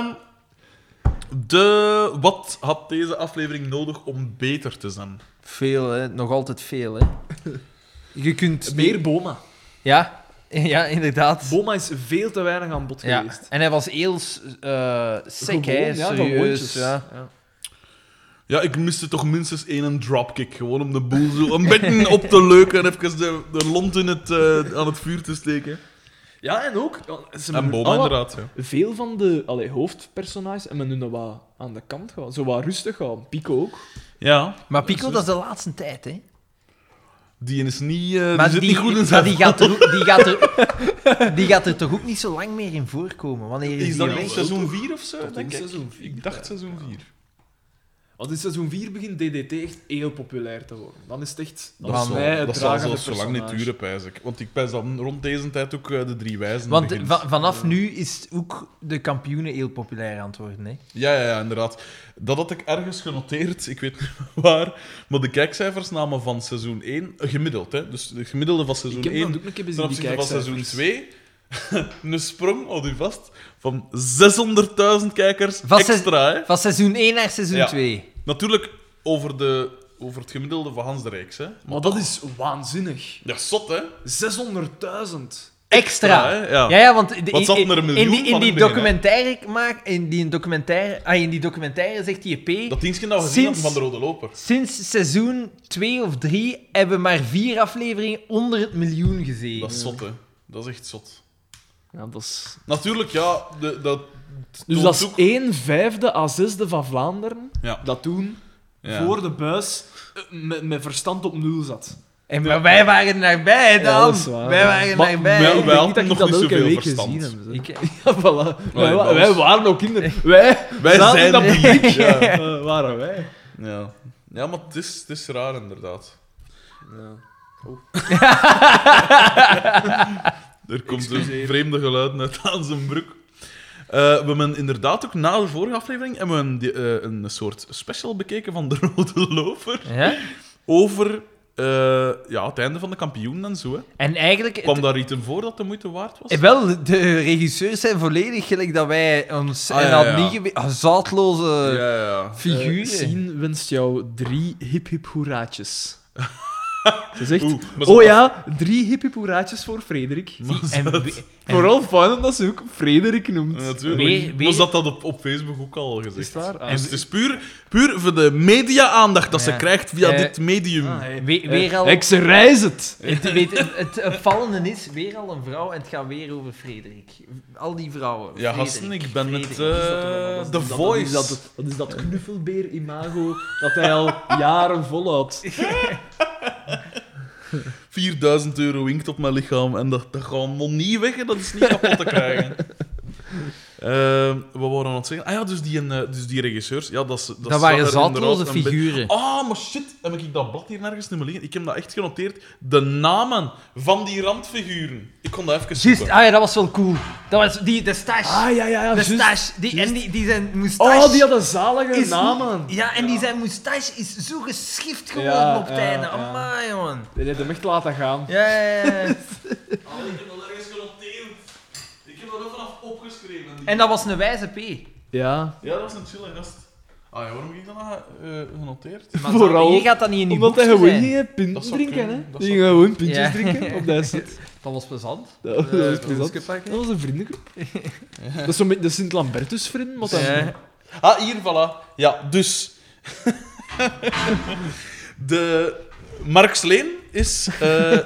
de, wat had deze aflevering nodig om beter te zijn? Veel, hè. Nog altijd veel, hè. Je kunt... Meer Boma. Ja, ja, inderdaad. Boma is veel te weinig aan bod Ja. geweest. En hij was heel uh, sec, hè. Gewoon, ja, Serieus. gewoontjes. Ja. Ja. Ja, ik miste toch minstens één dropkick. Gewoon om de boel zo een beetje op te leuken en even de, de lont in het, eh, aan het vuur te steken. Ja, en ook... Ze En hebben Boma, alle- inderdaad. Ja. Veel van de allee, hoofdpersonages hebben nu nog wat aan de kant gaan. Zo wat rustig gaan. Pico ook. Ja, Maar Pico, dat is de laatste tijd, hè. die is niet, eh, die Maar zit die, niet goed in maar zijn die, gaat er, ook- die, gaat er, die gaat er toch ook niet zo lang meer in voorkomen? Wanneer is, Is die dat weg? niet seizoen vier of zo? Tot in Denk ik. seizoen vier, Ik dacht ja. seizoen vier. Want in seizoen vier begint D D T echt heel populair te worden. Dan is het echt... Dat, Maar zal, mij het dat zal dragende zelfs zo lang niet personage. duren, pijs ik. Want ik pijs dat rond deze tijd ook eh, de drie wijzen Want begint. va- vanaf nu is ook de kampioenen heel populair aan het worden, hè. Ja, ja, ja, inderdaad. Dat had ik ergens genoteerd, ik weet niet waar, maar de kijkcijfers namen van seizoen één, eh, gemiddeld, hè. Dus de gemiddelde van Ik seizoen heb één dat ook een keer ten bezien, die opzichte van seizoen kijkcijfers. twee, een sprong, houd u vast, van zeshonderdduizend kijkers Van se- extra, hè. Van seizoen één naar seizoen Ja. twee. Natuurlijk over, de, over het gemiddelde van Hans de Rijks, hè. Maar dat is waanzinnig. Ja, zot, hè. zeshonderdduizend. Extra. hè, ja. Ja, ja, want de- Wat zat in, er een miljoen in die, in van die in het begin, documentaire maak, in die documentaire, ah, in die documentaire zegt die E P, Dat dienstje dat we gezien Sinds- hadden van de Rode Loper. sinds seizoen twee of drie hebben maar vier afleveringen onder het miljoen gezien. Dat is zot, hè. Dat is echt zot. Ja, dat is... Natuurlijk, ja, de, dat... Dus toont dat is ook- één vijfde à zesde van Vlaanderen Ja. dat toen Ja. voor de buis eh, met, met verstand op nul zat. En, maar wij waren er narbij, Ja, dan. dat is waar. Wij waren Maar narbij. wel- Ik wij denk hadden niet nog dat ik niet dat elke zoveel week verstand. gezien heb. Ik, Ja, voilà. Wij, dat wij was- waren ook kinderen. Wij, Wij zaten zijn in dat die. publiek. Ja. Eh, waren wij. Ja. Ja, maar het is, het is raar, inderdaad. Ja. Er komt een Excuseer. vreemde geluiden uit aan zijn broek. Eh, we hebben inderdaad ook na de vorige aflevering hebben we een, die- eh, een soort special bekeken van de Rode Loper. ja? Over eh, ja, het einde van de kampioen en zo. Hè. En eigenlijk... Kwam daar iets in voor dat de moeite waard was? Eh, Wel, de regisseurs zijn volledig gelijk dat wij ons... Ah, en ja, dat ja. niet gewe- ah, zaadloze Ja, ja. figuren. Eh, Sien wenst jou drie hip-hip hoeraatjes. Ze zegt, Oeh, maar zo- oh ja, drie hippipoeraatjes voor Frederik. En, we- en- Vooral fijn omdat ze ook Frederik noemt. Ja, natuurlijk. Weer- weer- Was dat dat op, op Facebook ook al gezegd? Is het waar? Ah, Dus het is puur, puur voor de media-aandacht dat ze Ja. krijgt via Eh, dit medium. ah, hey. we- weer al... Ik ze reis het. Het, weet, het, het opvallende is, weer al een vrouw en het gaat weer over Frederik. Al die vrouwen. Ja, Frederik, gasten, ik ben Frederik. met Wat is dat eh, dan? Wat is The dat dan? Voice. Dat is dat, dat is dat knuffelbeer-imago dat hij al jaren volhoudt. vierduizend euro winkt op mijn lichaam en dat, dat gaat nog niet weg, hè. Dat is niet kapot te krijgen. Uh, wat waren we aan het zeggen? Ah ja, dus die, uh, dus die regisseurs. Ja, dat, is- dat, Dat waren zag er zaaltloze inderdaad een be- figuren. Ah, maar shit, heb ik dat blad hier nergens niet meer liggen? Ik heb dat echt genoteerd. De namen van die randfiguren. Ik kon dat even Juist, zoeken. ah ja, dat was wel cool. Dat was die, de stage. Ah, ja, ja, ja. de juist. stage. Die, en die, die zijn moustache... Oh, die hadden zalige is- namen. Ja, en die zijn moustache is zo geschift geworden Ja, op het ja, einde. ja. Amai, jongen. Die heeft hem echt laten gaan. Ja, ja, ja. Ah, ik heb dat ergens genoteerd. Ik heb dat er vanaf opgeschreven. Die- En dat was een wijze P. Ja. Ja, dat was een chille gast. Ah ja, waarom heb ik dat nou uh, genoteerd? Maar Vooral je gaat dat niet in je Omdat hij boekje gewoon zijn. geen Dat pint zou drinken, kunnen, hè. dat Die zou ging gewoon pintjes Ja. drinken op dat set. Dat was plezant. Dat was Eh, plezant. pilsje pakken. Dat was een vriendengroep. Dat is zo'n beetje de Sint-Lambertus-vrienden, maar dan... Ja. Ah, hier, voilà. Ja, dus... de... Mark Sleen is... eh,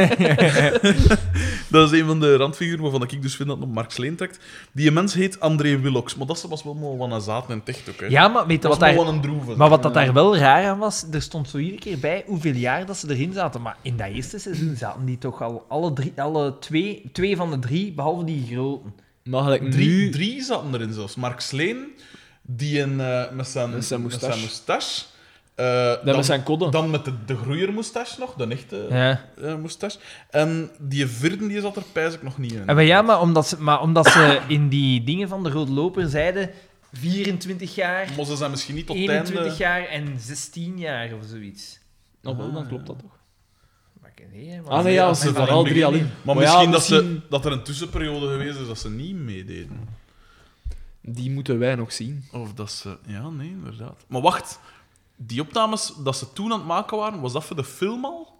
dat is een van de randfiguren waarvan ik dus vind dat het op Mark Sleen trekt. Die mens heet André Willocks, maar dat was wel nog wat een zaad en techt ook, hè. Ja, maar weet je dat wat was nog daar... wel een droeve. Maar wat dat daar wel raar aan was, er stond zo iedere keer bij hoeveel jaar dat ze erin zaten. Maar in dat eerste seizoen zaten die toch al alle, drie, alle twee, twee van de drie, behalve die groten. Maar gelijk Drie, nu... drie zaten erin zelfs. Mark Sleen, die een, eh, met zijn, Met zijn moustache. moustache. Eh, Dat dan, met zijn kodde. dan met de, de groeiermoustache nog, de echte Ja. eh, moustache. En die vierde die zat er pijs ik nog niet in. En maar ja, maar omdat, ze, maar omdat ze in die dingen van de Rode Loper zeiden vierentwintig jaar, Maar ze zijn misschien niet tot het eenentwintig einde... jaar en zestien jaar of zoiets. Nou, wel, dan klopt dat toch. Maar ik- nee, maar Ah, nee, ja, als ze ze van van al in drie begin- alleen. Maar, Maar ja, misschien, Dat, misschien- ze, dat er een tussenperiode geweest is dat ze niet meededen. Die moeten wij nog zien. Of dat ze... Ja, nee, inderdaad. Maar wacht. Die opnames dat ze toen aan het maken waren, was dat voor de film al?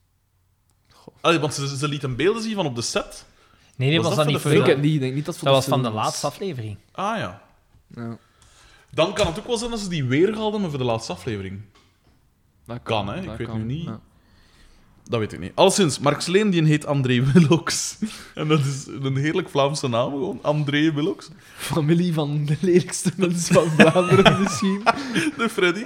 Allee, want ze, ze lieten beelden zien van op de set. Nee, nee, Was was, dat dat voor niet de voor Ik film? denk het niet. Ik denk niet dat het voor Dat was de van film de laatste aflevering. Ah ja. Ja, Dan kan het ook wel zijn dat ze die weer hadden voor de laatste aflevering. dat Kan, hè. Ik dat weet kan, nu niet. ja. Dat weet ik niet. Alleszins, Mark Sleen die heet André Willocks. En dat is een heerlijk Vlaamse naam gewoon. André Willocks. Familie van de lelijkste mens van Vlaanderen misschien. De Freddy.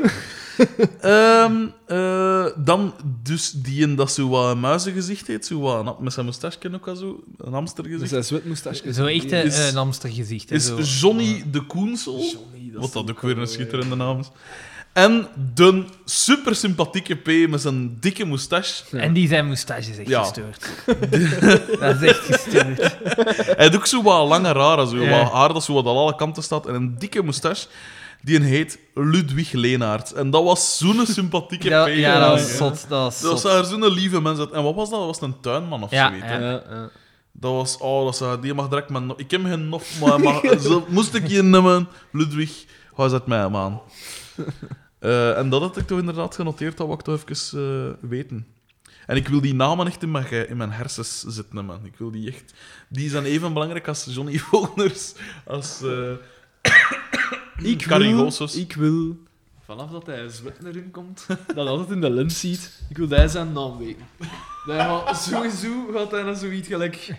Ehm, eh, dan dus die en dat zo wat een muizengezicht heet. Zo wat, een- met zijn moustache ook al zo. Een hamstergezicht. Dus hij zwet moustache. Zo echt Is- een, een Amstergezicht. hè, is zo. Johnny de Koensel. Johnny, Wat dat is ook weer een wel, schitterende naam is. En de super sympathieke P met zijn dikke moustache. En die zijn moustache is echt Ja. gestoord. Dat is echt gestoord. Hij heeft ook zo wat lange rare, zo Ja. wat haar dat zo wat aan alle kanten staat. En een dikke moustache. Die een heet Ludwig Leenaert. En dat was zo'n sympathieke Ja, P. ja, dat was hè. zot. Dat was Dat zot. was daar zo'n lieve mens uit. En wat was dat? Dat was een tuinman of Ja, zoiets. ja. hè. Ja, ja. Dat was... Oh, dat zei, die mag direct mijn... no- Ik heb geen nof, maar maar zo moest ik je nemen. Ludwig, hou eens uit mij, man. Eh, en dat had ik toch inderdaad genoteerd, dat wou ik toch even eh, weten. En ik wil die namen echt in mijn, ge- in mijn hersens zitten, man. Ik wil die echt... Die zijn even belangrijk als Johnny Voners, als... eh Ik Carrie wil, Goossens. ik wil, vanaf dat hij zwet erin komt, dat hij altijd in de lens ziet, ik wil dat hij zijn naam weten. Dat hij gaat, sowieso gaat hij naar zoiets gelijk...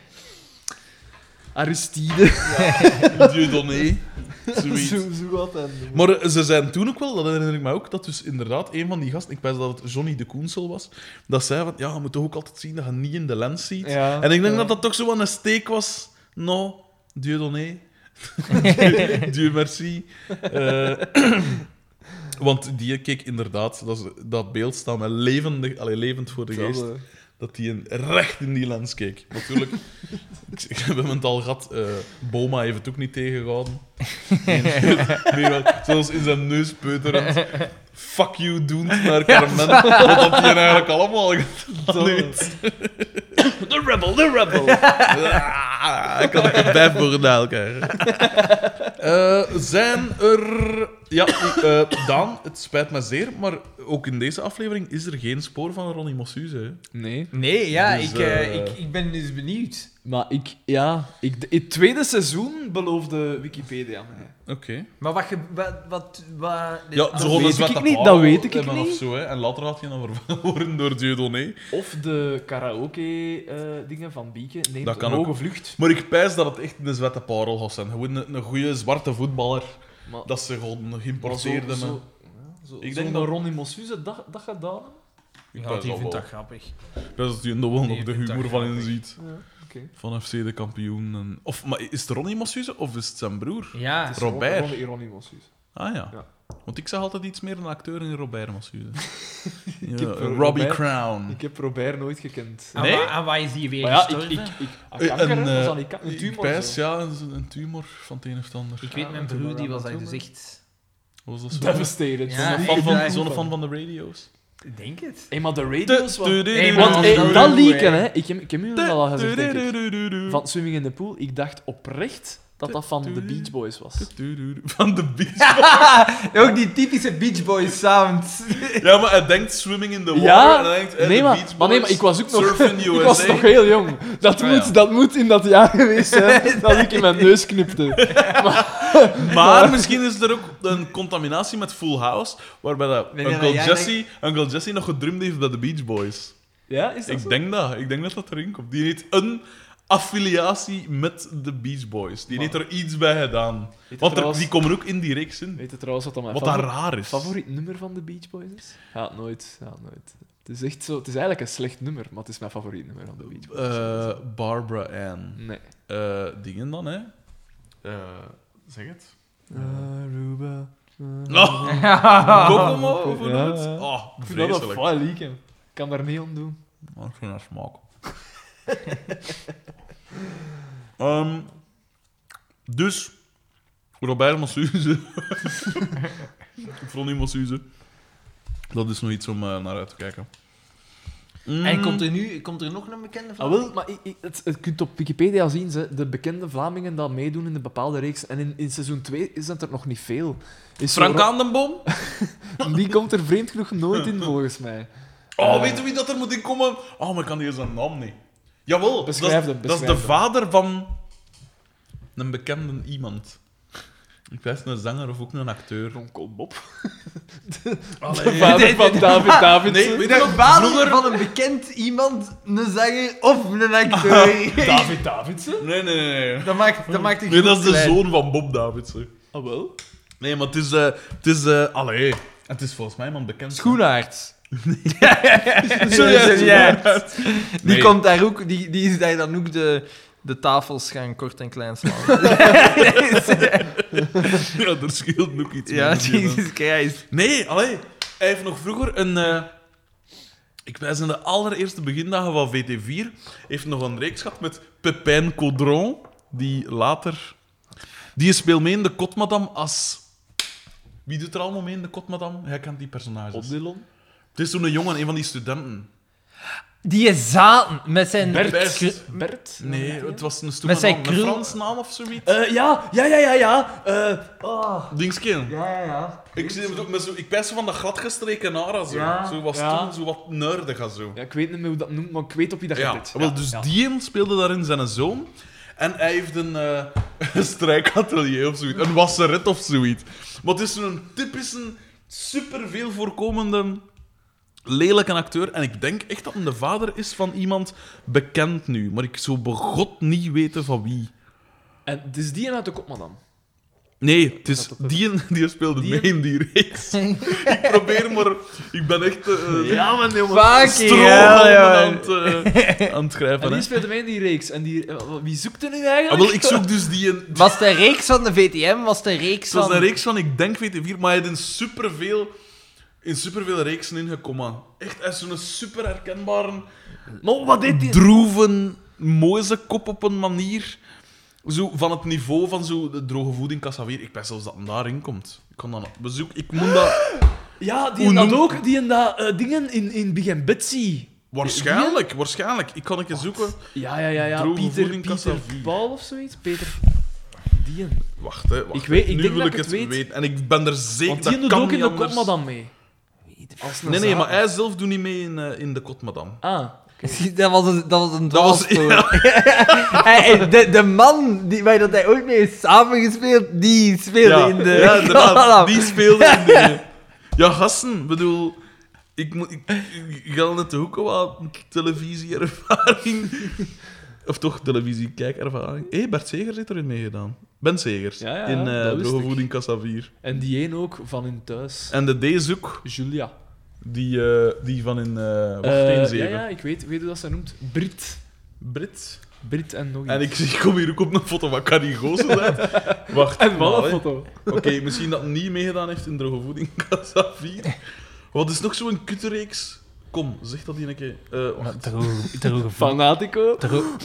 Aristide. Dieudonné. Zoiets. Zo, zo gaat hij doen. Maar eh, ze zijn toen ook wel, dat herinner ik mij ook, dat dus inderdaad een van die gasten, ik wijs dat het Johnny de Koensel was, dat zei van, ja, je moet toch ook altijd zien dat je niet in de lens ziet. Ja, En ik denk ja. dat dat toch zo wel een steek was. No, Dieu donné. Dieu merci. Eh, want die keek inderdaad, dat, is, dat beeld staat mij levendig, allee, levend voor de geest, Dat, eh, dat hij een recht in die lens keek. Natuurlijk, ik, ik heb hem het al gehad, eh, Boma heeft het ook niet tegengehouden. Nee, nee, wel, zoals in zijn neus peuterend. Fuck you, doen naar Carmen. Wat dat hij eigenlijk allemaal gedaan heeft. The rebel, the rebel. Ik kan er vijf voor na elkaar. Eh, zijn er... Ja, uh, Daan, het spijt me zeer, maar ook in deze aflevering is er geen spoor van Ronnie Mossuze. Hè? Nee. Nee, ja, Dus, ik, eh, eh, ik, ik ben dus benieuwd. Maar ik, ja, ik, het tweede seizoen beloofde Wikipedia mij. Oké. Maar wat... ge- wat, wat, wat Ja, dat zo gewoon een weet zwarte ik niet, paal dat weet ik hebben niet. Of zo, hè. En later gaat hij dan vervangen worden door Dieudonné. Of de karaoke-dingen van Bieke. Neemt Dat kan een ook. hoge vlucht. Maar ik pijs dat het echt een zwarte parel gaat zijn. Gewoon een, een goede zwarte voetballer. Maar, Dat ze gewoon maar geïmporteerd hebben. zo, ja, zo, Ik ik denk denk dat- Ronnie Mossuze dat, dat gedaan. Ik Ja, pijs die dat vindt wel. dat grappig. Dat is die nog wel Die nog de vindt dat humor van in grappig. ziet. Ja, oké. Van F C de kampioen. En... Of, maar is het Ronnie Mossuze of is het zijn broer? Ja. Het is Robert. Ronnie, Ronnie Mossuze. Ah ja. Ja. Want ik zag altijd iets meer een acteur in Robert Mossuze. Ja, heb, eh, Robbie Robert- Crown. Ik heb Robert nooit gekend. Aan, Nee? wa- aan waar is die weer Maar ja, ik, gestorven? ik, ik, Eh, kanker, een, hè? Was eh, dat niet ka- een ik tumor? pijs, zo? ja, een, een tumor van het een of het ander. Ik weet, Ja, mijn toen broer we die dat was daar doen, dus hè. echt... Wat was dat zo? Devastated. Ja, Zo'n ik fan, van, daar- zo'n fan van de radio's. Ik denk het. Hé, maar de radio's... Du- Wat... du- du- Hey, du- maar Want als du- hey, de- dat du- leaken, hè. Ik heb, ik heb u du- al gezegd, denk du- ik. du- du- du- Van Swimming in the Pool. Ik dacht oprecht dat dat van de Beach Boys was. du- du- du- Van de Beach. Ook die typische Beach Boys sound. Ja, maar hij denkt swimming in the water. Ja, en hij denkt, eh, nee, de maar, Beach maar nee, maar Boys, ik was ook nog, Surf in ik U S A. was nog heel jong. Dat, Ah, moet, ja. dat moet in dat jaar geweest zijn dat ik in mijn neus knipte. Maar misschien is er ook een contaminatie met Full House, waarbij dat Nee, nee, Uncle, jij Jesse, Uncle Jesse nog gedrumd heeft bij de Beach Boys. Ja, is dat Ik zo? denk dat. Ik denk dat dat erin komt. Die heeft een affiliatie met de Beach Boys. Die Maar- heeft er iets bij gedaan. Weet je Want er, trouwens- die komen ook in die reeks in. Weet je trouwens wat dat mijn Wat dat favori- raar is. favoriet nummer van de Beach Boys is? Ja, nooit. Ja, nooit. Het is echt zo... Het is eigenlijk een slecht nummer, maar het is mijn favoriet nummer van de Beach Boys. Eh, Barbara Ann. nee. Eh, dingen dan, hè? Eh, zeg het. Aruba. Oh, Kokomo, of hoe Ja, noem het? ja. Oh, Ik vind dat een vreselijk. fijn liedje. Ik kan daar niet aan doen. Oh, ik vind dat smaak. Ehm, dus, Robert Mossuze. Ronnie Mossuze. Dat is nog iets om eh, naar uit te kijken. Mm. En komt er nu komt er nog een bekende van? Ah, wel, maar ik, ik, het, het kunt op Wikipedia zien, ze, de bekende Vlamingen dat meedoen in een bepaalde reeks. En in, in seizoen twee is dat er nog niet veel. Is zo Frank ro- aan den Boom? Die komt er vreemd genoeg nooit in, volgens mij. Oh, Eh, weet je wie dat er moet in komen? Oh, maar ik kan hier zijn naam niet. Jawel, Beschrijf dat, is- hem, dat is de beschrijf hem. vader van een bekende iemand. Ik weet een zanger of ook een acteur. Ronkel Bob. Allee. De vader van David Davidson. Nee, weet je De nog, vader vroeger... van een bekend iemand, een zanger of een acteur. David Davidson? Nee, nee, nee. nee. Dat maakt, dat maakt een Nee, dat is de klein. zoon van Bob Davidson. Ah, wel? Nee, maar het is... eh het is... eh allee. Het is volgens mij iemand bekend. Schoenaerts. Zo, ja, Ja. Die Nee. komt daar ook, die, die is daar dan ook de, de tafels gaan kort en klein slaan. Ja, er scheelt nog iets. Ja, mee, die, eh. Jesus Christ. Nee, allee. Hij heeft nog vroeger een... eh, ik wijs in de allereerste begindagen van V T vier heeft nog een reeks gehad met Pepijn Caudron, die later... Die speelt mee in de Kotmadam als... Wie doet er allemaal mee in de Kotmadam? Jij kent die personages. Odilon? Het is zo'n jongen, een van die studenten. Die zaten met zijn... Bert. Bert. Bert? Nee, Hoe heet het was een Met stoeme zijn naam. Een krul- Frans naam of zoiets. die? Eh, ja, ja, ja, ja, ja. Eh, ah. Dingskeen. Ja, ja, ja. Ik zie hem ook met zo... Ik pijs zo van dat gladgestreken haar zo. Ja. Zo wat Ja. stoem, zo wat nerdig en zo. Ja, ik weet niet meer hoe dat noemt, maar ik weet op wie dat Ja, gaat. wel, dus die speelde daarin zijn zoon. En hij heeft een, eh een strijkatelier of zoiets. Een wasseret of zoiets. Maar het is zo'n typische, super veel voorkomende, lelijke acteur. En ik denk echt dat hij de vader is van iemand bekend nu. Maar ik zou begot niet weten van wie. En het is die uit de Kopmadam. Nee, het is Dat dat- die, die speelde Die- mee in die reeks. Ik probeer maar... Ik ben echt... eh Ja, man, jongen. Fucking strohalmen hell, aan joh. het, eh, aan het grijpen. En hè. die speelde mee in die reeks. En die, eh, wie zoekt er nu eigenlijk? Ah, wel, ik zoek dus die... een- Was de reeks van de V T M, was de reeks Het was van... een reeks van, ik denk V T vier, maar hij heeft in superveel, in superveel reeksen ingekomen. Echt, hij is zo'n super herkenbare, Maar wat deed die? droeven, mooie kop op een manier. Zo van het niveau van zo de droge voeding Cassavier. Ik weet zelfs dat hij daarin komt. Ik kan dan bezoek. Ik moet dat... Ja, die Hoe en dat noem- ook. Die en dat eh, dingen in, in Big and Betsy. Waarschijnlijk, waarschijnlijk. Ik kan een keer zoeken. Ja, ja, ja, ja. Droge Pieter, voeding, Pieter Cassavier. Paul of zoiets? Peter... Die. Wacht, hè. Wacht, Ik weet- hè. ik nu denk wil dat ik ik het het weet. weten. En ik ben er zeker... Want dat die doet kan ook in niet de anders. Kotmadam mee. Als een Nee, nee, zaal. maar hij zelf doet niet mee in, uh, in de Kotmadam. Ah. Dat was een, dat was een Dat was- dwaalspoor. Hij- hij- de, de man die, waar dat hij ooit mee heeft samengespeeld, die speelde Ja, in de... ja, inderdaad. Die speelde in de... Ja, gasten, bedoel... Ik, moet, ik, ik, ik ga net de hoeken wat televisieervaring... Of toch televisie-kijkervaring. Hé, hey, Bert Segers heeft erin meegedaan. Ben Segers. Ja, ja, in uh, dat wist Droge ik. Voeding Cassavier. En die een ook van in thuis. En de deze ook, Julia. die, uh, die van in uh, Wacht Eh, één zeven. ja, ja, ik weet, weet hoe dat ze noemt. Brit. Brit. Brit en nog iets. En ik, ik kom hier ook op een foto van Carrie Goosen uit. Wacht, En wat maar, een hè. foto. Oké, misschien dat hij niet meegedaan heeft in Droge Voeding Cassavier. Wat is nog zo'n kutreeks? Kom, zeg dat hier een keer. Uh, wacht. Droge, droge Fanatico.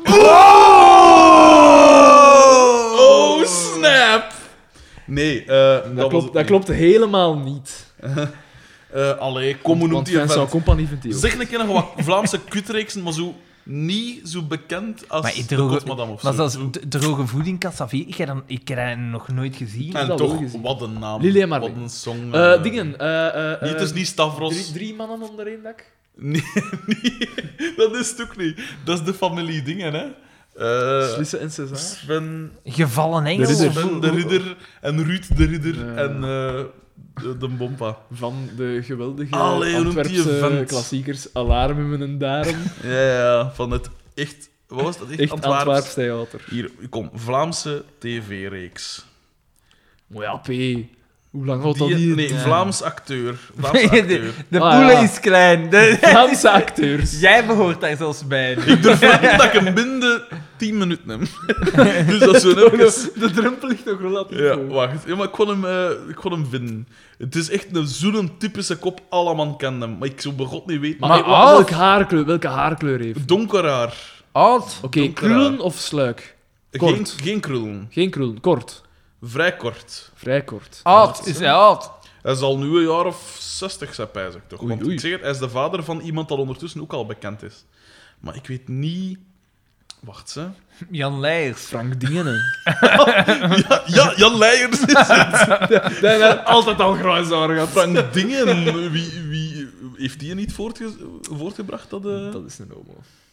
Oh, snap! Nee, uh, Dat, dat, was klopt, het dat niet. klopt helemaal niet. Uh, allee, kom, hoe noemt Want die Vincent vent? Compagnie vindt die ook. Zeg een keer nog wat Vlaamse kutreeksen, maar zo niet zo bekend als Maar ik de droge- Kotmadam of zo. Maar zoals d- droge voeding, Cassavier, ik heb dat, ik heb dat nog nooit gezien. En dat wel toch, gezien. wat een naam. Lili en Marleen. Wat een song. Eh, eh. dingen. eh, eh, Niet, het is eh, niet Stavros. Drie, drie mannen onder één dak. Nee, nee, dat is het ook niet. Dat is de familie dingen, hè. Eh, Slisse en César. Sven, Gevallen engel. De ridder. Sven de Ridder en Ruud de Ridder Ja. en eh, de, de Bompa. Van de geweldige Allee, hoe noemt die Antwerpse vent? klassiekers Alarm en Daarom. Ja, ja, van het echt... Wat was dat? Echt, Echt Antwerps? Antwerps theater. Hier, kom. Vlaamse tv-reeks. Maar ja, P. Hoe lang houdt dat Die, hier? nee, Ja. Vlaams acteur. Vlaamse acteur. de de Ah, poele ja. is klein. De- Vlaamse acteurs. Jij behoort daar zelfs bij. Ik durf aan dat ik hem binnen tien minuten heb. Dus dat is zo even... De drempel ligt nog relatief Ja, hoog. wacht. Ja, maar ik kon hem, eh, ik kon hem vinden. Het is echt een zo'n typische kop. Alle man kent hem. Maar ik zou begot niet weten. Maar, Maar hey, wa- oud. welke haarkleur, welke haarkleur heeft? Donker haar. Oud. Oké, donker krullen haar. of sluik? Geen, Kort. geen krullen. Geen krullen, kort. Vrij kort. Vrij kort. Oud. Is hij oud? Hij zal nu een jaar of zestig zijn, pijs ik toch. Oei, Want oei. ik zeg het, hij is de vader van iemand dat ondertussen ook al bekend is. Maar ik weet niet... Wacht, hè. Jan Leijers. Frank Dingenen. Ja, ja, Jan Leijers is het. Die heeft altijd al grijs haar gehad. Frank Dingen. Wie, wie, heeft die niet voortge voortgebracht? Dat, eh? Dat is een homo.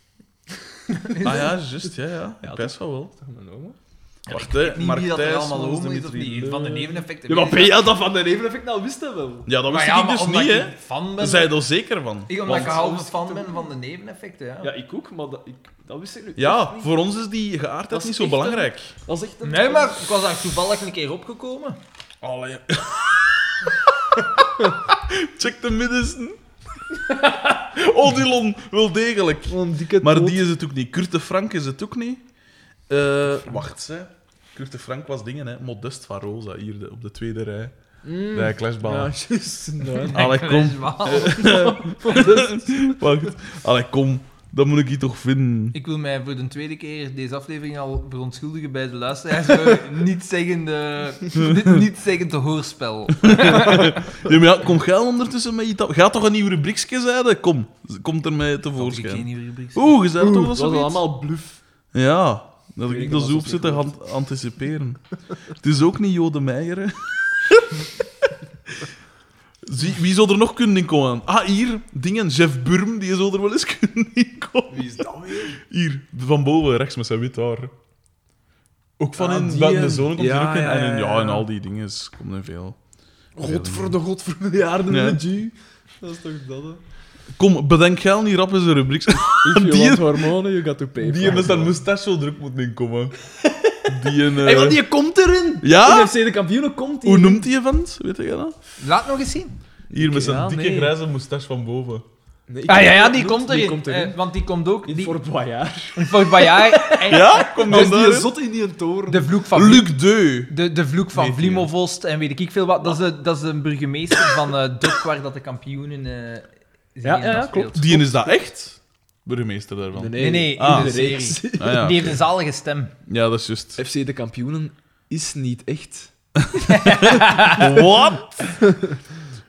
Ah ja, juist. Ja, ja. Ja, Ik pijs wel wel. Toch een homo? Wacht, Ik weet hè. niet Mark wie dat er Thijs, allemaal Hans homo is of Dimitri niet. Van de Leu. neveneffecten. Ja, maar weet P, ik ja, dat van de neveneffect, nou wist dat wel. Ja, dat wist Maar ja, ik maar dus omdat niet, ik hè. fan ben. Daar zei je er zeker van. Ik omdat Want- ik een halve fan ben van de neveneffecten, ja. Ja, ik ook, maar dat, ik, dat wist ik nu. Ja, echt niet. voor ons is die geaardheid Dat is niet zo echt belangrijk. Dat is echt een... Nee, maar ik was daar toevallig een keer opgekomen. Allee. Check de middensten. Odilon, wel degelijk. Een dikke Maar toot. die is het ook niet. Kurt de Frank is het ook niet. Eh, wacht, hè. Kurt de Frank was dingen, hè. Modest van Rosa, hier de- op de tweede rij. Mm. Bij Clashbal. Ja, juist. Nee. Allee, kom. Dus Wacht. Allee, kom. Dat moet ik hier toch vinden. ik wil mij voor de tweede keer deze aflevering al verontschuldigen bij de luisteraars voor niet zeggende, niet, niet zeggende hoorspel. Ja, maar ja, kom jij ondertussen met iets... Ga toch een nieuw rubriekje zeiden? Kom. Komt er mij Ik geen tevoorschijn. nieuwe rubriek. Oeh, je zei toch Oeh, nog dat was zoiets? allemaal bluff. Ja, dat Weet ik ik dat wat zo dat op zit te niet gaan anticiperen. Het is ook niet Jode Meijer, hè. Zie, wie zou er nog kunnen inkomen? Ah, hier, dingen, Jeff Burm, die zou er wel eens kunnen inkomen. Wie is dat weer? Hier, van boven, rechts met zijn wit haar. Ook van Ah, in die, Buiten de eh, Zone komt ja, er ook in. ja, En in, ja, ja, en ja. al die dingen komt er veel. God voor de god voor miljarden Ja. met G. Dat is toch dat, hè? Kom, bedenk jij al niet rap eens een rubriek. If you Die- want hormonen, you got to pay Die for met it. zijn moustache zo druk moet inkomen. Die een... eh, Hé, want die komt erin! Ja? In F C de kampioenen komt die. Hoe noemt die vent? Weet je dat? Laat nog eens zien. Hier met zijn Ja, dikke nee. grijze moustache van boven. Nee, ik Ah ja, ja, weet die het komt niet. erin. Die komt erin. Eh, want die komt ook... In Die, Fort Boyard. in Fort Boyard. en Ja? Kom dan Als die daar. zot in die toren. De vloek van... Luc Deux. De, de vloek van Weet je. Vlimovost en weet ik veel wat. Dat is, de, dat is een burgemeester van uh, Dok, waar dat de kampioenen uh, zich Ja, in ja, ja, afspeelt. klopt. Die is dat echt? Burgemeester daarvan. Nee, nee, Ah. in de de serie. reeks. Ah, ja, Die heeft oké. een zalige stem. Ja, dat is juist. F C de kampioenen is niet echt. Wat?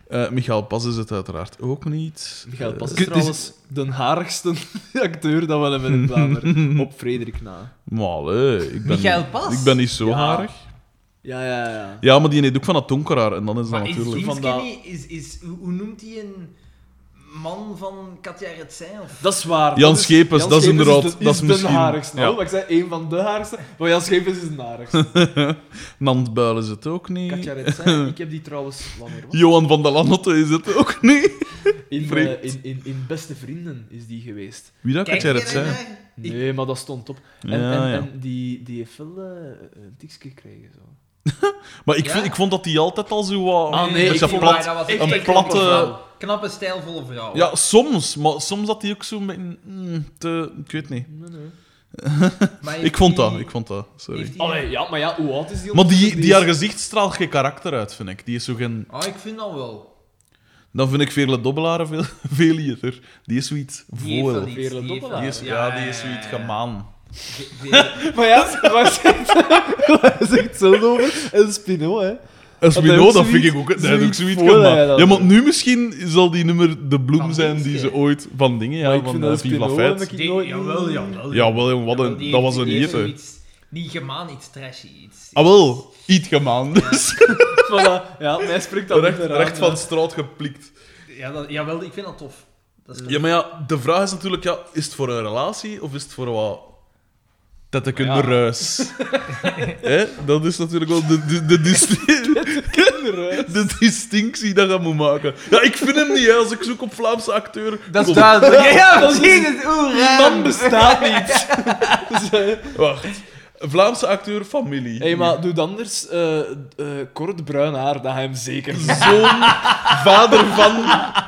Uh, Michael Pas is het uiteraard ook niet. Michael Uh, Pas is het trouwens de harigste acteur dat we hebben in Vlaanderen. Op Frederik na. Maar allee, ik ben, Michael Pas? ik ben niet zo Ja. harig. Ja, ja, ja. Ja, maar die heeft ook van het donkerhaar en dan is dat Maar is natuurlijk... Liemske van dat- niet- is, is, hoe, hoe noemt hij een man van Katja Retzijn? Of... Dat is waar. Jan dat is- Schepens, Jan dat is Schepens inderdaad- de, dat is de misschien- harigste. ja. Oh, maar ik zei één van de harigste, maar Jan Schepens is de harigste. Nant Buil is het ook niet. Katja Retzijn, ik heb die trouwens... Wanneer was Johan van der Lanotte is het ook niet. in, vreemd. eh, in, in, in Beste Vrienden is die geweest. Wie dat? Kijk Katja jij Retzijn? daarnaar? Ik- Nee, maar dat stond op. En, Ja, en, ja. en die, die heeft wel eh, een tikje gekregen. Zo. Maar ik, Ja? vind, ik vond dat die altijd al zo wat... Ah, nee, een ik beetje vond- plat. Maar dat was echt een een platte- knappe vrouw. Knappe, stijlvolle vrouw. Ja, soms. Maar soms had hij ook zo'n beetje... mm, te... Ik weet niet. Nee, nee. Maar heeft Ik vond die- dat, ik vond dat. Sorry. heeft die- Allee, ja, maar ja, hoe oud is die? Maar die, ondertussen? die haar is- gezicht straalt geen karakter uit, vind ik. Die is zo geen... Ah, ik vind dat wel. Dan vind ik Veerle Dobbelaar veel, veel liever. Die is zoiets Die heeft vol. wel iets, Veerle die heeft wel Die iets. is, ja, die is zoiets gemaan. Ve- ve- Maar ja, waar zegt waar zegt zelf over? En Spino, hè? En hij Spino, ook dat vind ik zoiets- ook, dat heeft ook zoiets zoiets voor, gemaan. hè, dat- Ja, maar nu misschien zal die nummer de bloem Van zijn die Dienstje. ze ooit... Van dingen, ja, Maar ik van vind uh, dat Viva Spino Feit. heb ik die- nooit... Jawel, jawel. Jawel, jong, wat een- Jawel, die dat heeft- was een die heeft eten. zoiets- Niet gemaan, iets trashy. Iets, Ah wel, iets gemaan. Dus. Voilà. Ja, mij spreekt dat recht niet meer recht aan, van ja. straat geplikt. Ja, dat, jawel, ik vind dat tof. Dat is Ja, maar ja, de vraag is natuurlijk, ja, is het voor een relatie of is het voor wat... Dat ik een Ja. ruis. Hè? Dat is natuurlijk wel de, de, de, distin- de distinctie dat je moet maken. Ja, ik vind hem niet, hè. Als ik zoek op Vlaamse acteur... Dat is kom- duidelijk. Ja, ja, Dat is- precies. Het is oeh, Die raar. man bestaat niet. Dus, eh, Wacht. Vlaamse acteur, familie. Hé, maar doe dan anders eh, eh, kort bruin haar, dat hij hem zeker ziet. Zoon, vader van...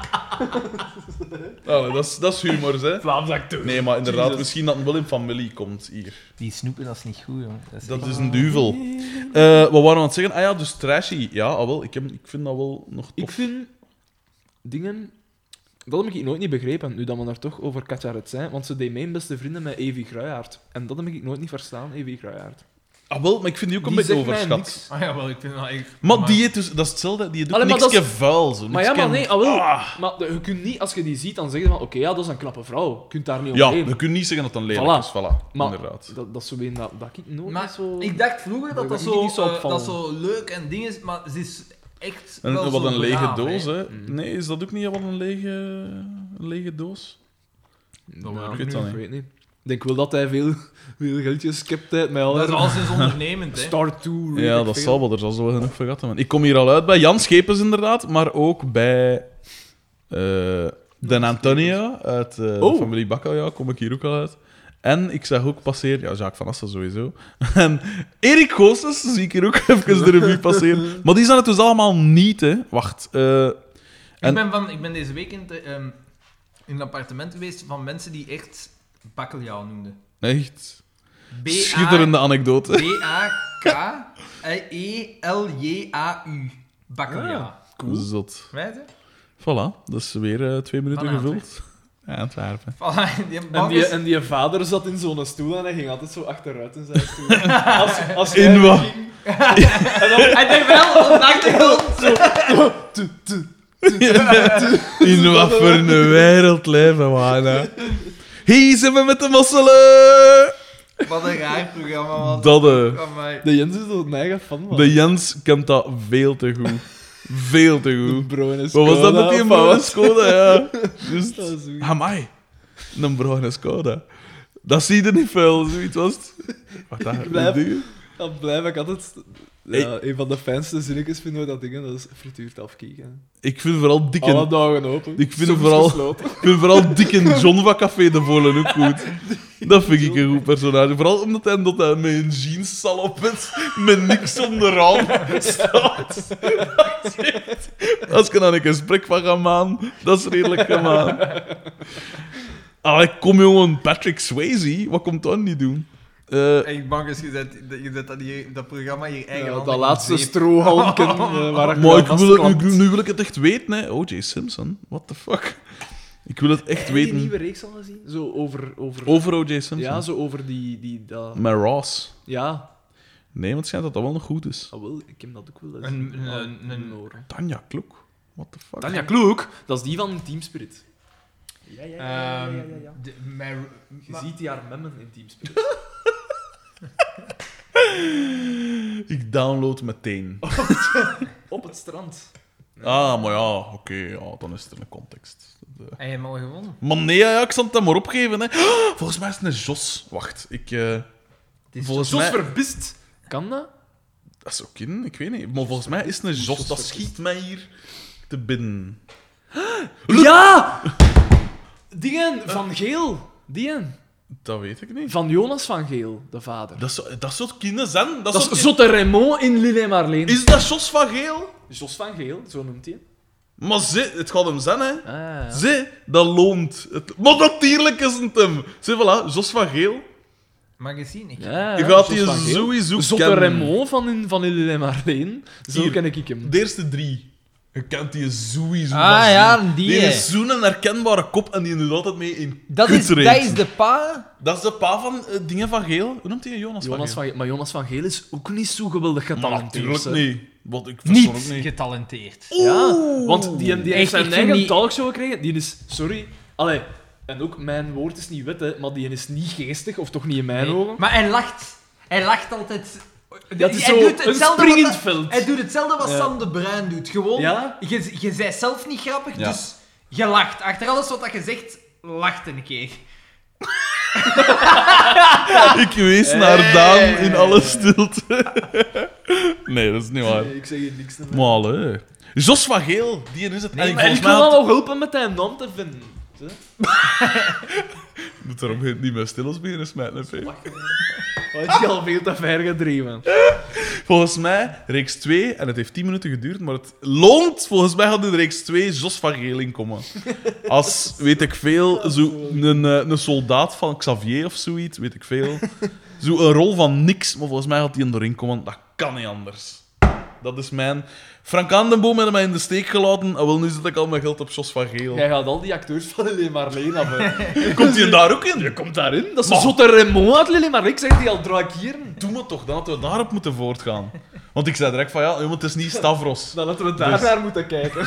Allee, dat, is, dat is humor, hè. Vlaams acteur. Nee, maar inderdaad, Jesus. misschien dat hij wel in familie komt hier. Die snoepen, dat is niet goed, joh. Dat is, Dat echt- is een duvel. Eh, wat waren we aan het zeggen? Ah ja, dus trashy. Ja, ah, wel, ik, heb, ik vind dat wel nog tof. Ik vind dingen... Dat heb ik nooit niet begrepen, nu dat we daar toch over Katja Retzijn... Want ze deed mijn beste vrienden met Evie Gruijaert. En dat heb ik nooit niet verstaan, Evie Gruijaert. Ah, wel, maar ik vind die ook een Die beetje zegt mij overschat. niks. Ah ja, wel, ik vind dat echt... Maar die heeft dus, dat is hetzelfde, die doet Allee, maar niks dat is- vuil. Zo, Maar ja, niks maar ken- nee, ah, wel. Ah. Maar de- je kunt niet, als je die ziet, dan zeggen van... Oké, ja, dat is een knappe vrouw. Je kunt daar niet Ja, omheen. je kunt niet zeggen dat het een lelijk Voilà. is. Voilà, Maar inderdaad. dat, dat is zo een dat, dat ik nooit Maar zo... ik dacht vroeger dat Dat dat vind ik zo, niet zo eh, opvallend. dat zo leuk en ding is, maar ze is echt En, wel wat zo een lege braaf, doos, hè. hè. Mm. Nee, is dat ook niet wat een lege, een lege doos? Nou, ik weet dat niet. weet niet. Ik denk wel dat hij veel, veel geldjes kept uit met al Dat is haar- alles is ondernemend, hè. Start to. weet Ja, ik dat veel. zal wel. Er zal zo wel genoeg vergatten. Man. Ik kom hier al uit bij Jan Schepens, inderdaad, maar ook bij eh Den Antonio uit eh, de Oh. familie Bakkeljauw kom ik hier ook al uit. En ik zag ook passeren, ja, Jacques van Assen sowieso. En Erik Goossens zie ik hier ook even de revue passeren. Maar die zijn het dus allemaal niet, hè. Wacht. eh, En- Ik, ben van, ik ben deze week in, te- ehm, in een appartement geweest van mensen die echt bakkeljauw noemden. echt B A schitterende anekdote. B A K E L J A U. Bakkeljauw. Zot. Weet je? Voilà, dat is weer eh, twee minuten Van gevuld. Ja, Antwerpen. Voilà, die En bank die, is- en die vader zat in zo'n stoel en hij ging altijd zo achteruit in zijn stoel. Als, als In hij wat? ging- Hij deed wel op de achtergrond. In wat voor een wereld leven we aan, hè. Hier zijn we met de mosselen! Wat een raar programma was Dat, eh. Amai. De Jens is er een eigen fan van. De Jens kent dat veel te goed. Veel te De goed. bruine Wat was dat Skoda, met die of bruine wat? Skoda? Ja. Just. Dat is zoiets. Amai. Een bruine Skoda. Dat zie je niet veel, zoiets was het. Wat dat? Ik blijf- die dingen? Dan blijf ik altijd... Ja, een van de fijnste zinnetjes vinden we dat dingen, dat is frituurt afkieken. Ik vind vooral dikke... Alle dagen open. Ik vind Soms vooral- gesloten. Ik vind vooral dikke John van Café de Volen ook goed. Dat vind ik een goed personage. Vooral omdat hij, dat hij met een jeans zal op met, met niks onderaan staat. Dat is echt- Als ik dan een gesprek van ga maan, dat is redelijk gemaan. Allee, kom jongen, Patrick Swayze, wat komt dat niet doen? Eh, Ik bang is gezet, je zet dat, hier, dat programma hier eigen Ja, hand dat in laatste zeep. strohalmken uh, waar ik maar me ik aan wil het, vastklampt. nu, nu wil ik het echt weten, hè. O J Simpson, what the fuck? Ik wil het echt Heb je die weten. nieuwe reeks al gezien? Zo over... over... Over O J Simpson? Ja, zo over die... die dat... Met Ross. Ja. Nee, want het schijnt dat dat wel nog goed is. Ah, wel, ik heb dat ook wel eens. Een- een- Ah, een- een oren. Tanja Klok. What the fuck? Tanja Kloek, dat is die van Team Spirit. Ja, ja, ja. Ehm, ja, ja, ja. de- mijn- Je maar- ziet die haar memmen in Team Spirit. Ik download meteen. Op het strand. Ah, maar ja, oké, ja, dan is het in een context. Dat, eh. Heb je hem al gewonnen? Maar nee, ja, ik zal het hem maar opgeven. Hè. Volgens mij is het een Jos. Wacht, ik... eh, Het is volgens Jos mij... Verbist. Kan dat? Dat is ook in, ik weet niet. Maar volgens mij is het een Jos. Dat schiet mij hier te binnen. Ja! Dingen van Geel. Dingen. Dat weet ik niet. Van Jonas van Geel, de vader. Dat, is, dat soort kinderen zijn. Dat, Dat soort is Zotte Raymond in Lille en Marleen. Is dat Jos van Geel? Jos van Geel, zo noemt hij. Maar ze, het gaat hem zijn, hè. Ah, ja. Ze, dat loont. Het, maar natuurlijk is het hem. Zie, voilà, Jos van Geel. Mag je zien? Ik... Ja, Je ja, gaat Jos die van Geel. sowieso Zotte kennen. Raymond van, in, van in Lille en Marleen. Zo Hier. ken ik hem. De eerste drie. Je kent die sowieso. Ah, van ja, zien. die, Die hè. is zo'n herkenbare kop en die doet altijd mee in Dat, is, kutreten. dat is de pa. Dat is de pa van uh, dingen van Geel. Hoe noemt hij Jonas, Jonas van van Geel? Geel. Maar Jonas van Geel is ook niet zo geweldig Maar getalenteerd. natuurlijk hè. niet. Wat ik verstond Niet ook niet. getalenteerd. Ja, want die, die heeft Echt, zijn ik vind eigen die- talkshow gekregen. Die is, sorry, allee, en ook mijn woord is niet wet, hè, maar die is niet geestig, of toch niet in mijn Nee. ogen. Maar hij lacht. Hij lacht altijd. Ja, het is hij zo doet een hetzelfde springend wat, veld. Hij doet hetzelfde wat Ja. Sam de Bruin doet. Gewoon, Ja? je, je bent zelf niet grappig, Ja. dus je lacht. Achter alles wat je zegt, lacht een keer. Ik wees naar Daan in alle stilte. Nee, dat is niet waar. Nee, ik zeg hier niks meer. Maar allee. Jos van Geel, die is het. Nee, en Maar volgens ik mij wil had... wel nog helpen met die naam te vinden. Zo. Moet daarom geen- niet meer stil als beginnen smijten, hè, P. Wat is je al veel te ver gedreven. Volgens mij, reeks twee, en het heeft tien minuten geduurd, maar het loont. Volgens mij had in reeks twee Jos van Geel inkomen. Als, weet ik veel, zo een, eh, een soldaat van Xavier of zoiets, weet ik veel. Zo een rol van niks, maar volgens mij had hij erin komen. Dat kan niet anders. Dat is mijn... Frank Aandenboom heeft mij in de steek gelaten. En wel, nu zet ik al mijn geld op Jos van Geel. Jij gaat al die acteurs van Lille Marleen af. hè. Komt hij daar ook in? Je komt daarin. Dat is Maar- een zotte Raymond uit Lille Marleen. Ik zeg die al drie keer. Doe maar toch, dan hadden we daarop moeten voortgaan. Want ik zei direct van, ja, jongen, het is niet Stavros. Dan hadden we daar Dus- naar moeten kijken.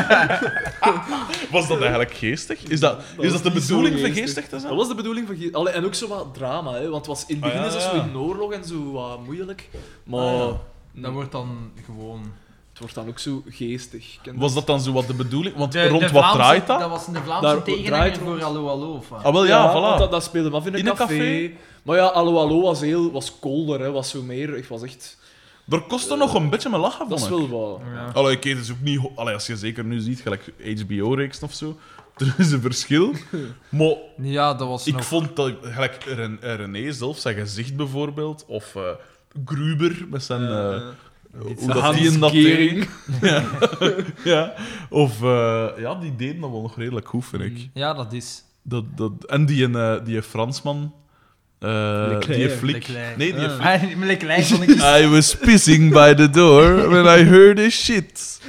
Was dat eigenlijk geestig? Is dat, is dat de niet zo bedoeling van geestig. geestig te Dat zijn? was de bedoeling van... Ge- Allee, en ook zo wat drama, hè. Want het was in het begin Ah, is ja, het zo ja. in oorlog en zo wat moeilijk. Maar Ah, Dat wordt dan gewoon... het wordt dan ook zo geestig. Ken je Was dat dan zo wat de bedoeling? Want De- rond de wat Vlaamse- draait dat? Dat was de Vlaamse Daar- tegenhanger draait voor rond. Allo Allo. Of wat? Ah, wel ja, want voilà. dat, dat speelde me af in een, In een café. café? Maar ja, Allo Allo was heel... was colder, hè. Was zo meer... Het was echt... Er kostte nog een beetje mijn lachen, Dat vond is ik. wel wat... Ja. Allee, ik weet het is ook niet... ho- Allee, als je zeker nu ziet, gelijk H B O-reeks of zo, er is een verschil. Maar Ja, dat was ik nog... vond dat... Gelijk Ren- René zelf, zijn gezicht bijvoorbeeld, of eh, Gruber met zijn... eh, hoe dat die in dat deed. Ja. Ja. Of... eh, ja, die deden dat wel nog redelijk goed, vind ik. Ja, dat is... Dat, dat, en die, uh, die Fransman... eh, Leclerc. die flik... Leclerc. Nee, die Ah. flik... Ah, met Leclerc vond ik... I was pissing by the door when I heard this shit.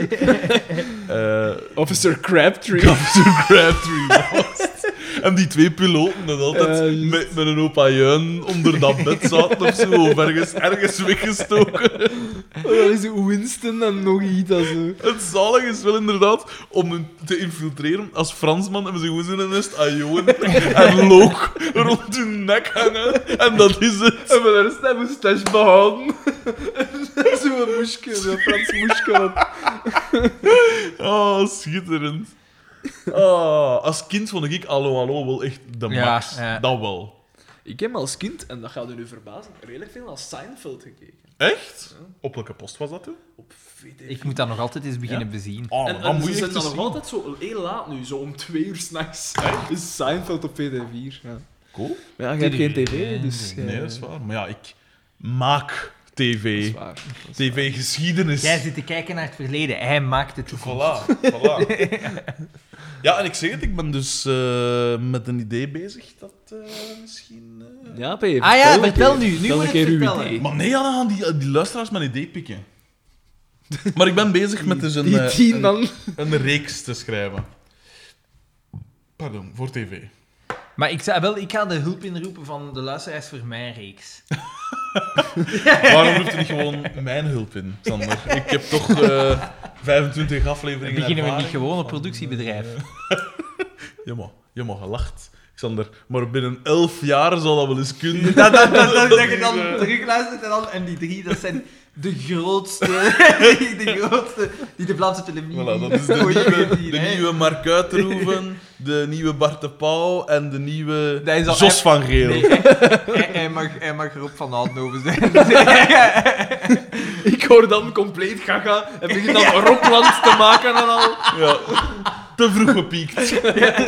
Eh Officer Crabtree. Officer Crabtree was het. En die twee piloten dat altijd Ja, juist. met, met een opa Juin onder dat bed zaten of zo, of ergens, ergens weggestoken. Dat is Winston en nog iets. Dat zo. Het zalig is wel inderdaad om hen te infiltreren. Als Fransman hebben ze gewoon zo'n nest ajoen en loog rond hun nek hangen. En dat is het. En voor de rest hebben we stash behouden. Zo'n moesje, zo'n Frans moesje op. Oh, schitterend. Oh, als kind vond ik Allo Allo wel echt de Ja, max. ja. Dat wel. Ik heb als kind, en dat gaat u nu verbazen, redelijk veel als Seinfeld gekeken. Echt? Op welke post was dat toen? Op V T V. Ik moet dat nog altijd eens beginnen Ja? bezien. Oh, En, maar en dan moet ze je zijn echt dan eens nog zien. altijd zo heel laat nu, zo om twee uur s'nachts. Is Seinfeld op V T vier. Ja. Cool. Maar ja, je hebt geen tv, dus... Nee, eh, dat is waar. Maar ja, ik maak dat is tv. waar. Dat is waar. tv-geschiedenis. Jij zit te kijken naar het verleden. Hij maakt het toekomst. Voilà, voilà. Ja, en ik zeg het, ik ben dus eh, met een idee bezig dat eh, misschien... eh, Ja, P. Ah ja, een vertel keer. nu. Nu Vertel moet een je het keer uw vertellen. idee. Maar nee, ja, dan gaan die, die luisteraars mijn idee pikken. Maar ik ben bezig met dus een, Die eh, tien een, dan. een reeks te schrijven. Pardon, voor tv. Maar ik, zei wel, ik ga de hulp inroepen van de luisteraars voor mijn reeks. Waarom roept er niet gewoon mijn hulp in, Xander? Ik heb toch uh, vijfentwintig afleveringen Beginnen we niet ervaring gewoon een van, productiebedrijf? uh, ja, maar, ja, maar gelacht, Xander. Maar binnen elf jaar zal dat wel eens kunnen. Dat, dat, dat, dat, dat je is, dan uh, terugluistert en dan... En die drie, dat zijn de grootste... de grootste die de Vlaamse televisie... Voilà, dat is de ooit nieuwe, heeft gezien, de hè. nieuwe Mark Uiterhoeven, de nieuwe Bart de Pauw en de nieuwe Dat is al- Jos van Geel. Nee, hij, hij, mag, hij mag Rob van Oudenhoven zijn. Ik hoor dan compleet gaga en begin dan Robland te maken en al. Ja, te vroeg gepiekt.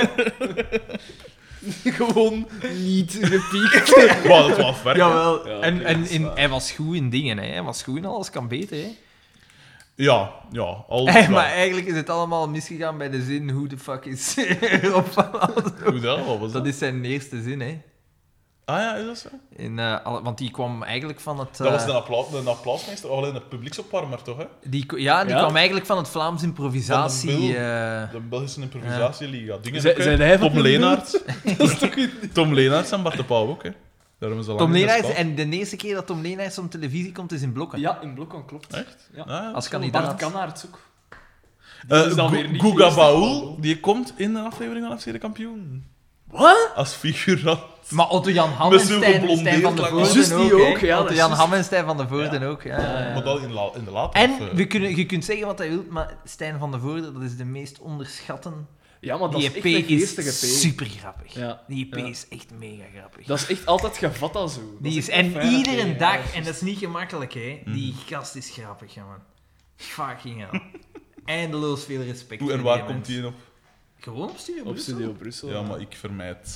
Gewoon niet gepiekt. Wauw, dat was werk. hè. Jawel. Ja, en oké, en dat is in, waar. hij was goed in dingen, hè. Hij was goed in alles kan beter, hè. Ja, ja, al. Hey, ja. maar eigenlijk is het allemaal misgegaan bij de zin hoe de fuck is Rob van Oudenhoven. Hoe dat? Wat was dat? Dat is zijn eerste zin, hè. Ah ja, is dat zo? In, eh, alle- want die kwam eigenlijk van het... Dat was eh, de, applaus, de applausmeester, of alleen de publieksopwarmer, toch? Hè? die, ko- ja, die Ja? kwam eigenlijk van het Vlaams improvisatie... Van de eh, De Belgische improvisatieliga. Dingen Zij- ook, hè. zijn hij van Tom de Leenaerts. Tom Leenaerts en Bart de Pauw ook, hè. Daar hebben ze lang Tom in Leenaerts, gestaan. en de eerste keer dat Tom Leenaerts op televisie komt, is in Blokken. Ja, in Blokken, klopt. Echt? Ja. Ah, ja. Als Zo, kandidaat. Bart Kannaerts ook. Eh, is dan Gu- weer niet Guga geweest, Baul, die komt in een aflevering van F C de Kampioen. Wat? Als figurant. Maar Otto-Jan Ham Met en zo'n Stijn, geblondeerd Stijn van der lang- Voorden Juist die ook, ook, hè. ja, dat is Otto-Jan juist. Ham en Stijn van der Voorden Ja. ook, ja. ja, ja. Maar dan in, la, in de late. En of, eh, we kunnen, je kunt zeggen wat hij wilt, maar Stijn van der Voorden, dat is de meest onderschatte. Ja, maar dat Die is echt E een P is geestige P. super grappig. Ja. Die E P Ja. is echt mega grappig. Dat is echt altijd gevat als zo. Dat Die is, echt een en fijne iedere P, dag, ja, dat is en dat is niet gemakkelijk, hè. Mhm. Die gast is grappig, ja, man. Fucking hell. Eindeloos veel respect Hoe en voor waar die komt mens. die in op? Gewoon op Studio Op Brussel. Studio Brussel. Ja, maar ik vermijd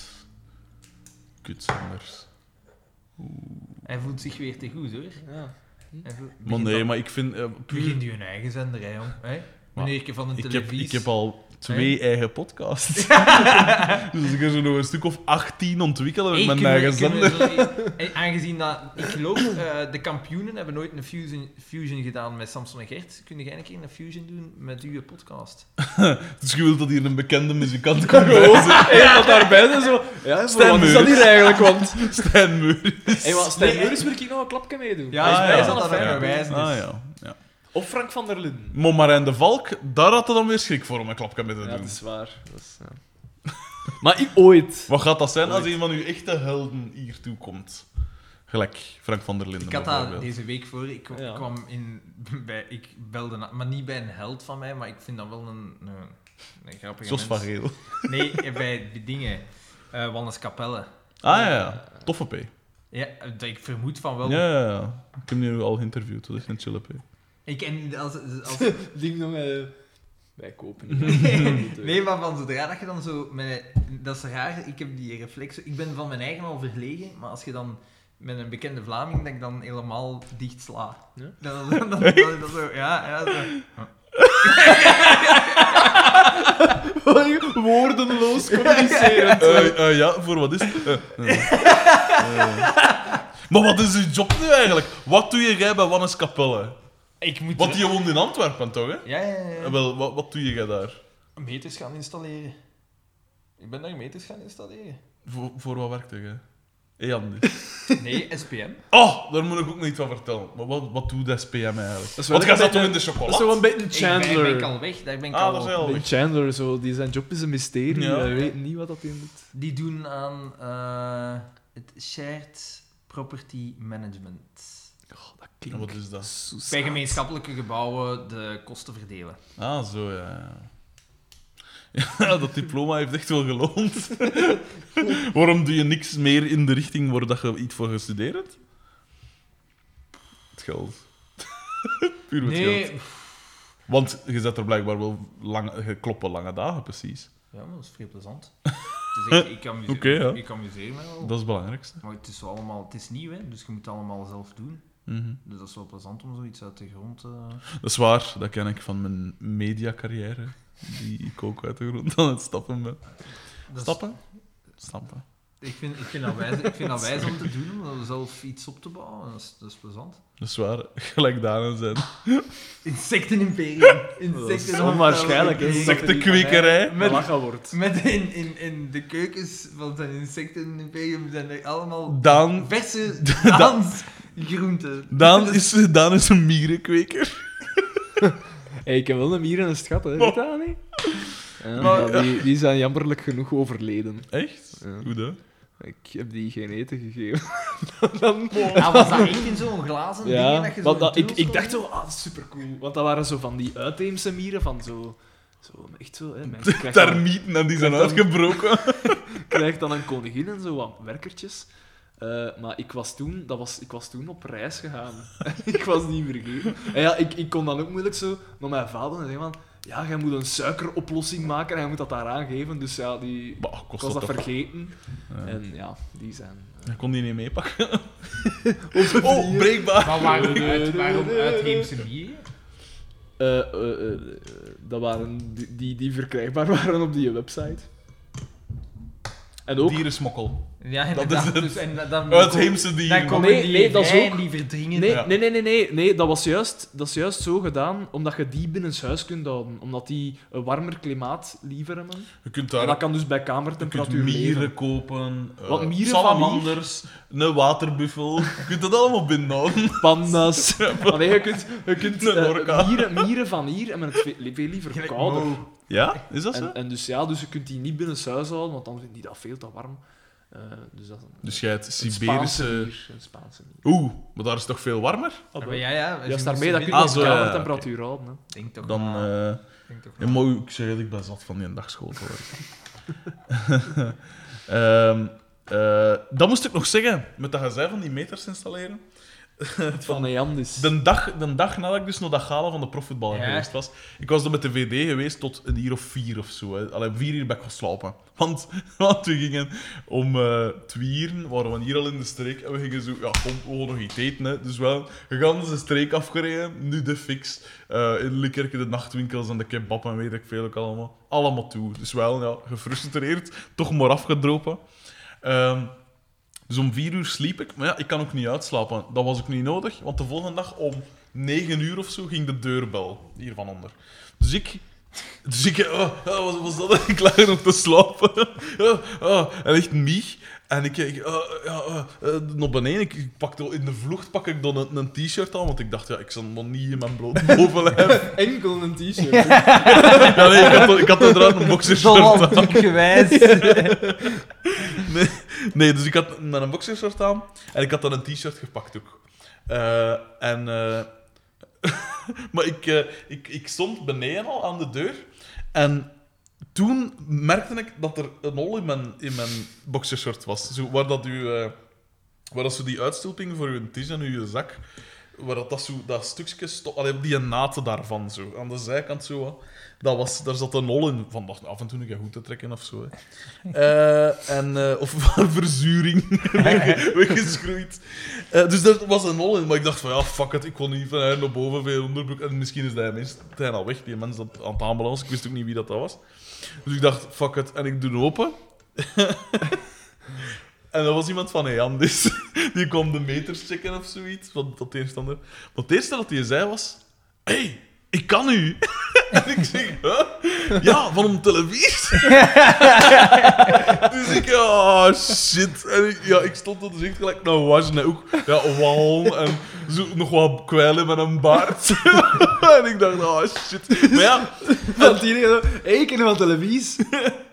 kutzenders. Hij voelt zich weer te goed, hoor. Ja. Hij voelt- Maar begint nee, dan- maar ik vind... eh, puur, Begin je eigen zender, hè, jong. Hè? Meneertje van een ik, heb, televisie. ik heb al twee eigen podcasts. dus als ik er zo nog een stuk of achttien ontwikkelen met Hey, mijn kunnen we- eigen kunnen we zender. zo- eh, aangezien dat, ik geloof, eh, de kampioenen hebben nooit een fusion, fusion gedaan met Samson en Gert. Kun jij een keer een fusion doen met uw podcast? Dus je wilt dat hier een bekende muzikant komt Gewoon, bij zijn. hey, dat daarbij is zo... Ja, voor Stijn wat is dat Meuris. hier eigenlijk? Want... Stijn Meuris. Hey, maar Stijn Nee, Meuris wil ik nog een klapje meedoen. Ja, Hij is Ah, bij ja. zijn dat fan. hij ja. bewijzen is. Ah, ja. ja. Of Frank van der Linden. Maar Marijn de Valk, daar had hij dan weer schrik voor om een klapje mee te Ja, doen. dat is waar. Dat is, ja. Maar ik ooit. Wat gaat dat zijn als Ooit. een van uw echte helden hier toe komt? Gelijk Frank van der Linden Ik had dat bijvoorbeeld. deze week voor. Ik Ja. kwam in... Bij, ik belde... na- maar niet bij een held van mij, maar ik vind dat wel een... Een, een grappige Jos van mens. Geel. Nee, eh, bij die dingen. eh Wannes Capelle. Ah ja, ja. Toffe P. Ja, dat ik vermoed van wel. Ja, ja, ja. Ik heb die nu al geïnterviewd, dat is een chille P. Ik en als, als, Ding nog eh, bij kopen. nee, maar van zodra dat je dan zo... Met, dat is raar, ik heb die reflex... Ik ben van mijn eigen al verlegen, maar als je dan met een bekende Vlaming, dat ik dan helemaal dicht sla. Ja? Dan, dan, dan, dan, dan, dan zo... Ja, ja, zo. Woordenloos communiceren. Eh, eh, ja, voor wat is het? Eh, eh. Eh. Maar wat is uw job nu eigenlijk? Wat doe je jij bij Wannes Capelle? Ik moet... Want die woont in Antwerpen, toch? Hè? Ja, ja, ja. Eh, Wel, wat, wat doe jij daar? Meters gaan installeren. Ik ben daar meters gaan installeren. Voor, voor wat werkte jij? Ean dus. Nee, S P M. Oh, daar moet ik ook nog iets van vertellen. Maar wat, wat doet de S P M eigenlijk? Dat is wel Want jij een zat toch beetje- in de Dat is chocolade? zo een beetje een Ik ben, ben ik Chandler. al weg, daar ben ik Ah, al... dat is wel Een weg. Chandler, zo. Die zijn job is een mysterie. Ja. Hij weet niet wat dat in doet. Die doen aan eh, het Shared Property Management. Oh, dat En klinkt wat is dat? zo Bij saai. gemeenschappelijke gebouwen de kosten verdelen. Ah, zo, ja. ja. Ja, dat diploma heeft echt wel geloond. Waarom doe je niks meer in de richting waar dat je iets voor gestudeerd hebt? Het geld. Puur het Nee, geld. Want je zet er blijkbaar wel lange, je klopt wel lange dagen, precies. ja, maar dat is vrij plezant. Dus ik, ik, amuseer, Oké, ja. ik amuseer me wel. Dat is het belangrijkste. Maar het is, wel allemaal, het is nieuw, hè, dus je moet het allemaal zelf doen. Mhm. Dus dat is wel plezant om zoiets uit de grond te... Dat is waar, dat ken ik van mijn mediacarrière, die ik ook uit de grond aan het stappen ben. Dat is- Stappen? Stappen. Ik vind, ik, vind dat wijs, ik vind dat wijs om te doen, om zelf iets op te bouwen. Dat is, dat is plezant. Dat is waar, gelijk Daan zijn. Insectenimperium. Dat is Insecten onwaarschijnlijk, hè. Insectenkwekerij. Met lachen wordt. Met in, in, in de keukens van zijn insectenimperium zijn er allemaal Daan, verse Daans groenten. Daan is, Daan is een mierenkweker. Hey, ik heb wel een mier en een schat, hè. Weet je dat niet? Ja, Maar- maar die, die zijn jammerlijk genoeg overleden. Echt? Ja. Hoe dan? Ik heb die geen eten gegeven. Dan, Ah, was dat echt in zo'n glazen ding ja, dat je want zo dat, ik, ik dacht zo, ah, supercool. Want dat waren zo van die uitheemse mieren van zo... Zo, echt zo, hè. Mensen krijgen dan, Termieten en die zijn dan- uitgebroken. krijgt dan een koningin en zo wat werkertjes. Eh, maar ik was, toen, dat was, ik was toen op reis gegaan. Ik was niet vergeten. En ja, ik, ik kon dan ook moeilijk zo naar mijn vader en zeggen van... Ja, jij moet een suikeroplossing maken en jij moet dat daar aangeven. Dus ja, die, Bah, ik kost was dat dat toch? vergeten. Ja. En ja, die zijn... eh, Ik kon die niet meepakken. Oh, breekbaar. Maar waarom, uit, waarom uitheemse mieren? eh, eh, eh, eh, dat waren die, die, die verkrijgbaar waren op die website. En ook... Dierensmokkel. Ja, Dat inderdaad. is het. Dus, en dan, Uitheemse dan dieren. komen Nee, die nee, dat is vrij ook- en die verdringen. Nee, Ja. nee, nee, nee, nee, nee, dat was juist, dat is juist zo gedaan omdat je die binnenshuis kunt houden. Omdat die een warmer klimaat liever hebben. Je kunt En daar dat kan dus bij je kunt kamertemperatuur mieren leven. kopen, eh, Wat, mieren van salamanders, een waterbuffel. Je kunt dat allemaal binnenhouden. Panda's. Maar nee, je kunt, je kunt Een eh, orka. mieren, mieren van hier en met het veel, veel liever kouder. Ja, is dat zo? En, en dus ja, dus je kunt die niet binnenshuis houden, want dan vinden die dat veel te warm. Eh, dus dat is een, Dus jij hebt een Spaanse Siberische... mier, een Spaanse mier. Oeh, maar daar is toch veel warmer? Ja, maar ja, ja. als je Juist moet daarmee, dat kun je Ah, op zo, ja, kamertemperatuur houden. Hè. Denk toch Dan... wel. eh Denk toch ja, wel. maar ik zeg het, ik ben zat van die dagschool te worden. Ehm eh, dat moest ik nog zeggen, met dat je zei van die meters installeren. Van een Jandis. De dag, de dag nadat ik dus naar dat gala van de profvoetballer Ja. geweest was, ik was er met de V D geweest tot een uur of vier of zo. Hè. Allee, vier uur ben ik gaan slapen. Want, want we gingen om uh, twieren, waren we hier al in de streek, en we gingen zo, ja, kom, we gaan nog iets eten. Hè. Dus wel, we gaan de streek afgereden, nu de fix. Uh, in Likkerke de nachtwinkels en de kebab en weet ik veel ook allemaal. Allemaal toe. Dus wel, ja, gefrustreerd, toch maar afgedropen. Um, Dus om vier uur sliep ik, maar ja, ik kan ook niet uitslapen. Dat was ook niet nodig, want de volgende dag om negen uur of zo ging de deurbel hier van onder. Dus ik... Dus ik... Oh, oh, wat was dat? Ik lag er nog te slapen. Oh, oh, en echt mieg. En ik... ik oh, ja, oh, uh, naar beneden, ik, ik pakte in de vlucht pak ik dan een, een t-shirt aan, want ik dacht, ja, ik zal nog niet in mijn bloot bovenlijf. Enkel een t-shirt. Ja, nee, ik had, ik had inderdaad een boxershirt Zo aan. gewijs. Nee, nee, dus ik had met een boxershort aan en ik had dan een t-shirt gepakt ook. Uh, en, uh, maar ik, uh, ik, ik stond beneden al aan de deur en toen merkte ik dat er een hol in mijn, in mijn boxershort was. Zo, waar dat, u, uh, waar dat zo die uitstulping voor uw t-shirt en uw zak, waar dat, dat, zo, dat stukje stond, allee, die naten daarvan zo, aan de zijkant zo. Dat was, daar zat een hol in. Van af en toe een keer goed te trekken of zo. Hè. Uh, en, uh, of verzuring weggeschroeid. Uh, dus daar was een hol in. Maar ik dacht van ja, fuck it. Ik kon niet van haar naar boven veel onderbroek. En misschien is dat mens zijn al weg. Die mens dat aan het aanbellen was. Ik wist ook niet wie dat, dat was. Dus ik dacht, fuck it. En ik doe open. En dat was iemand van Jandis. Die kwam de meters checken of zoiets. Van dat tegenstander. Maar het eerste dat hij zei was: hey, ik kan u. En ik zeg, huh? Ja, van om televisie. Dus ik, oh shit. En ik, ja, ik stond er dus echt gelijk naar wassen. Ook, ja, wal en zo, nog wat kwijlen met een baard. En ik dacht, oh shit. Maar ja, Want die zo, hey, ik ken wel televisie.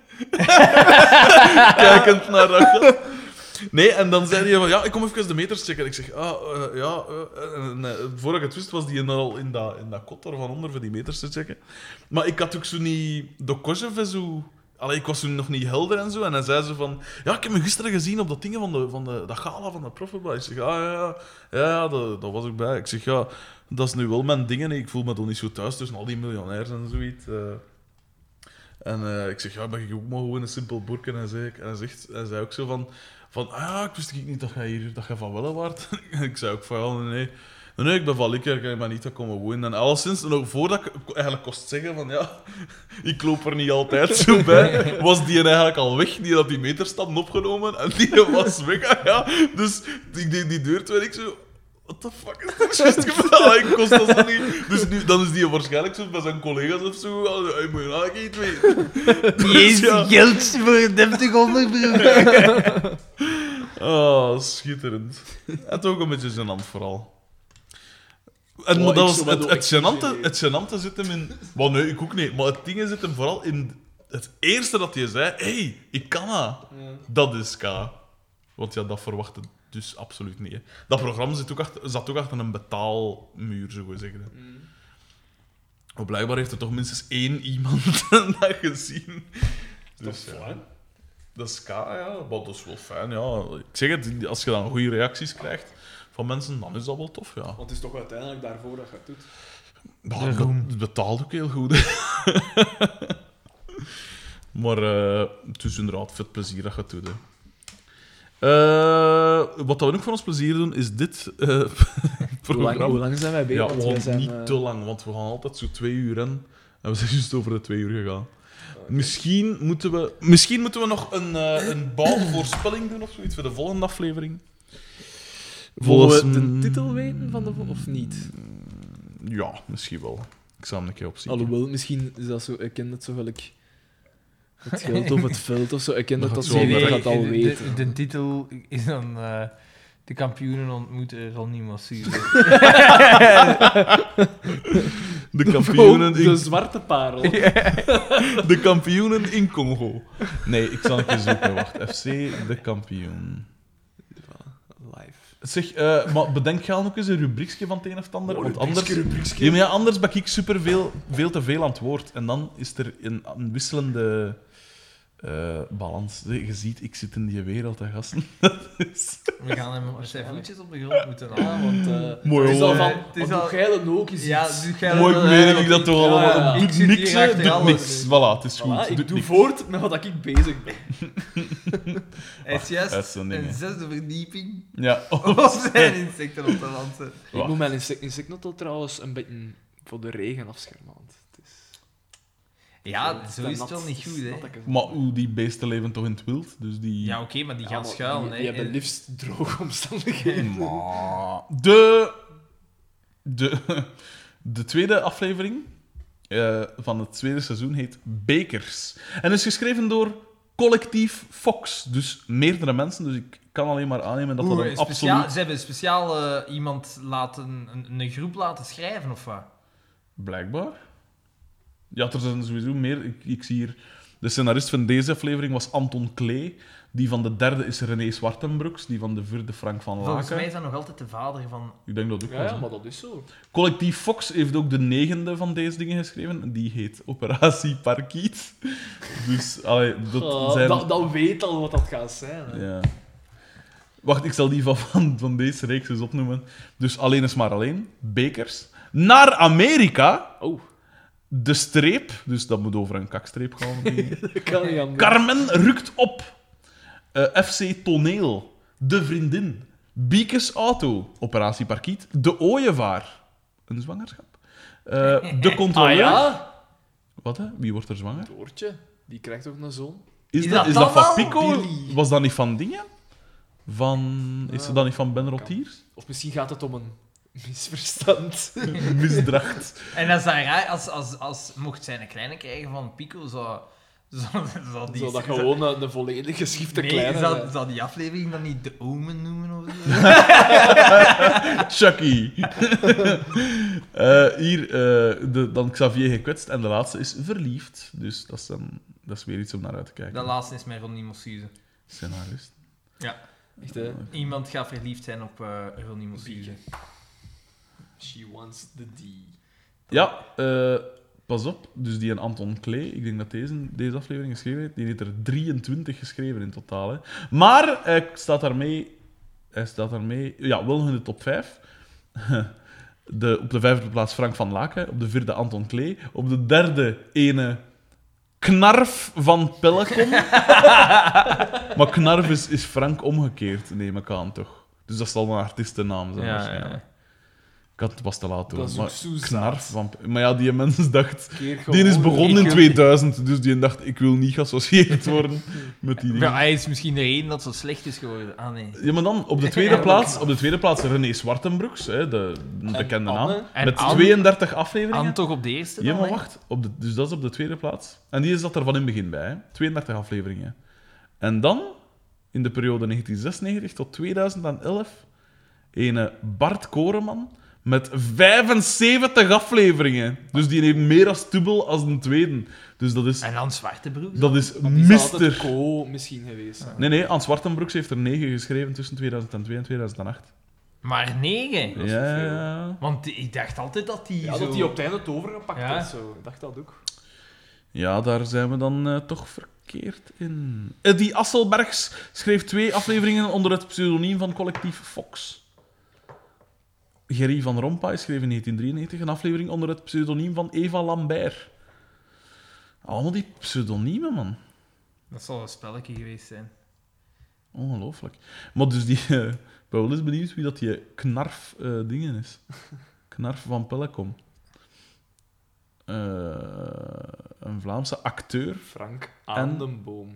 kijkend naar dat. Nee, en dan zei hij van, ja, ik kom even de meters checken. En ik zeg, ah, uh, ja... Uh, en, uh, voor ik het wist, was die al in dat, in dat kot daar van onder voor die meters te checken. Maar ik had ook zo niet... De Kozev zo... Allee, ik was toen nog niet helder en zo. En hij zei zo van... Ja, ik heb me gisteren gezien op dat ding van, de, van de, dat gala van de Profvoetbal. Ik zeg, ah, ja, ja, ja, ja dat, dat was ook bij. Ik zeg, ja, dat is nu wel mijn dingen. Ik voel me toch niet zo thuis tussen al die miljonairs en zoiets. Uh, en uh, ik zeg, ja, ben ik ook maar gewoon een simpel boerke. En hij zei, en hij zegt, hij zei ook zo van... Van, ah ja, ik wist ik niet dat jij hier dat jij van Welle waart. Ik zei ook van, ja, nee, nee. Nee, nee, ik ben van Likkerke, ik ben niet dat komen wonen. En alleszins, nog voordat ik eigenlijk kost zeggen van, ja, ik loop er niet altijd zo bij, was die eigenlijk al weg. Die had die meterstanden opgenomen en die was weg. Ja, dus die, die, die deur toen ik zo... What the fuck is dat juist gedaan? Ik kost dat zo niet. Dus nu, dan is die waarschijnlijk zo bij zijn collega's of zo. Hij moet je nou niet weten. Die heeft ja. geld voor een deftig onderbroek. Oh, schitterend. Het ook een beetje gênant, vooral. En Oh, maar dat ik was, zou me het, door het, gênante, excuseren. het gênante zit hem in... Well, nee, ik ook niet. Maar het ding zit hem vooral in het eerste dat je zei... Hé, hey, ik kan dat. Dat is K. Want ja, dat verwachtte dus absoluut niet. Hè. Dat programma zit ook achter, zat ook achter een betaalmuur, zo gezegd. Hè. Maar blijkbaar heeft er toch minstens één iemand dat gezien. Dus, ja. Dat is K, ja. Maar dat is wel fijn, ja. Ik zeg het, als je dan goede reacties krijgt van mensen, dan is dat wel tof, ja. Want het is toch uiteindelijk daarvoor dat je het doet. Ja, het be- het betaalt ook heel goed, hè. Maar uh, het is inderdaad vet plezier dat je het doet, hè. Uh, wat we ook van ons plezier doen, is dit uh, Hoe programma. lang, hoe lang zijn wij bezig? Ja, Want gewoon wij zijn, niet eh, te lang, want we gaan altijd zo twee uur in. En we zijn juist over de twee uur gegaan. Misschien, moeten we, misschien moeten we nog een, uh, een bouwde voorspelling doen of zoiets voor de volgende aflevering. Volgens Volgens- we de titel weten van de vo- of niet? Ja, misschien wel. Ik zal hem een keer opzien. Alhoewel, misschien is dat zo... Ik ken het zo gelijk... Het geld of het veld of zo. Ik ken Dat dat gaat dat zo zo werken. gaat al de, weten. De, de titel is dan uh, De kampioenen ontmoeten Ronnie Massuur. De kampioenen, De in, zwarte parel. de kampioenen in Congo. Nee, ik zal een keer zoeken. Wacht. F C, de kampioen. Live. Zeg, uh, maar bedenk je al nog eens een rubriekje van het een of het ander? Oh, Want rubriekje, anders, rubriekje. ja, maar ja, anders ben ik super veel, veel te veel aan het woord. En dan is er een, een wisselende uh, balans. Je ziet, ik zit in die wereld, hè, gasten. Dus- We gaan hem maar zijn voetjes op de grond moeten halen. Ja, want uh, Mooi, het is al hoor. van... Het is Het al- is geilen ook eens Ja, iets. doe jij Mooi dat, meen eh, ik dat toch ja, allemaal. ja. Het Ik doet zit niks, hier hè. achter Het doet alles. niks. Voilà, het is goed. Voilà, Het ik doet doe niks. voort met wat ik bezig ben. Hij is juist dat is zo'n ding, hè. een zesde verdieping Ja. op zijn insecten op de land. Ik Wacht. moet mijn insect insectnotel trouwens een beetje voor de regen afschermen. want het is- Ja, het zo te is het nat, wel niet het is goed, hè. nat dat ik- Maar hoe die beesten leven toch in het wild? Dus die... Ja, oké, maar die Ja, gaan maar schuilen, die, hè. die hebben En- liefst droge omstandigheden. Maar de, de, de tweede aflevering eh, van het tweede seizoen heet Bekers. En is geschreven door Collectief Fox. Dus meerdere mensen, dus ik kan alleen maar aannemen dat dat Oeh, een een speciaal, absoluut... Ze hebben speciaal eh, iemand laten, een, een groep laten schrijven, of wat? Blijkbaar. Ja, er zijn sowieso meer. Ik, ik zie hier... De scenarist van deze aflevering was Anton Klee. Die van de derde is René Zwartenbroeks. Die van de vierde Frank van Laken. Volgens mij is dat nog altijd de vader van... Ik denk dat ook Ja, wel. ja, zo. maar dat is zo. Collectief Fox heeft ook de negende van deze dingen geschreven. Die heet Operatie Parkiet. Dus, allee, dat Oh, zijn... dat, dat weet al wat dat gaat zijn. Hè. Ja. Wacht, ik zal die van, van, van deze reeks eens opnoemen. Dus Alleen is maar alleen. Bekers. Naar Amerika. Oh, De streep. Dus dat moet over een kakstreep gaan. denk ik. dat kan niet anders. Carmen rukt op. Eh, F C Toneel. De vriendin. Biekes Auto. Operatie Parkiet. De Ooievaar. Een zwangerschap. Eh, de controleur. Ah ja? Wat, hè? Wie wordt er zwanger? Doortje, die krijgt toch een zoon? Is, Is dat, dat is dan dat van al? Pico? Billy. Was dat niet van dingen? Van... Is Ja. dat niet van Ben Rotiers? Of misschien gaat het om een misverstand. Misdracht. En dat is dan raar, als, als, als mocht zij een kleine krijgen van Pico, zou, zou, zou die... Zodat zou- gewoon een, een volledig geschifte Nee, kleine zou, zijn. zou die aflevering dan niet de Omen noemen of zo? Chucky. Eh, hier, eh, de, dan Xavier gekwetst. En de laatste is verliefd. Dus dat is, dan, dat is weer iets om naar uit te kijken. De laatste is met Ronnie Massuur. Scenarist. Ja. Echt, hè? Iemand gaat verliefd zijn op uh, Ronnie Massuur. She wants the D. Ja, eh, pas op. Dus die en Anton Klee, ik denk dat deze, deze aflevering geschreven heeft, die heeft er drieëntwintig geschreven in totaal. Hè. Maar hij staat daarmee... Hij staat daarmee... Ja, wel nog in de top vijf. De, op de vijfde plaats Frank van Laken. Op de vierde Anton Klee. Op de derde ene Knarf van Pellecom. Maar Knarf is, is Frank omgekeerd, neem ik aan, toch? Dus dat zal een artiestennaam zijn, Ja, waarschijnlijk. ja. Ik had het pas te laat doen. Dat is maar ook zo zaad. Knarf van... Maar ja, die mens dacht... Keer Die is gewoon- begonnen in ik- tweeduizend, dus die dacht, ik wil niet geassocieerd worden met die Ja, dingen. hij is misschien de reden dat het zo slecht is geworden. Ah, nee. Ja, maar dan op de tweede plaats, op de tweede plaats René Zwartenbroeks, hè, de een bekende naam, Anne. En met Anne- tweeëndertig afleveringen. Aan toch op de eerste Ja, dan, maar hè? wacht. Op de, dus dat is op de tweede plaats. En die zat er van in het begin bij, hè. tweeëndertig afleveringen. En dan in de periode negentien zesennegentig tot tweeduizend elf een Bart Koreman met vijfenzeventig afleveringen. Dus die heeft meer als dubbel als een tweede. Dus dat is, En dan Zwartebroek. dat is Want die zou altijd mister. Co misschien geweest zijn. Nee, nee, Ans Zwartenbroeks heeft er negen geschreven tussen tweeduizend twee en tweeduizend acht. Maar negen. Dat is Ja, niet veel. ja. Want ik dacht altijd dat die Ja, zo... dat hij op het einde het overgepakt Ja. had. Zo. Ik dacht dat ook. Ja, daar zijn we dan eh, toch verkeerd in. Eddie Asselbergs schreef twee afleveringen onder het pseudoniem van collectief Fox. Gerry van Rompuy schreef in negentien drieënnegentig een aflevering onder het pseudoniem van Eva Lambert. Allemaal die pseudoniemen, man. Dat zal een spelletje geweest zijn. Ongelooflijk. Maar dus die... eh, ik ben wel eens benieuwd wie dat die knarf eh, dingen is. Knarf van Pellekom. Eh, een Vlaamse acteur. Frank En- aan den boom.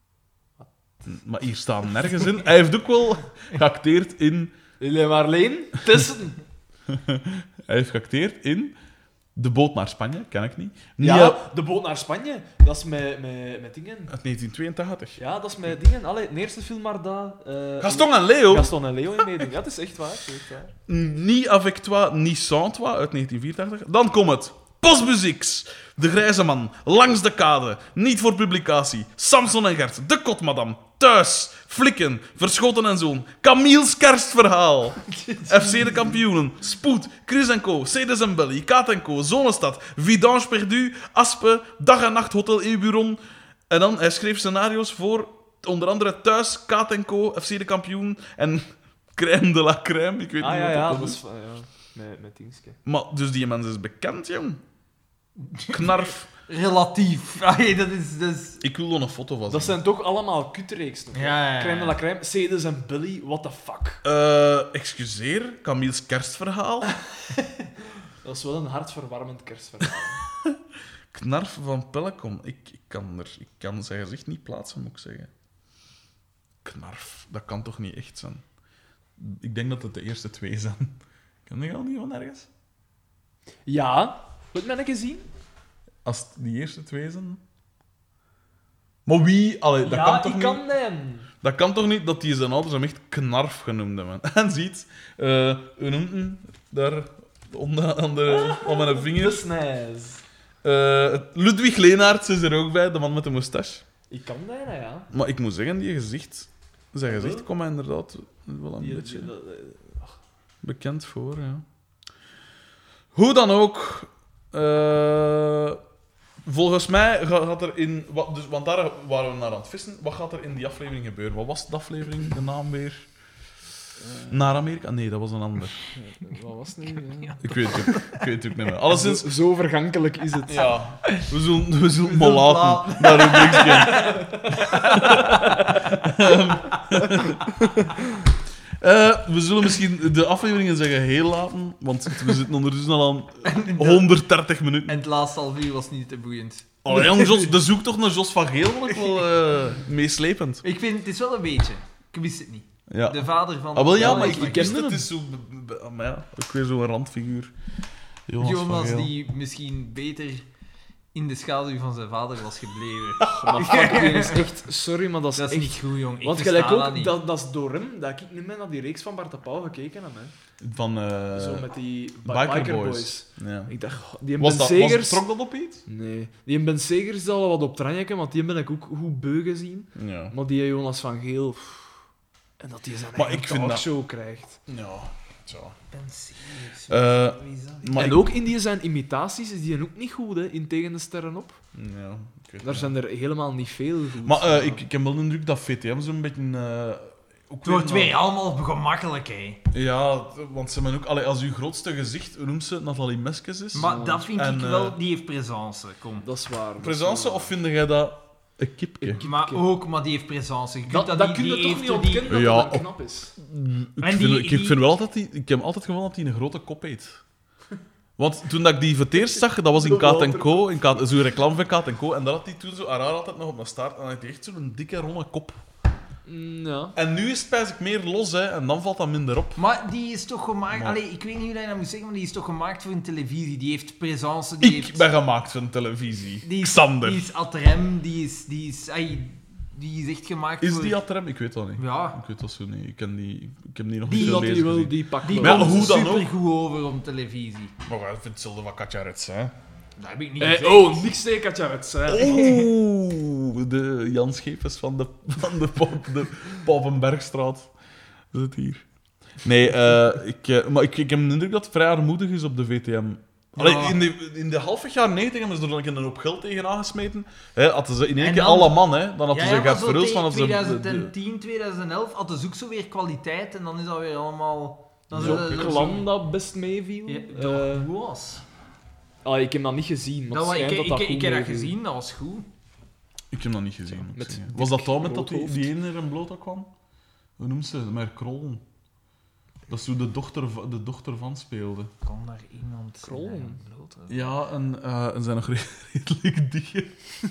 Maar hier staat nergens in. Hij heeft ook wel geacteerd in... Lili Marleen, tussen. Hij heeft geacteerd in De Boot naar Spanje, ken ik niet. Niet Ja, uit- de boot naar Spanje. Dat is met, met, met dingen. uit negentien tweeëntachtig. Ja, dat is met dingen. Allee, de eerste film maar dat... eh, Gaston en Leo. Gaston en Leo in meedoen. Ja, het is echt waar. Het is echt waar. Ni avec toi, ni sans toi, uit negentien vierentachtig. Dan komt het. Postmuzieks. De Grijze Man. Langs de Kade. Niet voor publicatie. Samson en Gert. De Kotmadam. Thuis. Flikken. Verschoten en Zoon. Camille's Kerstverhaal. F C de Kampioenen. Spoed. Chris en Co. Cedes en Belly. Kaat en Co. Zonestad. Vidange Perdu. Aspe. Dag en Nacht Hotel Eburon. En dan, hij schreef scenario's voor onder andere Thuis, Kaat en Co. F C de Kampioen. En Crème de la Crème. Ik weet Ah niet ja, wat ja, dat dat is. is van... Ja, met, met Dingske. Maar, dus die mens is bekend, jong. Knarf. Relatief. Allee, dat is... Dat is... Ik wil er een foto van zien. Dat zijn toch allemaal kutreeks nog. hè? Ja, ja, ja. Crème de la crème, Cedes en Billy, what the fuck. Eh, excuseer, Camille's Kerstverhaal. Dat is wel een hartverwarmend kerstverhaal. Knarf van Pellekom. Ik, ik, kan er, ik kan zijn gezicht niet plaatsen, moet ik zeggen. Knarf, dat kan toch niet echt zijn? Ik denk dat het de eerste twee zijn. Ken je al niet van ergens? Ja, wil je mij een keer zien? Als het die eerste twee zijn... Maar wie? Allee, dat, ja, kan toch ik niet, kan hem. dat kan toch niet dat die zijn ouders hem echt Knarf genoemd hebben? En ziet, eh hoe noemt hem? Daar, om de, aan de, om mijn vinger. Dat is nice. Eh, Ludwig Leenaerts is er ook bij, de man met de moustache. Ik kan dat, hè, ja. Maar ik moet zeggen, die gezicht... Zijn gezicht wel? komt mij inderdaad wel een Die- beetje die- dat- bekend voor, ja. Hoe dan ook... eh, volgens mij ga- gaat er in... Wat, dus, want daar waren we naar aan het vissen. Wat gaat er in die aflevering gebeuren? Wat was de aflevering? De naam weer? Naar Amerika? Nee, dat was een ander. Wat was het nu? Ja. Ik weet het ook, ik weet het ook niet meer. Alleszins... Zo, zo vergankelijk is het. Ja, we zullen, we zullen het maar zullen laten. Daar ook niks Eh, we zullen misschien de afleveringen zeggen heel laten, want we zitten ondertussen al aan honderddertig minuten. En het laatste half uur was niet te boeiend. Oh, jong, Jos, de zoektocht naar Jos van Geel vond ik wel eh, meeslepend. Ik vind het is wel een beetje. Ik wist het niet. Ja. De vader van... Ah, wel, ja, Ja, maar ik ik, ik kende wist het. hem. Het is zo... b- b- Maar ja, ook weer zo'n randfiguur. Jonas, van Jonas Geel. die misschien beter in de schaduw van zijn vader was gebleven. Maar fuck, die is echt... Sorry, maar dat is Dat is echt... niet goed, jong. Ik Want versta gelijk dat ook, niet. dat, dat is door hem dat ik niet meer naar die reeks van Bart de Pauw gekeken heb. Hè. Van eh, Zo met die bi- Biker, Biker Boys. Boys. Ja. Ik dacht, goh, die Was Ben dat, was, Segers... trok dat op iets? Nee, die Ben Segers is al wat op tranjeken, want die ben ik ook goed beu gezien. Ja. Maar die Jonas van Geel... pff, en dat hij zijn Maar eigen ik vind dat- talkshow krijgt. Ja, zo. Ben serieus. Eh, Wie is dat? Maar en ik- ook in die zijn imitaties is die ook niet goed, hè, in Tegen de Sterren op. Ja, ik weet Daar niet. zijn er helemaal niet veel goed. Maar eh, ik, ik heb wel de indruk dat V T M zo'n beetje... eh, ook Het wordt weer weer allemaal gemakkelijk, hè. Ja, want ze hebben ook... Allee, als uw grootste gezicht, hoe noemt ze, Nathalie Meskes is. Maar dat vind En, ik eh, wel... Die heeft presence, kom. Dat is waar. dat is Presence, waar. of vind jij dat een kipje? Maar ook, maar die heeft presence. Je kunt Dat, dat, dat niet- kun je die toch heeft niet zo die- ontkennen dat Ja, dat op- dan knap is. Ik, En vind, die- ik die- vind wel altijd... Die, ik heb altijd gevonden dat hij een grote kop heeft. Want toen dat ik die voor het eerst zag, dat was in Kaat en Co. In Kaat- zo'n reclame van Kaat en Co. En dat had hij toen zo haar haar altijd nog op mijn staart. En dan had hij echt zo'n dikke, ronde kop. Mm, ja. En nu is het bijna meer los, hè. En dan valt dat minder op. Maar die is toch gemaakt... Maar- Allee, ik weet niet hoe dat je dat moet zeggen, maar die is toch gemaakt voor een televisie. Die heeft presence, die Ik heeft... ben gemaakt van televisie. Die is, Xander. Die is ad rem, die is... Die is ai, Die is echt gemaakt Is voor... die Atrem? Ik weet dat niet. Ja. Ik weet dat zo niet. Ik, ken die, ik heb die nog Die- niet Dat gelezen. die wel, gezien. die pakt Die wel. Maar ja, komt hoe dan ook. supergoed over op televisie. Maar ja, ik vind hetzelfde wat Katja Rets, hè. Dat heb ik niet Eh, gezegd. oh, niks tegen Katja Rets, hè. Oeh, de Jan Schepens van de, van de, Pop, de Papenbergstraat zit hier. Nee, eh, ik, eh, maar ik, ik heb de indruk dat het vrij armoedig is op de V T M. Allee, Ja. in, de, in de halve jaren negentig hebben ze er dan een hoop geld tegen aangesmeten. Hè, hadden ze in één En keer dan- alle man, hè. Dan hadden Ja, ze ja, maar Gert zo Verhulst tegen van... hadden ze de- twintig de- tien, twintig elf hadden ze ook zo weer kwaliteit en dan is dat weer allemaal... Dan is Zo, dat- dat- Klan dat best meeviel. Ja, Eh, dat was. ah, ik heb dat niet gezien, maar Dat, het wa- ik, schijnt ik, dat dat ik, goed heb dat meeviel. gezien, dat was goed. Ik heb dat niet gezien. moet ik Met zeggen. dik Was dat al met dat die, rood die ene er in bloot ook kwam? Hoe noemt ze? Met Krol. Dat is hoe de dochter, va- de dochter van speelde. Kan daar iemand... Krol? zijn bloot hebben? Ja, en, uh, en zijn nog redelijk dikke.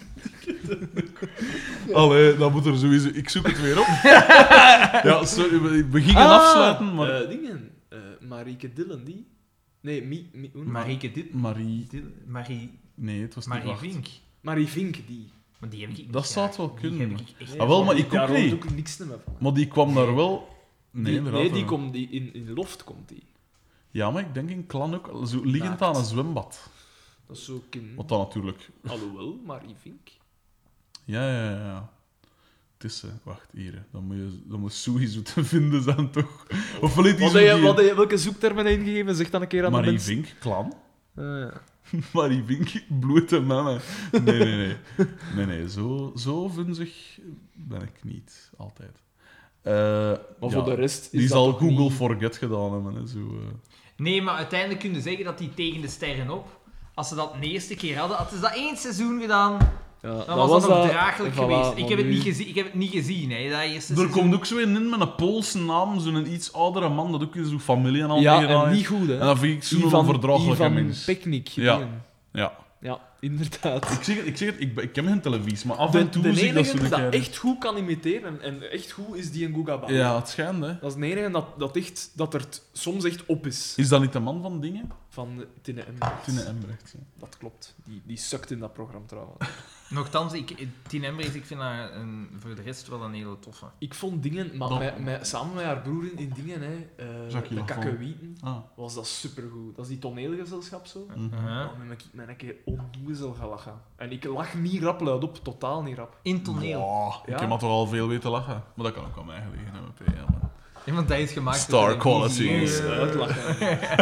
Allee, dat moet er sowieso... Ik zoek het weer op. Ja, sorry, we, we gingen Ah, afsluiten, maar... eh, dingen. Eh, Marieke Dillen, die? Nee, Mi, mi, hoe noem je Marieke dit... Marie... dit- Marie... Nee, het was niet Marie wacht. Vink. dat? Marie Vink, die. Maar die heb ik niet Dat zou graag. het wel Die kunnen. heb ik echt- Ah, wel, maar die- ik daar ook niet. hoort ook niks meer van. Maar die kwam daar wel... Nee, Die, inderdaad nee, die wel. komt die in, in Loft komt die. Ja, maar ik denk in Klan ook, zo liggend Naakt. aan een zwembad. Dat is zo kind. Wat dan natuurlijk... Alhoewel, Marie Vink. Ja, ja, ja, ja. Het is... eh, wacht, hier. hè. Dan moet, je, dan moet sowieso te vinden zijn, toch? Of wil je die Wat zo heb je, die- wat heb je- welke zoektermen ingegeven? Zeg dan een keer aan de Marie mensen. Vink, Klan. Ah, ja. Marie Vink, bloed en mannen. Nee, nee, nee. Nee, nee. Zo, zo vunzig ben ik niet. Altijd. Eh, Maar ja, voor de rest is Die dat zal toch Google niet- Forget gedaan hebben. Hè, zo, eh. Nee, maar uiteindelijk kun je zeggen dat die tegen de sterren op... Als ze dat de eerste keer hadden, hadden ze dat één seizoen gedaan, Ja, dan dat was, was dat nog dat- draaglijk voilà, geweest. Ik maar heb, het nu- niet gezien, ik heb het niet gezien, hè, dat eerste Er seizoen. komt ook zo een in met een Poolse naam, zo'n iets oudere man, dat ook in zo'n familie en al Ja, meegedaan en heeft. niet goed, hè. En dan vind ik zo'n Ivan- onverdraaglijke Ivan mens. Picnic. Ja. dingen. Ja. Ja, inderdaad. Ik zeg het, ik, zeg het ik, ik heb geen televisie, maar af De, en toe de zie ik dat enige zo'n dat keer. echt goed kan imiteren en, en echt goed is die een Gugaba. Ja, het schijnt, hè. Dat is de enige dat, dat, echt, dat er t- soms echt op is. Is dat niet de man van dingen? Van eh, Tine Embrechts. Tine Embrecht. Ja. Dat klopt. Die, die sukt in dat programma trouwens. Nochtans, ik, Tien Embrechts, ik vind haar een, voor de rest wel een hele toffe. Ik vond dingen, maar Dat- met, met, samen met haar broer in, in dingen, hè, eh Jacques de Lafont. Kakkewieten, Ah. was dat supergoed. Dat is die toneelgezelschap zo. Mhm. Uh-huh. Dan heb ik met een keer onnoezel gelachen. En ik lach niet rap luid op, totaal niet rap. In toneel. Wow, Ja. Ik heb maar toch al veel weten lachen. Maar dat kan ook aan mij gelegen hebben. P. Ja, man. Ja, want dat is gemaakt Star door televisie. quality. Eh, Uitlachen.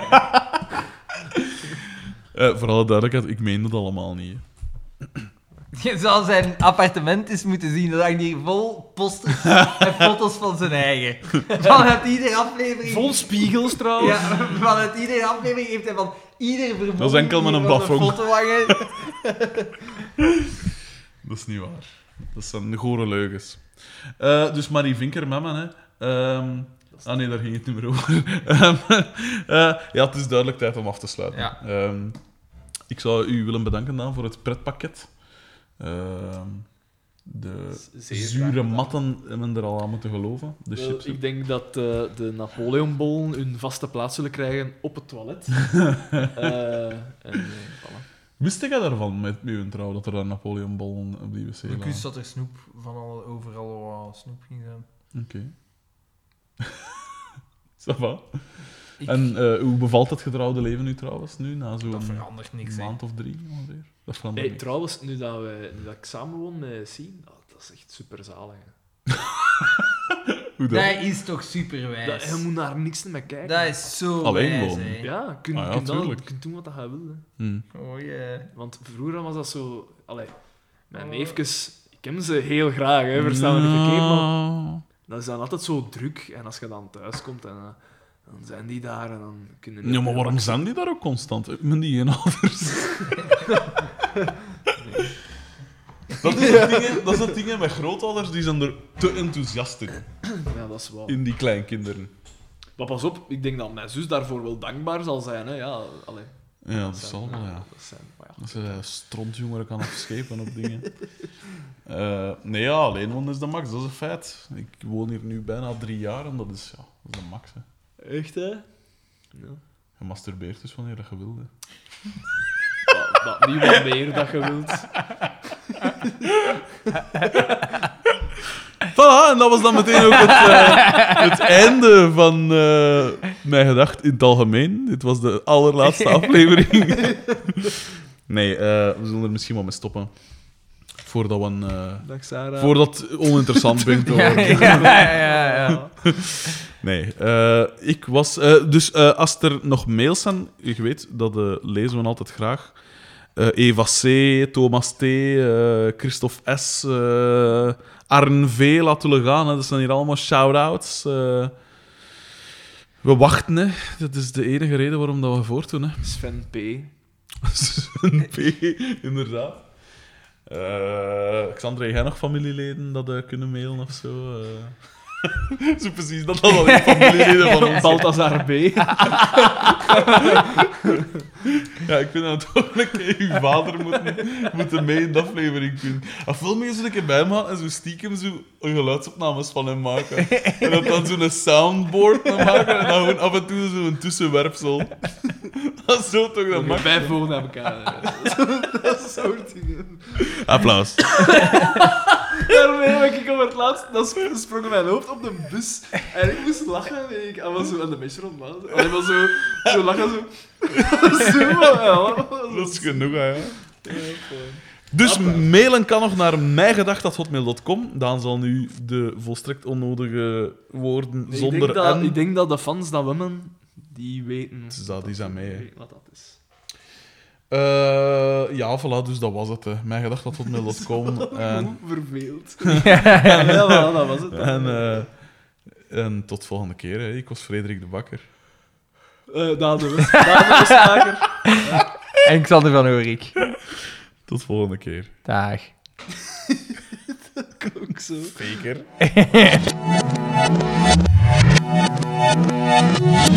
Eh, voor alle duidelijkheid, ik meen dat allemaal niet. hè. Je zou zijn appartement eens moeten zien. Dat hangt hier vol posters en foto's van zijn eigen. Vanuit iedere aflevering... Vol spiegels trouwens. Ja, vanuit iedere aflevering heeft hij van ieder vermoeden... Dat is enkel met een hier van plafond. foto hangen. Dat is niet waar. Dat zijn gore leugens. Eh, dus Marie Vinker, mama, hè. Ehm, ah nee, daar ging het niet meer over. Ehm, eh, ja, het is duidelijk tijd om af te sluiten. Ja. Ehm, ik zou u willen bedanken dan voor het pretpakket. Ehm, de Zeer graag zure gedaan. matten hebben er al aan moeten geloven. De Wel, chips. ik denk dat eh, de Napoleonbollen hun vaste plaats zullen krijgen op het toilet. Eh, en, eh, voilà. Wist jij daarvan met uw trouw, dat er een Napoleonbollen op die wc Ik lagen? wist dat er snoep van al, overal wat snoep ging zijn. Oké. Ça va. Ik- En eh, hoe bevalt het getrouwde leven nu trouwens, nu, na dat zo'n verandert niks, hè. maand of drie ongeveer? Dat verandert Hey, niks. trouwens, nu dat, wij, nu dat ik samenwoon met Sien, dat, dat is echt super zalig. Hè. Hoe dan? Dat is toch superwijs. Dat, je moet naar niks meer kijken. Dat is zo Alleen wijs, wonen. hè. Ja, je kunt, Ah ja, kunt dan- tuurlijk. je kunt doen wat je wil. Hè. Hm. Oh ja. Want vroeger was dat zo... Allee, mijn Oh. neefjes, ik heb ze heel graag, hè, verstaan we niet verkeerd, maar Ja. dat is dan altijd zo druk. En als je dan thuis komt, en, eh, dan zijn die daar en dan kunnen die... Ja, maar waarom zijn die daar ook constant? Hebben die geen ouders? Dat is, het ding, hè. Dat is het ding hè, met grootouders, die zijn er te enthousiast in, Ja, dat is wel... in die kleinkinderen. Maar pas op, ik denk dat mijn zus daarvoor wel dankbaar zal zijn. Hè. Ja, allee, Ja, dat zijn- zal wel, ja. Dat zijn, maar ja. Als je eh, strontjongeren kan afschepen op dingen. Eh, nee, ja, alleen wonen is de max, dat is een feit. Ik woon hier nu bijna drie jaar en dat is, ja, dat is de max. Hè. Echt, hè? Ja. Je masturbeert dus wanneer dat je wil. Hè. Dat, dat, niet wat meer dat je wilt. Voilà, en dat was dan meteen ook het, uh, het einde van uh, mijn gedacht in het algemeen. Dit was de allerlaatste aflevering. Nee, uh, we zullen er misschien wel mee stoppen. Voordat we een, uh, Dag Sarah. voordat het oninteressant begint te worden. Ja, ja, ja, ja. Nee, uh, ik was... Uh, dus uh, als er nog mails zijn, je weet, dat uh, lezen we altijd graag. Uh, Eva C, Thomas T, uh, Christophe S, uh, Arn V, laten we gaan. Hè. Dat zijn hier allemaal shout-outs. Uh, we wachten, hè. Dat is de enige reden waarom dat we voortdoen. Hè. Sven P. Sven P, inderdaad. Uh, Xander, heb jij nog familieleden dat uh, kunnen mailen of zo? Uh... Zo precies, dat was alleen familieleden van ons. Balthazar B. Ja, ik vind dat toch een keer uw vader moeten, moeten mee in de aflevering kunnen. Of veel meer zo'n keer bij hem gaan en zo stiekem zo geluidsopnames van hem maken. En dat dan zo'n soundboard gaan maken en dan gewoon af en toe zo'n tussenwerpsel. Dat is zo toch dat makkelijk. Wij volgen naar elkaar. Dat soort dingen. Applaus. Daarmee heb ik op het laatst, dan sp- sprong mijn hoofd op de bus en ik moest lachen en ik was zo aan de mesje rond me. En ik was zo, zo lachen, zo. zo ja, Dat is genoeg, hè. Ja. Dus mailen kan nog naar mijgedacht.hotmail punt com. Daan zal nu de volstrekt onnodige woorden Nee, zonder ik denk, dat, en... ik denk dat de fans dat wemmen, die weten... Dus dat is aan mij, hè. weten wat dat is. Uh, ja, voilà, dus dat was het. Hè. Mijgedacht.hotmail punt com. En, Verveeld. Ja, voilà, dat was het. dan. en, uh, en tot volgende keer. Hè. Ik was Frederik de Bakker. Uh, Daan de West- Daan de Westmaker. En Xander van Oorik. Tot volgende keer. Dag. Ook zo. Zeker.